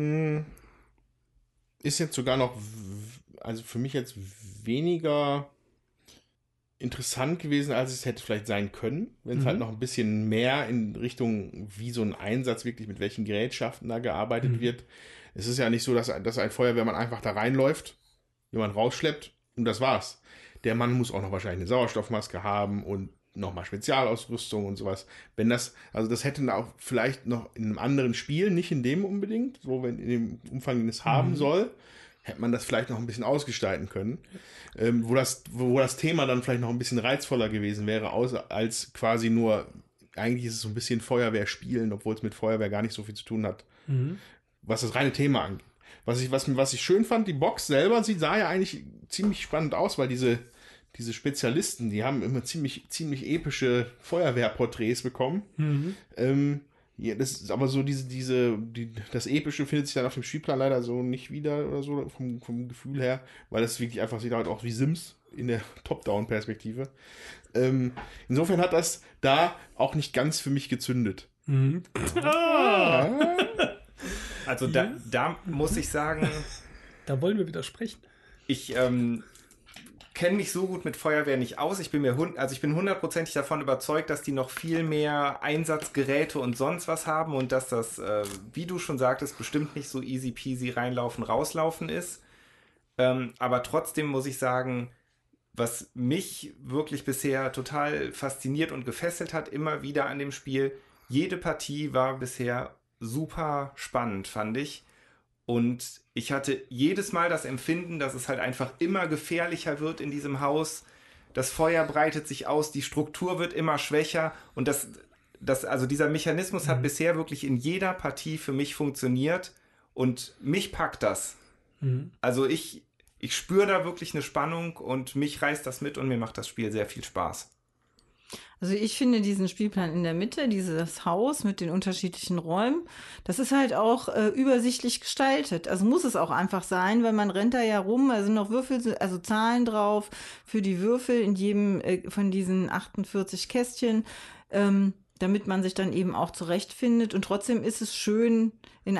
ist jetzt sogar noch, also für mich jetzt weniger interessant gewesen, als es hätte vielleicht sein können, wenn es halt noch ein bisschen mehr in Richtung, wie so ein Einsatz wirklich, mit welchen Gerätschaften da gearbeitet wird. Es ist ja nicht so, dass ein Feuerwehrmann einfach da reinläuft, jemand rausschleppt und das war's. Der Mann muss auch noch wahrscheinlich eine Sauerstoffmaske haben und nochmal Spezialausrüstung und sowas. Wenn das, also das hätte auch vielleicht noch in einem anderen Spiel, nicht in dem unbedingt, so wenn in dem Umfang, den es haben soll, hätte man das vielleicht noch ein bisschen ausgestalten können, wo das Thema dann vielleicht noch ein bisschen reizvoller gewesen wäre, als quasi nur, eigentlich ist es so ein bisschen Feuerwehr spielen, obwohl es mit Feuerwehr gar nicht so viel zu tun hat, was das reine Thema angeht. Was ich schön fand, die Box selber, sie sah ja eigentlich ziemlich spannend aus, weil diese Spezialisten, die haben immer ziemlich epische Feuerwehrporträts bekommen. Ja, das ist aber so das Epische findet sich dann auf dem Spielplan leider so nicht wieder oder so vom Gefühl her, weil das wirklich einfach sieht halt auch wie Sims in der Top-Down-Perspektive. Insofern hat das da auch nicht ganz für mich gezündet. Also da muss ich sagen, Da wollen wir widersprechen. ich kenne mich so gut mit Feuerwehr nicht aus. Ich bin 100%ig davon überzeugt, dass die noch viel mehr Einsatzgeräte und sonst was haben und dass das, wie du schon sagtest, bestimmt nicht so easy peasy reinlaufen, rauslaufen ist. Aber trotzdem muss ich sagen, was mich wirklich bisher total fasziniert und gefesselt hat, immer wieder an dem Spiel, jede Partie war bisher super spannend, fand ich. Und ich hatte jedes Mal das Empfinden, dass es halt einfach immer gefährlicher wird in diesem Haus. Das Feuer breitet sich aus, die Struktur wird immer schwächer. Und also dieser Mechanismus hat bisher wirklich in jeder Partie für mich funktioniert. Und mich packt das. Also ich spüre da wirklich eine Spannung und mich reißt das mit und mir macht das Spiel sehr viel Spaß. Also ich finde diesen Spielplan in der Mitte, dieses Haus mit den unterschiedlichen Räumen, das ist halt auch übersichtlich gestaltet. Also muss es auch einfach sein, weil man rennt da ja rum, da sind noch Würfel, also Zahlen drauf für die Würfel in jedem von diesen 48 Kästchen, damit man sich dann eben auch zurechtfindet. Und trotzdem ist es schön,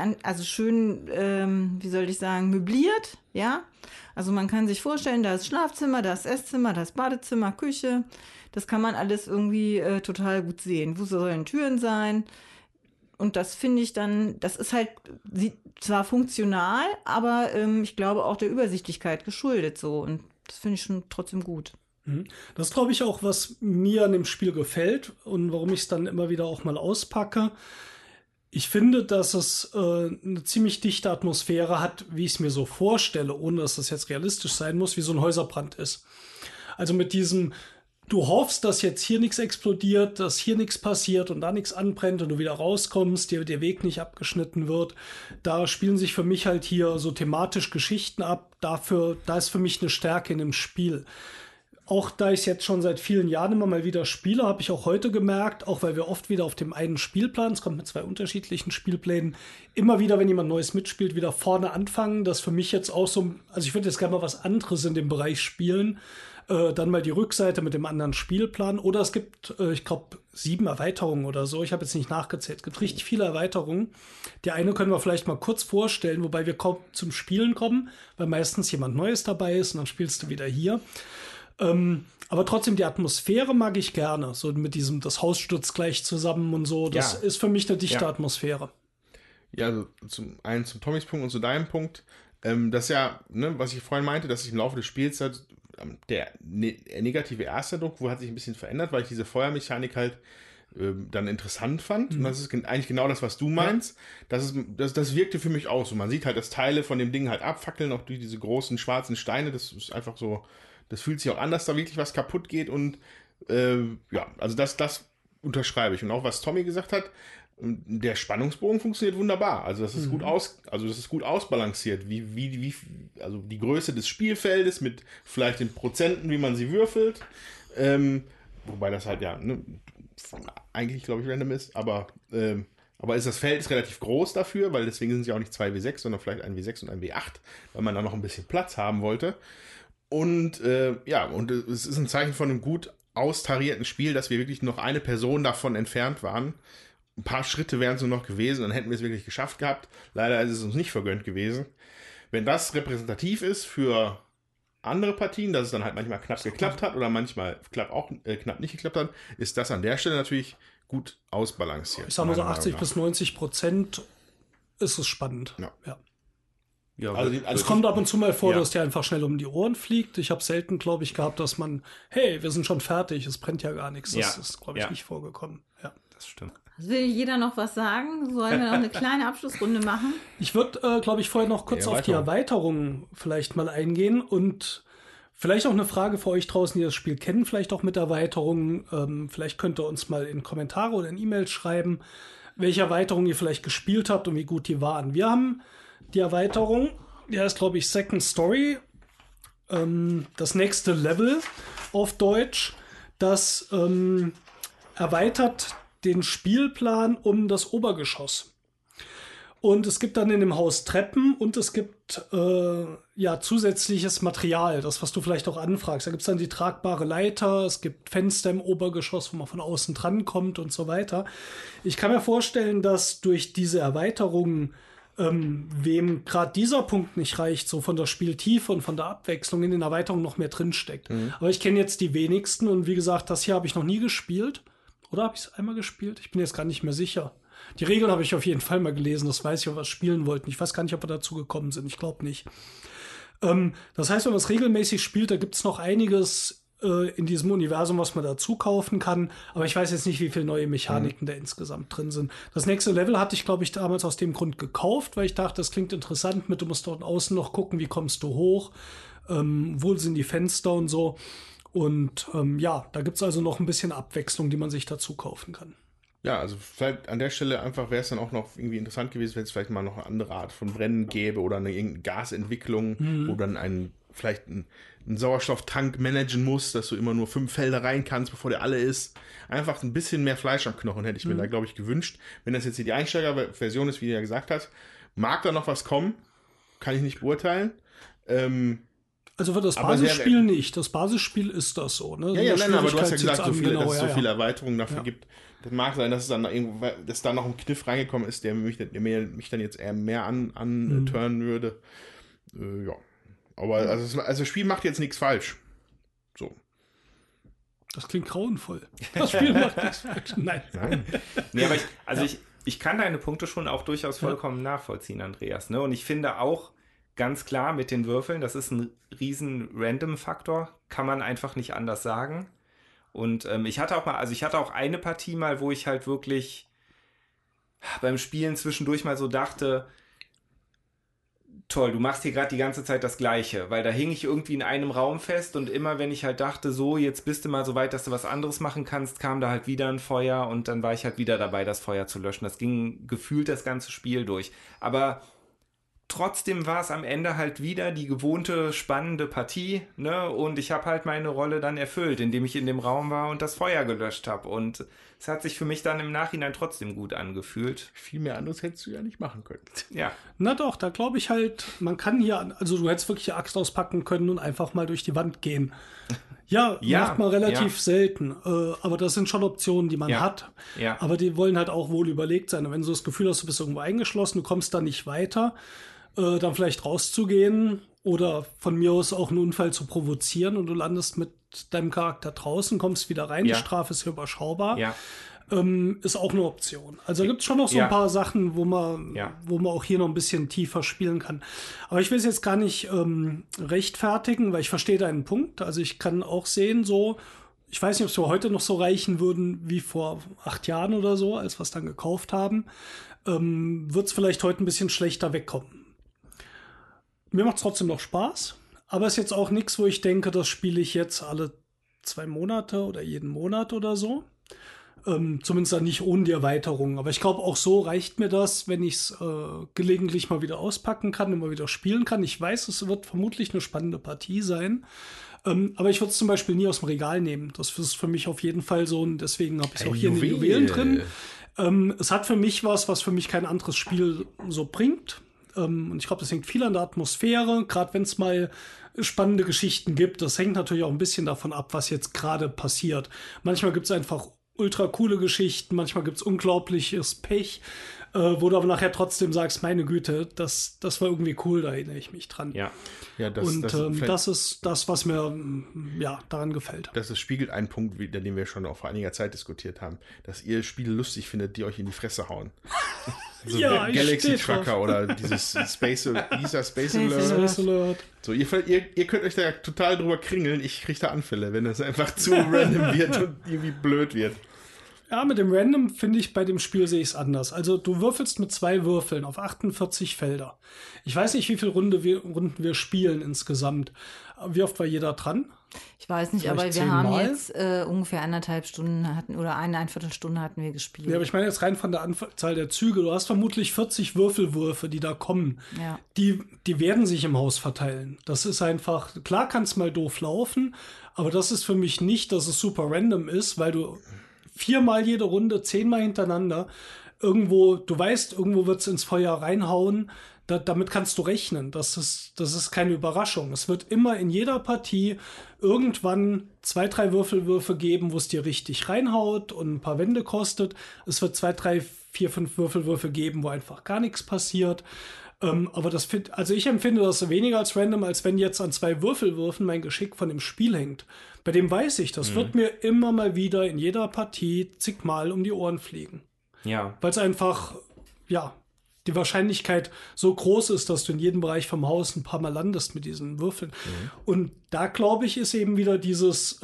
wie soll ich sagen, möbliert, ja. Also man kann sich vorstellen, da ist Schlafzimmer, da ist Esszimmer, da ist Badezimmer, Küche. Das kann man alles irgendwie total gut sehen. Wo sollen Türen sein? Und das finde ich dann, das ist halt zwar funktional, aber ich glaube auch der Übersichtlichkeit geschuldet so. Und das finde ich schon trotzdem gut. Das glaube ich auch, was mir an dem Spiel gefällt und warum ich es dann immer wieder auch mal auspacke. Ich finde, dass es eine ziemlich dichte Atmosphäre hat, wie ich es mir so vorstelle, ohne dass das jetzt realistisch sein muss, wie so ein Häuserbrand ist. Also mit diesem, du hoffst, dass jetzt hier nichts explodiert, dass hier nichts passiert und da nichts anbrennt und du wieder rauskommst, dir der Weg nicht abgeschnitten wird. Da spielen sich für mich halt hier so thematisch Geschichten ab. Da ist für mich eine Stärke in dem Spiel. Auch da ich es jetzt schon seit vielen Jahren immer mal wieder spiele, habe ich auch heute gemerkt, auch weil wir oft wieder auf dem einen Spielplan, es kommt mit 2 unterschiedlichen Spielplänen, immer wieder, wenn jemand Neues mitspielt, wieder vorne anfangen. Das für mich jetzt auch so, also ich würde jetzt gerne mal was anderes in dem Bereich spielen. Dann mal die Rückseite mit dem anderen Spielplan. Oder es gibt, ich glaube, 7 Erweiterungen oder so. Ich habe jetzt nicht nachgezählt. Es gibt richtig viele Erweiterungen. Die eine können wir vielleicht mal kurz vorstellen, wobei wir zum Spielen kommen, weil meistens jemand Neues dabei ist und dann spielst du wieder hier. Aber trotzdem, die Atmosphäre mag ich gerne. So mit diesem, das Haus stürzt gleich zusammen und so. Das ist für mich eine dichte Atmosphäre. Ja, also zum Tommys Punkt und zu deinem Punkt. Das ja, ne, was ich vorhin meinte, dass sich im Laufe des Spiels halt der negative Ersteindruck hat sich ein bisschen verändert, weil ich diese Feuermechanik halt dann interessant fand. Und das ist eigentlich genau das, was du meinst. Ja. Das wirkte für mich auch so. Man sieht halt, dass Teile von dem Ding halt abfackeln, auch durch diese großen schwarzen Steine. Das ist einfach so, das fühlt sich auch an, dass da wirklich was kaputt geht. Und also das unterschreibe ich. Und auch was Tommy gesagt hat, der Spannungsbogen funktioniert wunderbar. Also das ist gut ausbalanciert, also die Größe des Spielfeldes mit vielleicht den Prozenten, wie man sie würfelt. Wobei das halt eigentlich, glaube ich, random ist, aber Aber das Feld ist relativ groß dafür, weil deswegen sind sie auch nicht 2W6, sondern vielleicht ein W6 und ein W8, weil man da noch ein bisschen Platz haben wollte. Und und es ist ein Zeichen von einem gut austarierten Spiel, dass wir wirklich noch eine Person davon entfernt waren. Ein paar Schritte wären es nur noch gewesen, dann hätten wir es wirklich geschafft gehabt. Leider ist es uns nicht vergönnt gewesen. Wenn das repräsentativ ist für andere Partien, dass es dann halt manchmal knapp geklappt hat oder manchmal knapp nicht geklappt hat, ist das an der Stelle natürlich gut ausbalanciert. Ich sag mal so 80-90% ist es spannend. Ja, Es kommt ab und zu mal vor, dass der einfach schnell um die Ohren fliegt. Ich habe selten, glaube ich, gehabt, dass man, hey, wir sind schon fertig, es brennt ja gar nichts. Das ist, glaube ich, nicht vorgekommen. Ja, das stimmt. Also will jeder noch was sagen? Sollen wir noch eine kleine Abschlussrunde machen? Ich würde, glaube ich, vorher noch kurz auf die Erweiterung vielleicht mal eingehen und vielleicht auch eine Frage für euch draußen, die das Spiel kennen, vielleicht auch mit Erweiterungen. Vielleicht könnt ihr uns mal in Kommentare oder in E-Mails schreiben, welche Erweiterungen ihr vielleicht gespielt habt und wie gut die waren. Wir haben die Erweiterung, die heißt, glaube ich, Second Story, das nächste Level auf Deutsch, das erweitert den Spielplan um das Obergeschoss. Und es gibt dann in dem Haus Treppen und es gibt zusätzliches Material, das, was du vielleicht auch anfragst. Da gibt es dann die tragbare Leiter, es gibt Fenster im Obergeschoss, wo man von außen dran kommt und so weiter. Ich kann mir vorstellen, dass durch diese Erweiterungen, wem gerade dieser Punkt nicht reicht, so von der Spieltiefe und von der Abwechslung in den Erweiterungen noch mehr drinsteckt. Aber ich kenne jetzt die wenigsten und wie gesagt, das hier habe ich noch nie gespielt. Oder habe ich es einmal gespielt? Ich bin jetzt gar nicht mehr sicher. Die Regeln habe ich auf jeden Fall mal gelesen, das weiß ich, ob wir es spielen wollten. Ich weiß gar nicht, ob wir dazu gekommen sind, ich glaube nicht. Das heißt, wenn man es regelmäßig spielt, da gibt es noch einiges in diesem Universum, was man dazu kaufen kann. Aber ich weiß jetzt nicht, wie viele neue Mechaniken da insgesamt drin sind. Das nächste Level hatte ich, glaube ich, damals aus dem Grund gekauft, weil ich dachte, das klingt interessant du musst dort außen noch gucken, wie kommst du hoch, wo sind die Fenster und so. Und da gibt es also noch ein bisschen Abwechslung, die man sich dazu kaufen kann. Ja, also vielleicht an der Stelle einfach wäre es dann auch noch irgendwie interessant gewesen, wenn es vielleicht mal noch eine andere Art von Brennen gäbe oder irgendeine Gasentwicklung, wo dann vielleicht ein Sauerstofftank managen muss, dass du immer nur 5 Felder rein kannst, bevor der alle ist. Einfach ein bisschen mehr Fleisch am Knochen hätte ich mir da, glaube ich, gewünscht. Wenn das jetzt hier die Einsteigerversion ist, wie er gesagt hat, mag da noch was kommen, kann ich nicht beurteilen. Also für das Basisspiel nicht. Das Basisspiel ist das so. Ne? Nein, aber du hast ja gesagt, dass es so viele Erweiterungen dafür gibt. Das mag sein, dass es dann dass da noch ein Kniff reingekommen ist, der mich dann jetzt eher mehr anturnen würde. Aber also das Spiel macht jetzt nichts falsch. So. Das klingt grauenvoll. Das Spiel macht nichts falsch. Nein. Nee, aber ich kann deine Punkte schon auch durchaus vollkommen nachvollziehen, Andreas. Ne? Und ich finde auch ganz klar mit den Würfeln, das ist ein riesen Random-Faktor. Kann man einfach nicht anders sagen. Und ich hatte auch eine Partie mal, wo ich halt wirklich beim Spielen zwischendurch mal so dachte, toll, du machst hier gerade die ganze Zeit das Gleiche, weil da hing ich irgendwie in einem Raum fest und immer wenn ich halt dachte, so, jetzt bist du mal so weit, dass du was anderes machen kannst, kam da halt wieder ein Feuer und dann war ich halt wieder dabei, das Feuer zu löschen. Das ging gefühlt das ganze Spiel durch. Aber trotzdem war es am Ende halt wieder die gewohnte spannende Partie, ne? Und ich habe halt meine Rolle dann erfüllt, indem ich in dem Raum war und das Feuer gelöscht habe. Und es hat sich für mich dann im Nachhinein trotzdem gut angefühlt. Viel mehr anderes hättest du ja nicht machen können. Ja. Na doch, da glaube ich halt, man kann hier, also du hättest wirklich die Axt auspacken können und einfach mal durch die Wand gehen. Ja, macht man relativ selten. Aber das sind schon Optionen, die man hat. Ja. Aber die wollen halt auch wohl überlegt sein. Und wenn du das Gefühl hast, du bist irgendwo eingeschlossen, du kommst da nicht weiter, dann vielleicht rauszugehen oder von mir aus auch einen Unfall zu provozieren und du landest mit deinem Charakter draußen, kommst wieder rein, die Strafe ist überschaubar, ist auch eine Option. Also da gibt es schon noch so ein paar Sachen, wo man auch hier noch ein bisschen tiefer spielen kann. Aber ich will es jetzt gar nicht rechtfertigen, weil ich verstehe deinen Punkt. Also ich kann auch sehen, so, ich weiß nicht, ob es für heute noch so reichen würden wie vor 8 Jahren oder so, als wir es dann gekauft haben, wird es vielleicht heute ein bisschen schlechter wegkommen. Mir macht es trotzdem noch Spaß, aber ist jetzt auch nichts, wo ich denke, das spiele ich jetzt alle 2 Monate oder jeden Monat oder so. Zumindest dann nicht ohne die Erweiterung. Aber ich glaube, auch so reicht mir das, wenn ich es gelegentlich mal wieder auspacken kann und mal wieder spielen kann. Ich weiß, es wird vermutlich eine spannende Partie sein. Aber ich würde es zum Beispiel nie aus dem Regal nehmen. Das ist für mich auf jeden Fall so, und deswegen habe ich es auch hier in den Juwelen drin. Es hat für mich was für mich kein anderes Spiel so bringt. Und ich glaube, das hängt viel an der Atmosphäre, gerade wenn es mal spannende Geschichten gibt. Das hängt natürlich auch ein bisschen davon ab, was jetzt gerade passiert. Manchmal gibt es einfach ultra coole Geschichten, manchmal gibt es unglaubliches Pech, wo du aber nachher trotzdem sagst, meine Güte, das war irgendwie cool, da erinnere ich mich dran. Ja. Ja, Das ist das, was mir daran gefällt. Das spiegelt einen Punkt, den wir schon vor einiger Zeit diskutiert haben, dass ihr Spiele lustig findet, die euch in die Fresse hauen. So Ja, ich Galaxy steh drauf. Trucker oder dieses Space Alert. Space Alert. So, ihr könnt euch da total drüber kringeln, ich kriege da Anfälle, wenn das einfach zu random wird und irgendwie blöd wird. Ja, mit dem Random finde ich, bei dem Spiel sehe ich es anders. Also du würfelst mit 2 Würfeln auf 48 Felder. Ich weiß nicht, wie viele Runden wir spielen insgesamt. Wie oft war jeder dran? Ich weiß nicht, Vielleicht aber wir 10 haben Mal? jetzt ungefähr 1,5 Stunden oder eine Viertelstunde hatten wir gespielt. Ja, aber ich meine jetzt rein von der Anzahl der Züge. Du hast vermutlich 40 Würfelwürfe, die da kommen. Ja. Die werden sich im Haus verteilen. Das ist einfach, klar kann es mal doof laufen, aber das ist für mich nicht, dass es super random ist, weil du 4-mal jede Runde, 10-mal hintereinander, du weißt, irgendwo wird es ins Feuer reinhauen, damit kannst du rechnen. Das ist keine Überraschung. Es wird immer in jeder Partie irgendwann 2, 3 Würfelwürfe geben, wo es dir richtig reinhaut und ein paar Wände kostet. Es wird 2, 3, 4, 5 Würfelwürfe geben, wo einfach gar nichts passiert. Aber ich empfinde das weniger als random, als wenn jetzt an 2 Würfelwürfen mein Geschick von dem Spiel hängt. Bei dem weiß ich, das wird mir immer mal wieder in jeder Partie zigmal um die Ohren fliegen. Ja. Weil es einfach, die Wahrscheinlichkeit so groß ist, dass du in jedem Bereich vom Haus ein paar Mal landest mit diesen Würfeln. Und da, glaube ich, ist eben wieder dieses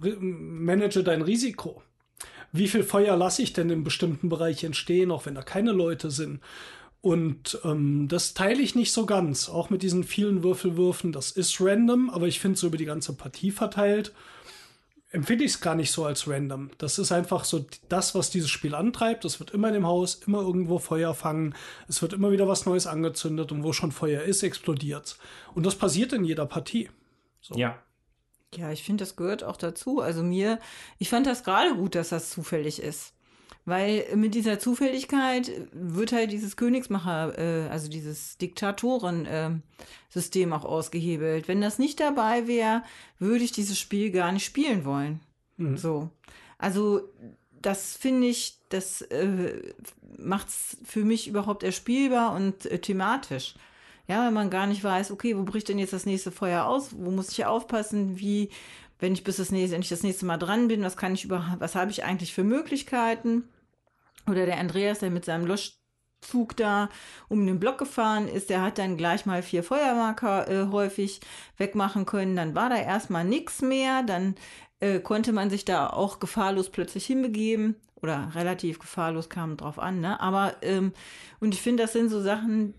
manage dein Risiko. Wie viel Feuer lasse ich denn im bestimmten Bereich entstehen, auch wenn da keine Leute sind? Und das teile ich nicht so ganz, auch mit diesen vielen Würfelwürfen. Das ist random, aber ich finde, so über die ganze Partie verteilt, empfinde ich es gar nicht so als random. Das ist einfach so das, was dieses Spiel antreibt. Es wird immer in dem Haus, immer irgendwo Feuer fangen. Es wird immer wieder was Neues angezündet und wo schon Feuer ist, explodiert's. Und das passiert in jeder Partie. So. Ja. Ja, ich finde, das gehört auch dazu. Also ich fand das gerade gut, dass das zufällig ist. Weil mit dieser Zufälligkeit wird halt dieses Königsmacher, also dieses Diktatoren-System auch ausgehebelt. Wenn das nicht dabei wäre, würde ich dieses Spiel gar nicht spielen wollen. So. Also das finde ich, das macht es für mich überhaupt erspielbar und thematisch. Ja, wenn man gar nicht weiß, okay, wo bricht denn jetzt das nächste Feuer aus? Wo muss ich aufpassen? Wie, wenn ich das nächste Mal dran bin, was habe ich eigentlich für Möglichkeiten? Oder der Andreas, der mit seinem Löschzug da um den Block gefahren ist, der hat dann gleich mal 4 Feuermarker häufig wegmachen können. Dann war da erstmal nichts mehr. Dann konnte man sich da auch gefahrlos plötzlich hinbegeben. Oder relativ gefahrlos, kam drauf an. Ne? Aber, und ich finde, das sind so Sachen,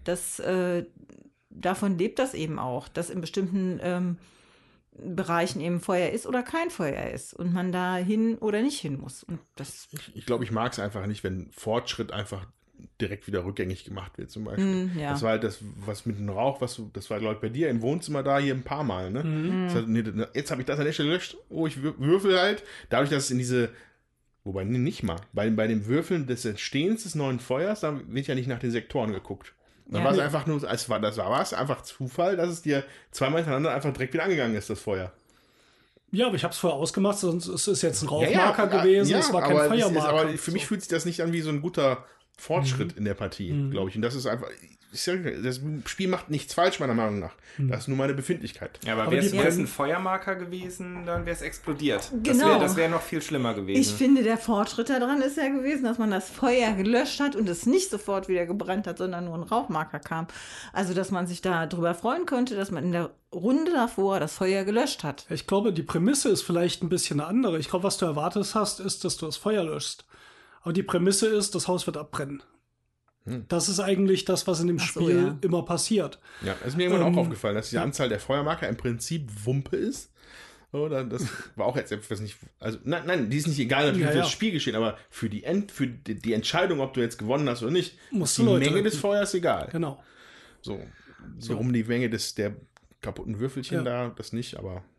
davon lebt das eben auch, dass in bestimmten Bereichen eben Feuer ist oder kein Feuer ist und man da hin oder nicht hin muss. Und Ich glaube, ich mag es einfach nicht, wenn Fortschritt einfach direkt wieder rückgängig gemacht wird, zum Beispiel. Ja. Das war halt das, was mit dem Rauch, das war, glaube ich, bei dir im Wohnzimmer da hier ein paar Mal, ne? Das hat, jetzt habe ich das an der Stelle gelöscht, ich würfel halt, dadurch, dass es in diese, wobei, nicht mal, bei dem Würfeln des Entstehens des neuen Feuers, da wird ja nicht nach den Sektoren geguckt. Dann war es einfach nur, das war einfach Zufall, dass es dir 2-mal hintereinander einfach direkt wieder angegangen ist, das Feuer. Ja, aber ich habe es vorher ausgemacht, sonst ist es jetzt ein Rauchmarker gewesen, es war kein Feuermarker. Aber für mich fühlt sich das nicht an wie so ein guter Fortschritt in der Partie, glaube ich. Und das ist einfach, das Spiel macht nichts falsch, meiner Meinung nach. Das ist nur meine Befindlichkeit. Ja, aber wäre es ein Feuermarker gewesen, dann wäre es explodiert. Genau. Das wäre noch viel schlimmer gewesen. Ich finde, der Fortschritt daran ist ja gewesen, dass man das Feuer gelöscht hat und es nicht sofort wieder gebrannt hat, sondern nur ein Rauchmarker kam. Also, dass man sich da drüber freuen könnte, dass man in der Runde davor das Feuer gelöscht hat. Ich glaube, die Prämisse ist vielleicht ein bisschen eine andere. Ich glaube, was du erwartet hast, ist, dass du das Feuer löschst. Aber die Prämisse ist, das Haus wird abbrennen. Das ist eigentlich das, was in dem Spiel immer passiert. Ja, das ist mir irgendwann auch aufgefallen, dass die Anzahl der Feuermarker im Prinzip Wumpe ist. Oder das war auch jetzt etwas nicht. Also, nein, die ist nicht egal natürlich für das Spielgeschehen, aber für die Entscheidung, ob du jetzt gewonnen hast oder nicht, ist die Menge des Feuers egal. Genau. So um die Menge der kaputten Würfelchen da, das nicht, aber.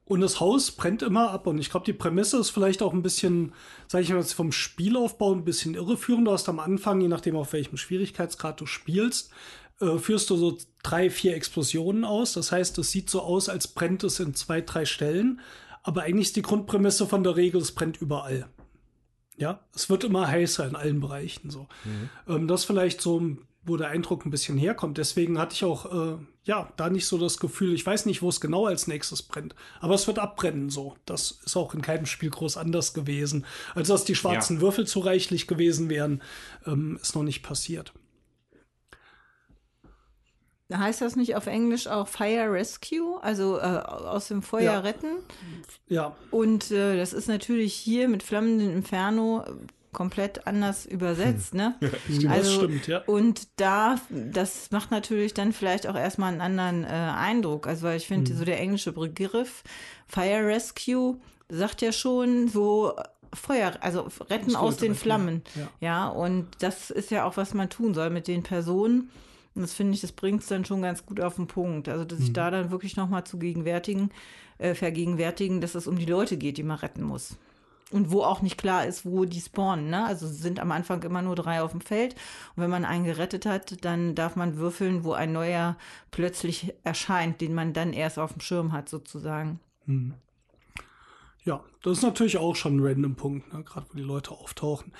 Und das Haus brennt immer ab. Und ich glaube, die Prämisse ist vielleicht auch ein bisschen, sage ich mal, vom Spielaufbau ein bisschen irreführend. Du hast am Anfang, je nachdem auf welchem Schwierigkeitsgrad du spielst, führst du so 3, 4 Explosionen aus. Das heißt, es sieht so aus, als brennt es in 2, 3 Stellen. Aber eigentlich ist die Grundprämisse von der Regel, es brennt überall. Ja, es wird immer heißer in allen Bereichen. So. Das vielleicht so, wo der Eindruck ein bisschen herkommt. Deswegen hatte ich auch, da nicht so das Gefühl, ich weiß nicht, wo es genau als nächstes brennt. Aber es wird abbrennen so. Das ist auch in keinem Spiel groß anders gewesen. Als dass die schwarzen Würfel zu reichlich gewesen wären, ist noch nicht passiert. Heißt das nicht auf Englisch auch Fire Rescue? Also aus dem Feuer retten? Ja. Und das ist natürlich hier mit Flammenden Inferno komplett anders übersetzt, ne? Das stimmt, ja. Und das macht natürlich dann vielleicht auch erstmal einen anderen Eindruck. Also weil ich finde, so der englische Begriff Fire Rescue sagt ja schon so Feuer, also retten aus den Flammen. Ja, und das ist ja auch, was man tun soll mit den Personen. Und das finde ich, das bringt es dann schon ganz gut auf den Punkt. Also, dass sich da dann wirklich nochmal vergegenwärtigen, dass es um die Leute geht, die man retten muss. Und wo auch nicht klar ist, wo die spawnen. Ne? Also sind am Anfang immer nur 3 auf dem Feld. Und wenn man einen gerettet hat, dann darf man würfeln, wo ein neuer plötzlich erscheint, den man dann erst auf dem Schirm hat, sozusagen. Ja, das ist natürlich auch schon ein random Punkt, ne? Gerade wo die Leute auftauchen.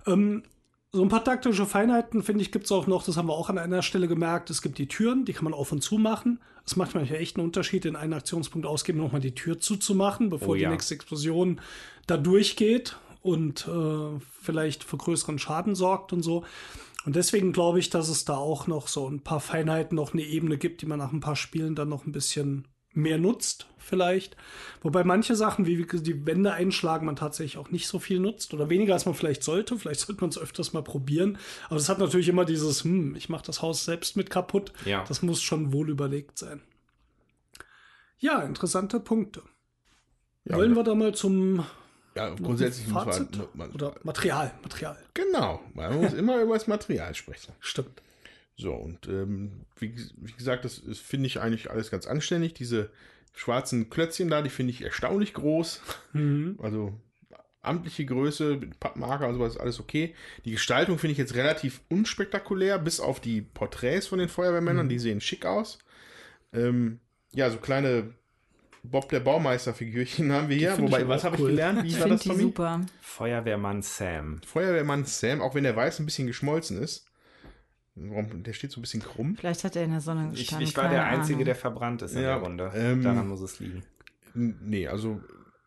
So ein paar taktische Feinheiten, finde ich, gibt es auch noch, das haben wir auch an einer Stelle gemerkt, es gibt die Türen, die kann man auf und zu machen. Es macht manchmal echt einen Unterschied, in einen Aktionspunkt ausgeben, nochmal die Tür zuzumachen, bevor die nächste Explosion da durchgeht und vielleicht für größeren Schaden sorgt und so. Und deswegen glaube ich, dass es da auch noch so ein paar Feinheiten, noch eine Ebene gibt, die man nach ein paar Spielen dann noch ein bisschen mehr nutzt vielleicht. Wobei manche Sachen, wie die Wände einschlagen, man tatsächlich auch nicht so viel nutzt oder weniger, als man vielleicht sollte. Vielleicht sollte man es öfters mal probieren. Aber es hat natürlich immer dieses, ich mache das Haus selbst mit kaputt. Ja. Das muss schon wohl überlegt sein. Ja, interessante Punkte. Ja, wollen wir da mal zum grundsätzlich Fazit? Oder Material. Genau, man muss immer über das Material sprechen. Stimmt. So, und wie gesagt, das finde ich eigentlich alles ganz anständig. Diese schwarzen Klötzchen da, die finde ich erstaunlich groß. Also amtliche Größe, mit Pappmarker und sowas, alles okay. Die Gestaltung finde ich jetzt relativ unspektakulär, bis auf die Porträts von den Feuerwehrmännern, die sehen schick aus. So kleine Bob der Baumeister-Figürchen haben wir hier. Wobei, was habe ich gelernt? Wie war das, Tommy? Super. Feuerwehrmann Sam, auch wenn der Weiß ein bisschen geschmolzen ist. Der steht so ein bisschen krumm. Vielleicht hat er in der Sonne gestanden. Ich war der Einzige, Ahnung. der verbrannt ist in der Runde. Daran muss es liegen. Nee, also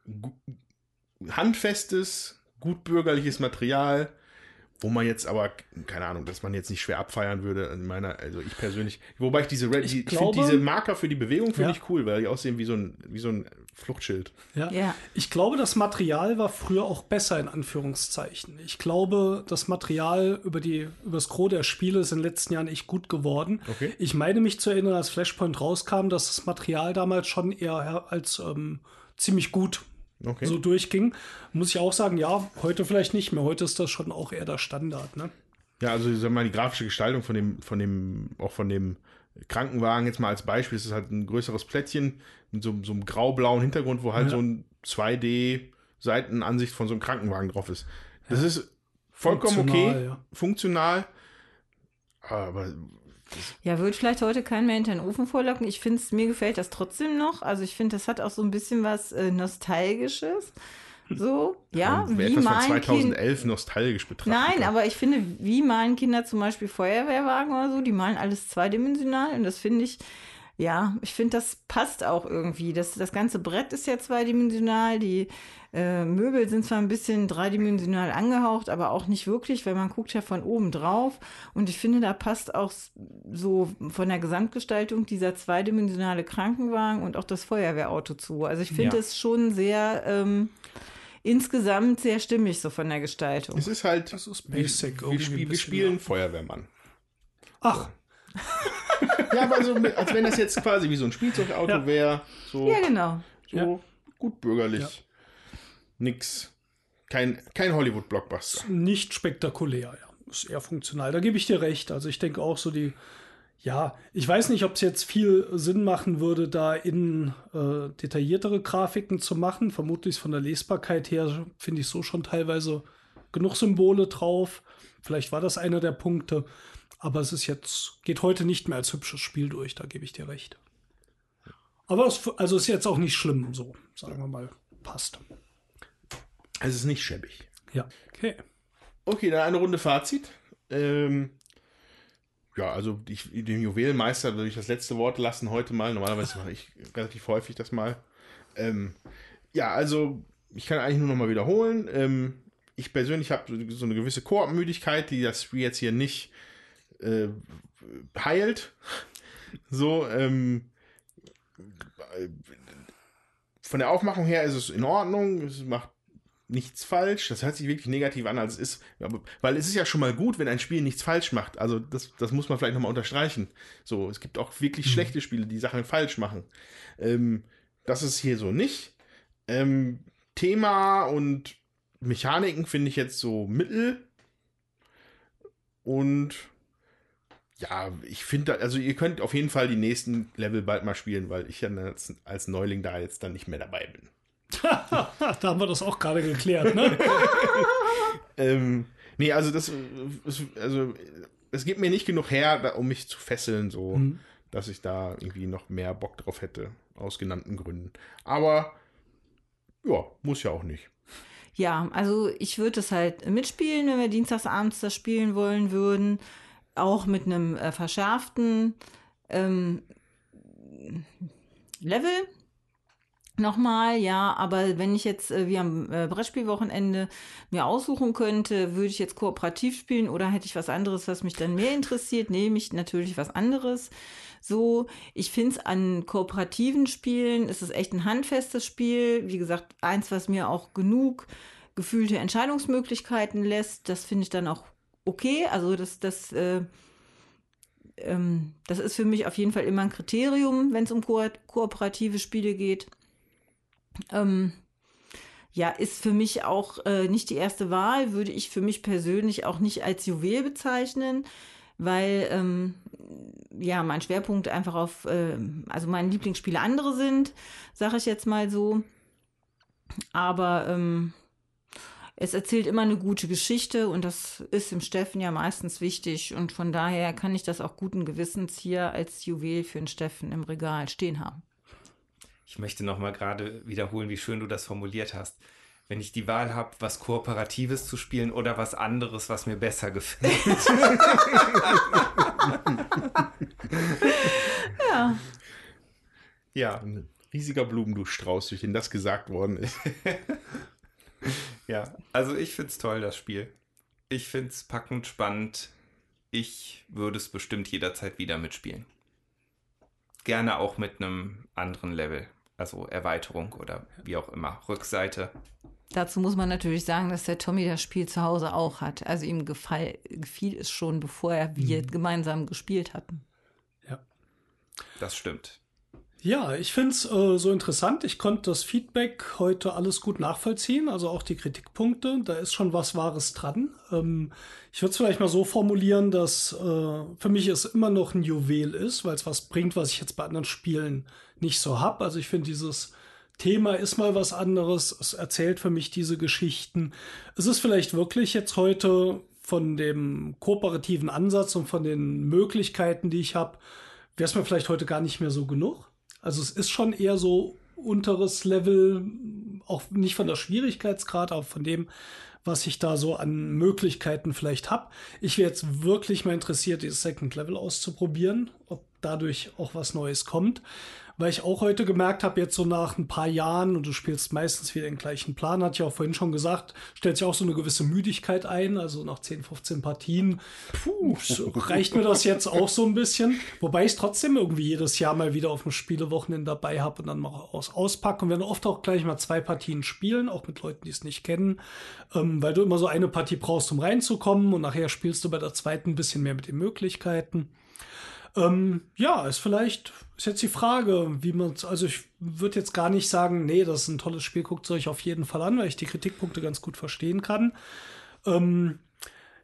handfestes, gutbürgerliches Material, wo man jetzt aber, keine Ahnung, dass man jetzt nicht schwer abfeiern würde, also ich persönlich, wobei ich diese Marker für die Bewegung finde ich cool, weil die aussehen wie so ein Fluchtschild. Ja. Ich glaube, das Material war früher auch besser, in Anführungszeichen. Ich glaube, das Material über das Gros der Spiele ist in den letzten Jahren echt gut geworden. Okay. Ich meine mich zu erinnern, als Flashpoint rauskam, dass das Material damals schon eher als ziemlich gut so durchging. Muss ich auch sagen, ja, heute vielleicht nicht mehr. Heute ist das schon auch eher der Standard, ne? Ja, also sagen wir mal, die grafische Gestaltung von dem Krankenwagen jetzt mal als Beispiel, ist es halt ein größeres Plättchen mit so einem grau-blauen Hintergrund, wo halt so ein 2D-Seitenansicht von so einem Krankenwagen drauf ist. Das ist vollkommen funktional, aber ja, würde vielleicht heute keinen mehr hinter den Ofen vorlocken. Mir gefällt das trotzdem noch. Also ich finde, das hat auch so ein bisschen was Nostalgisches. So, ja, wie etwas von 2011 nostalgisch betrachtet. Nein, aber ich finde, wie malen Kinder zum Beispiel Feuerwehrwagen oder so, die malen alles zweidimensional und das finde ich, ich finde, das passt auch irgendwie. Das ganze Brett ist ja zweidimensional, die Möbel sind zwar ein bisschen dreidimensional angehaucht, aber auch nicht wirklich, weil man guckt ja von oben drauf und ich finde, da passt auch so von der Gesamtgestaltung dieser zweidimensionale Krankenwagen und auch das Feuerwehrauto zu. Also ich finde es schon sehr insgesamt sehr stimmig so von der Gestaltung. Es ist halt, das ist basic. Wir spielen Feuerwehrmann. Ach. Ja, aber so, als wenn das jetzt quasi wie so ein Spielzeugauto wäre. So, ja, genau. So gut bürgerlich. Ja. Nix. Kein Hollywood-Blockbuster. Nicht spektakulär, Ist eher funktional. Da gebe ich dir recht. Also ich denke auch so Ja, ich weiß nicht, ob es jetzt viel Sinn machen würde, da in detailliertere Grafiken zu machen. Vermutlich von der Lesbarkeit her finde ich so schon teilweise genug Symbole drauf. Vielleicht war das einer der Punkte. Aber es ist geht heute nicht mehr als hübsches Spiel durch, da gebe ich dir recht. Aber es ist jetzt auch nicht schlimm, so, sagen wir mal, passt. Es ist nicht schäbig. Ja, okay. Okay, dann eine Runde Fazit. Ja, also den Juwelenmeister würde ich das letzte Wort lassen heute mal. Normalerweise mache ich relativ häufig das mal. Ja, also ich kann eigentlich nur noch mal wiederholen. Ich persönlich habe so eine gewisse Koop-Müdigkeit, die das Spiel jetzt hier nicht heilt. So, von der Aufmachung her ist es in Ordnung. Es macht nichts falsch. Das hört sich wirklich negativ an, als es ist. Weil es ist ja schon mal gut, wenn ein Spiel nichts falsch macht. Also das muss man vielleicht nochmal unterstreichen. So, es gibt auch wirklich schlechte Spiele, die Sachen falsch machen. Das ist hier so nicht. Thema und Mechaniken finde ich jetzt so mittel. Und ja, ich finde, also ihr könnt auf jeden Fall die nächsten Level bald mal spielen, weil ich ja als Neuling da jetzt dann nicht mehr dabei bin. Da haben wir das auch gerade geklärt, ne? Nee, also es gibt mir nicht genug her, um mich zu fesseln, so, dass ich da irgendwie noch mehr Bock drauf hätte, aus genannten Gründen. Aber, ja, muss ja auch nicht. Ja, also ich würde es halt mitspielen, wenn wir dienstagsabends das spielen wollen würden. Auch mit einem verschärften Level. Nochmal, ja, aber wenn ich jetzt wie am Brettspielwochenende mir aussuchen könnte, würde ich jetzt kooperativ spielen oder hätte ich was anderes, was mich dann mehr interessiert, nehme ich natürlich was anderes. So, ich finde es an kooperativen Spielen, ist es echt ein handfestes Spiel. Wie gesagt, eins, was mir auch genug gefühlte Entscheidungsmöglichkeiten lässt, das finde ich dann auch okay. Also das ist für mich auf jeden Fall immer ein Kriterium, wenn es um kooperative Spiele geht. Ja, ist für mich auch nicht die erste Wahl, würde ich für mich persönlich auch nicht als Juwel bezeichnen, weil ja, mein Schwerpunkt einfach auf, also meine Lieblingsspiele andere sind, sage ich jetzt mal so. Aber es erzählt immer eine gute Geschichte und das ist im Steffen ja meistens wichtig und von daher kann ich das auch guten Gewissens hier als Juwel für den Steffen im Regal stehen haben. Ich möchte noch mal gerade wiederholen, wie schön du das formuliert hast. Wenn ich die Wahl habe, was Kooperatives zu spielen oder was anderes, was mir besser gefällt. Ja. Ja. Ein riesiger Blumenstrauß, durch den das gesagt worden ist. Ja, also ich finde es toll, das Spiel. Ich finde es packend, spannend. Ich würde es bestimmt jederzeit wieder mitspielen. Gerne auch mit einem anderen Level. Also Erweiterung oder wie auch immer. Rückseite. Dazu muss man natürlich sagen, dass der Tommy das Spiel zu Hause auch hat. Also ihm gefiel es schon, bevor wir gemeinsam gespielt hatten. Ja. Das stimmt. Ja, ich finde es so interessant. Ich konnte das Feedback heute alles gut nachvollziehen, also auch die Kritikpunkte. Da ist schon was Wahres dran. Ich würde es vielleicht mal so formulieren, dass für mich es immer noch ein Juwel ist, weil es was bringt, was ich jetzt bei anderen Spielen nicht so habe. Also ich finde, dieses Thema ist mal was anderes. Es erzählt für mich diese Geschichten. Es ist vielleicht wirklich jetzt heute von dem kooperativen Ansatz und von den Möglichkeiten, die ich habe, wäre es mir vielleicht heute gar nicht mehr so genug. Also es ist schon eher so unteres Level, auch nicht von der Schwierigkeitsgrad, aber von dem, was ich da so an Möglichkeiten vielleicht habe. Ich wäre jetzt wirklich mal interessiert, dieses Second Level auszuprobieren, ob dadurch auch was Neues kommt. Weil ich auch heute gemerkt habe, jetzt so nach ein paar Jahren, und du spielst meistens wieder den gleichen Plan, hatte ich auch vorhin schon gesagt, stellt sich auch so eine gewisse Müdigkeit ein, also nach 10, 15 Partien, reicht mir das jetzt auch so ein bisschen. Wobei ich es trotzdem irgendwie jedes Jahr mal wieder auf dem Spielewochenende dabei habe und dann mal auspacke. Und wir werden oft auch gleich mal 2 Partien spielen, auch mit Leuten, die es nicht kennen, weil du immer so eine Partie brauchst, um reinzukommen und nachher spielst du bei der zweiten ein bisschen mehr mit den Möglichkeiten. Ja, ist jetzt die Frage, wie man also ich würde jetzt gar nicht sagen, nee, das ist ein tolles Spiel, guckt es euch auf jeden Fall an, weil ich die Kritikpunkte ganz gut verstehen kann.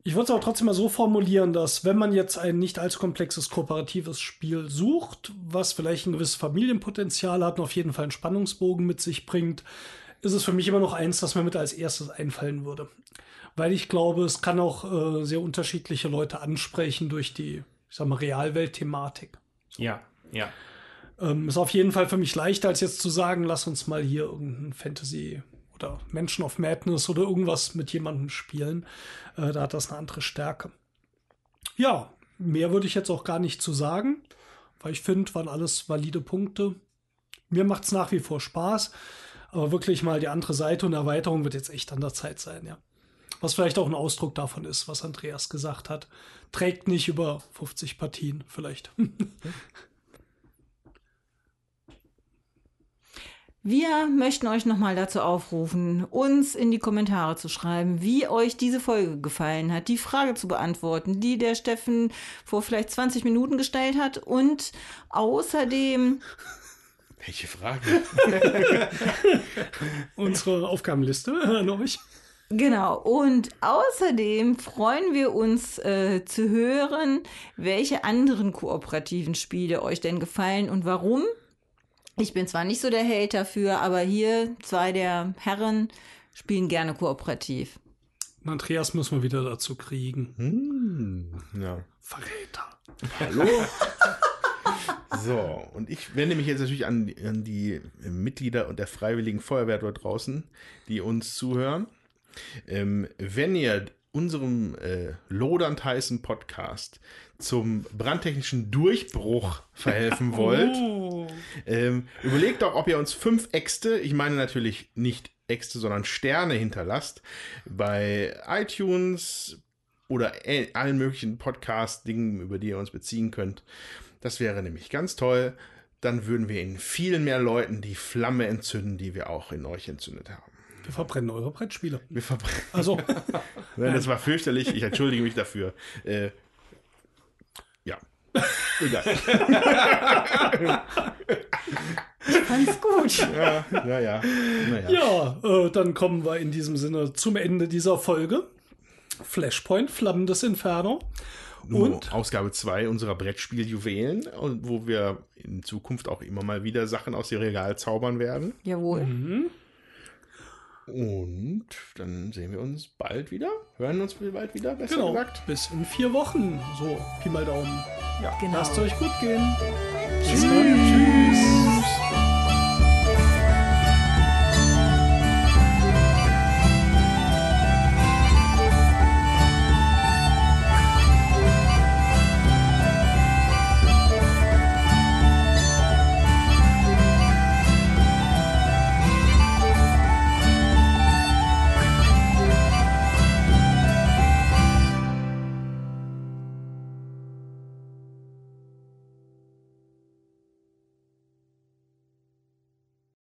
Ich würde es aber trotzdem mal so formulieren, dass wenn man jetzt ein nicht allzu komplexes kooperatives Spiel sucht, was vielleicht ein gewisses Familienpotenzial hat und auf jeden Fall einen Spannungsbogen mit sich bringt, ist es für mich immer noch eins, das mir mit als erstes einfallen würde. Weil ich glaube, es kann auch sehr unterschiedliche Leute ansprechen durch die, ich sag mal, Realwelt-Thematik. Ja. Ist auf jeden Fall für mich leichter, als jetzt zu sagen, lass uns mal hier irgendein Fantasy oder Mansion of Madness oder irgendwas mit jemandem spielen. Da hat das eine andere Stärke. Ja, mehr würde ich jetzt auch gar nicht zu sagen, weil ich finde, waren alles valide Punkte. Mir macht es nach wie vor Spaß, aber wirklich mal die andere Seite und Erweiterung wird jetzt echt an der Zeit sein, ja. Was vielleicht auch ein Ausdruck davon ist, was Andreas gesagt hat. Trägt nicht über 50 Partien vielleicht. Wir möchten euch nochmal dazu aufrufen, uns in die Kommentare zu schreiben, wie euch diese Folge gefallen hat, die Frage zu beantworten, die der Steffen vor vielleicht 20 Minuten gestellt hat und außerdem... Welche Frage? Unsere Aufgabenliste an euch. Genau, und außerdem freuen wir uns zu hören, welche anderen kooperativen Spiele euch denn gefallen und warum. Ich bin zwar nicht so der Held dafür, aber hier 2 der Herren spielen gerne kooperativ. Andreas müssen wir wieder dazu kriegen. Ja. Verräter. Hallo? So, und ich wende mich jetzt natürlich an die Mitglieder und der Freiwilligen Feuerwehr dort draußen, die uns zuhören. Wenn ihr unserem lodernd heißen Podcast zum brandtechnischen Durchbruch verhelfen wollt, überlegt doch, ob ihr uns 5 Äxte, ich meine natürlich nicht Äxte, sondern Sterne hinterlasst, bei iTunes oder allen möglichen Podcast-Dingen, über die ihr uns beziehen könnt. Das wäre nämlich ganz toll. Dann würden wir in vielen mehr Leuten die Flamme entzünden, die wir auch in euch entzündet haben. Wir verbrennen eure Brettspiele. Wir verbrennen. Also, Nein, das war fürchterlich. Ich entschuldige mich dafür. Ja. Egal. Fand's gut. Ja. Naja. ja, dann kommen wir in diesem Sinne zum Ende dieser Folge. Flashpoint, Flammen des Inferno. Und Ausgabe 2 unserer Brettspieljuwelen, wo wir in Zukunft auch immer mal wieder Sachen aus dem Regal zaubern werden. Jawohl. Und dann sehen wir uns bald wieder. Hören uns bald wieder, besser genau, gesagt. bis in 4 Wochen. So, Pi mal Daumen. Genau. Lasst es euch gut gehen. Tschüss.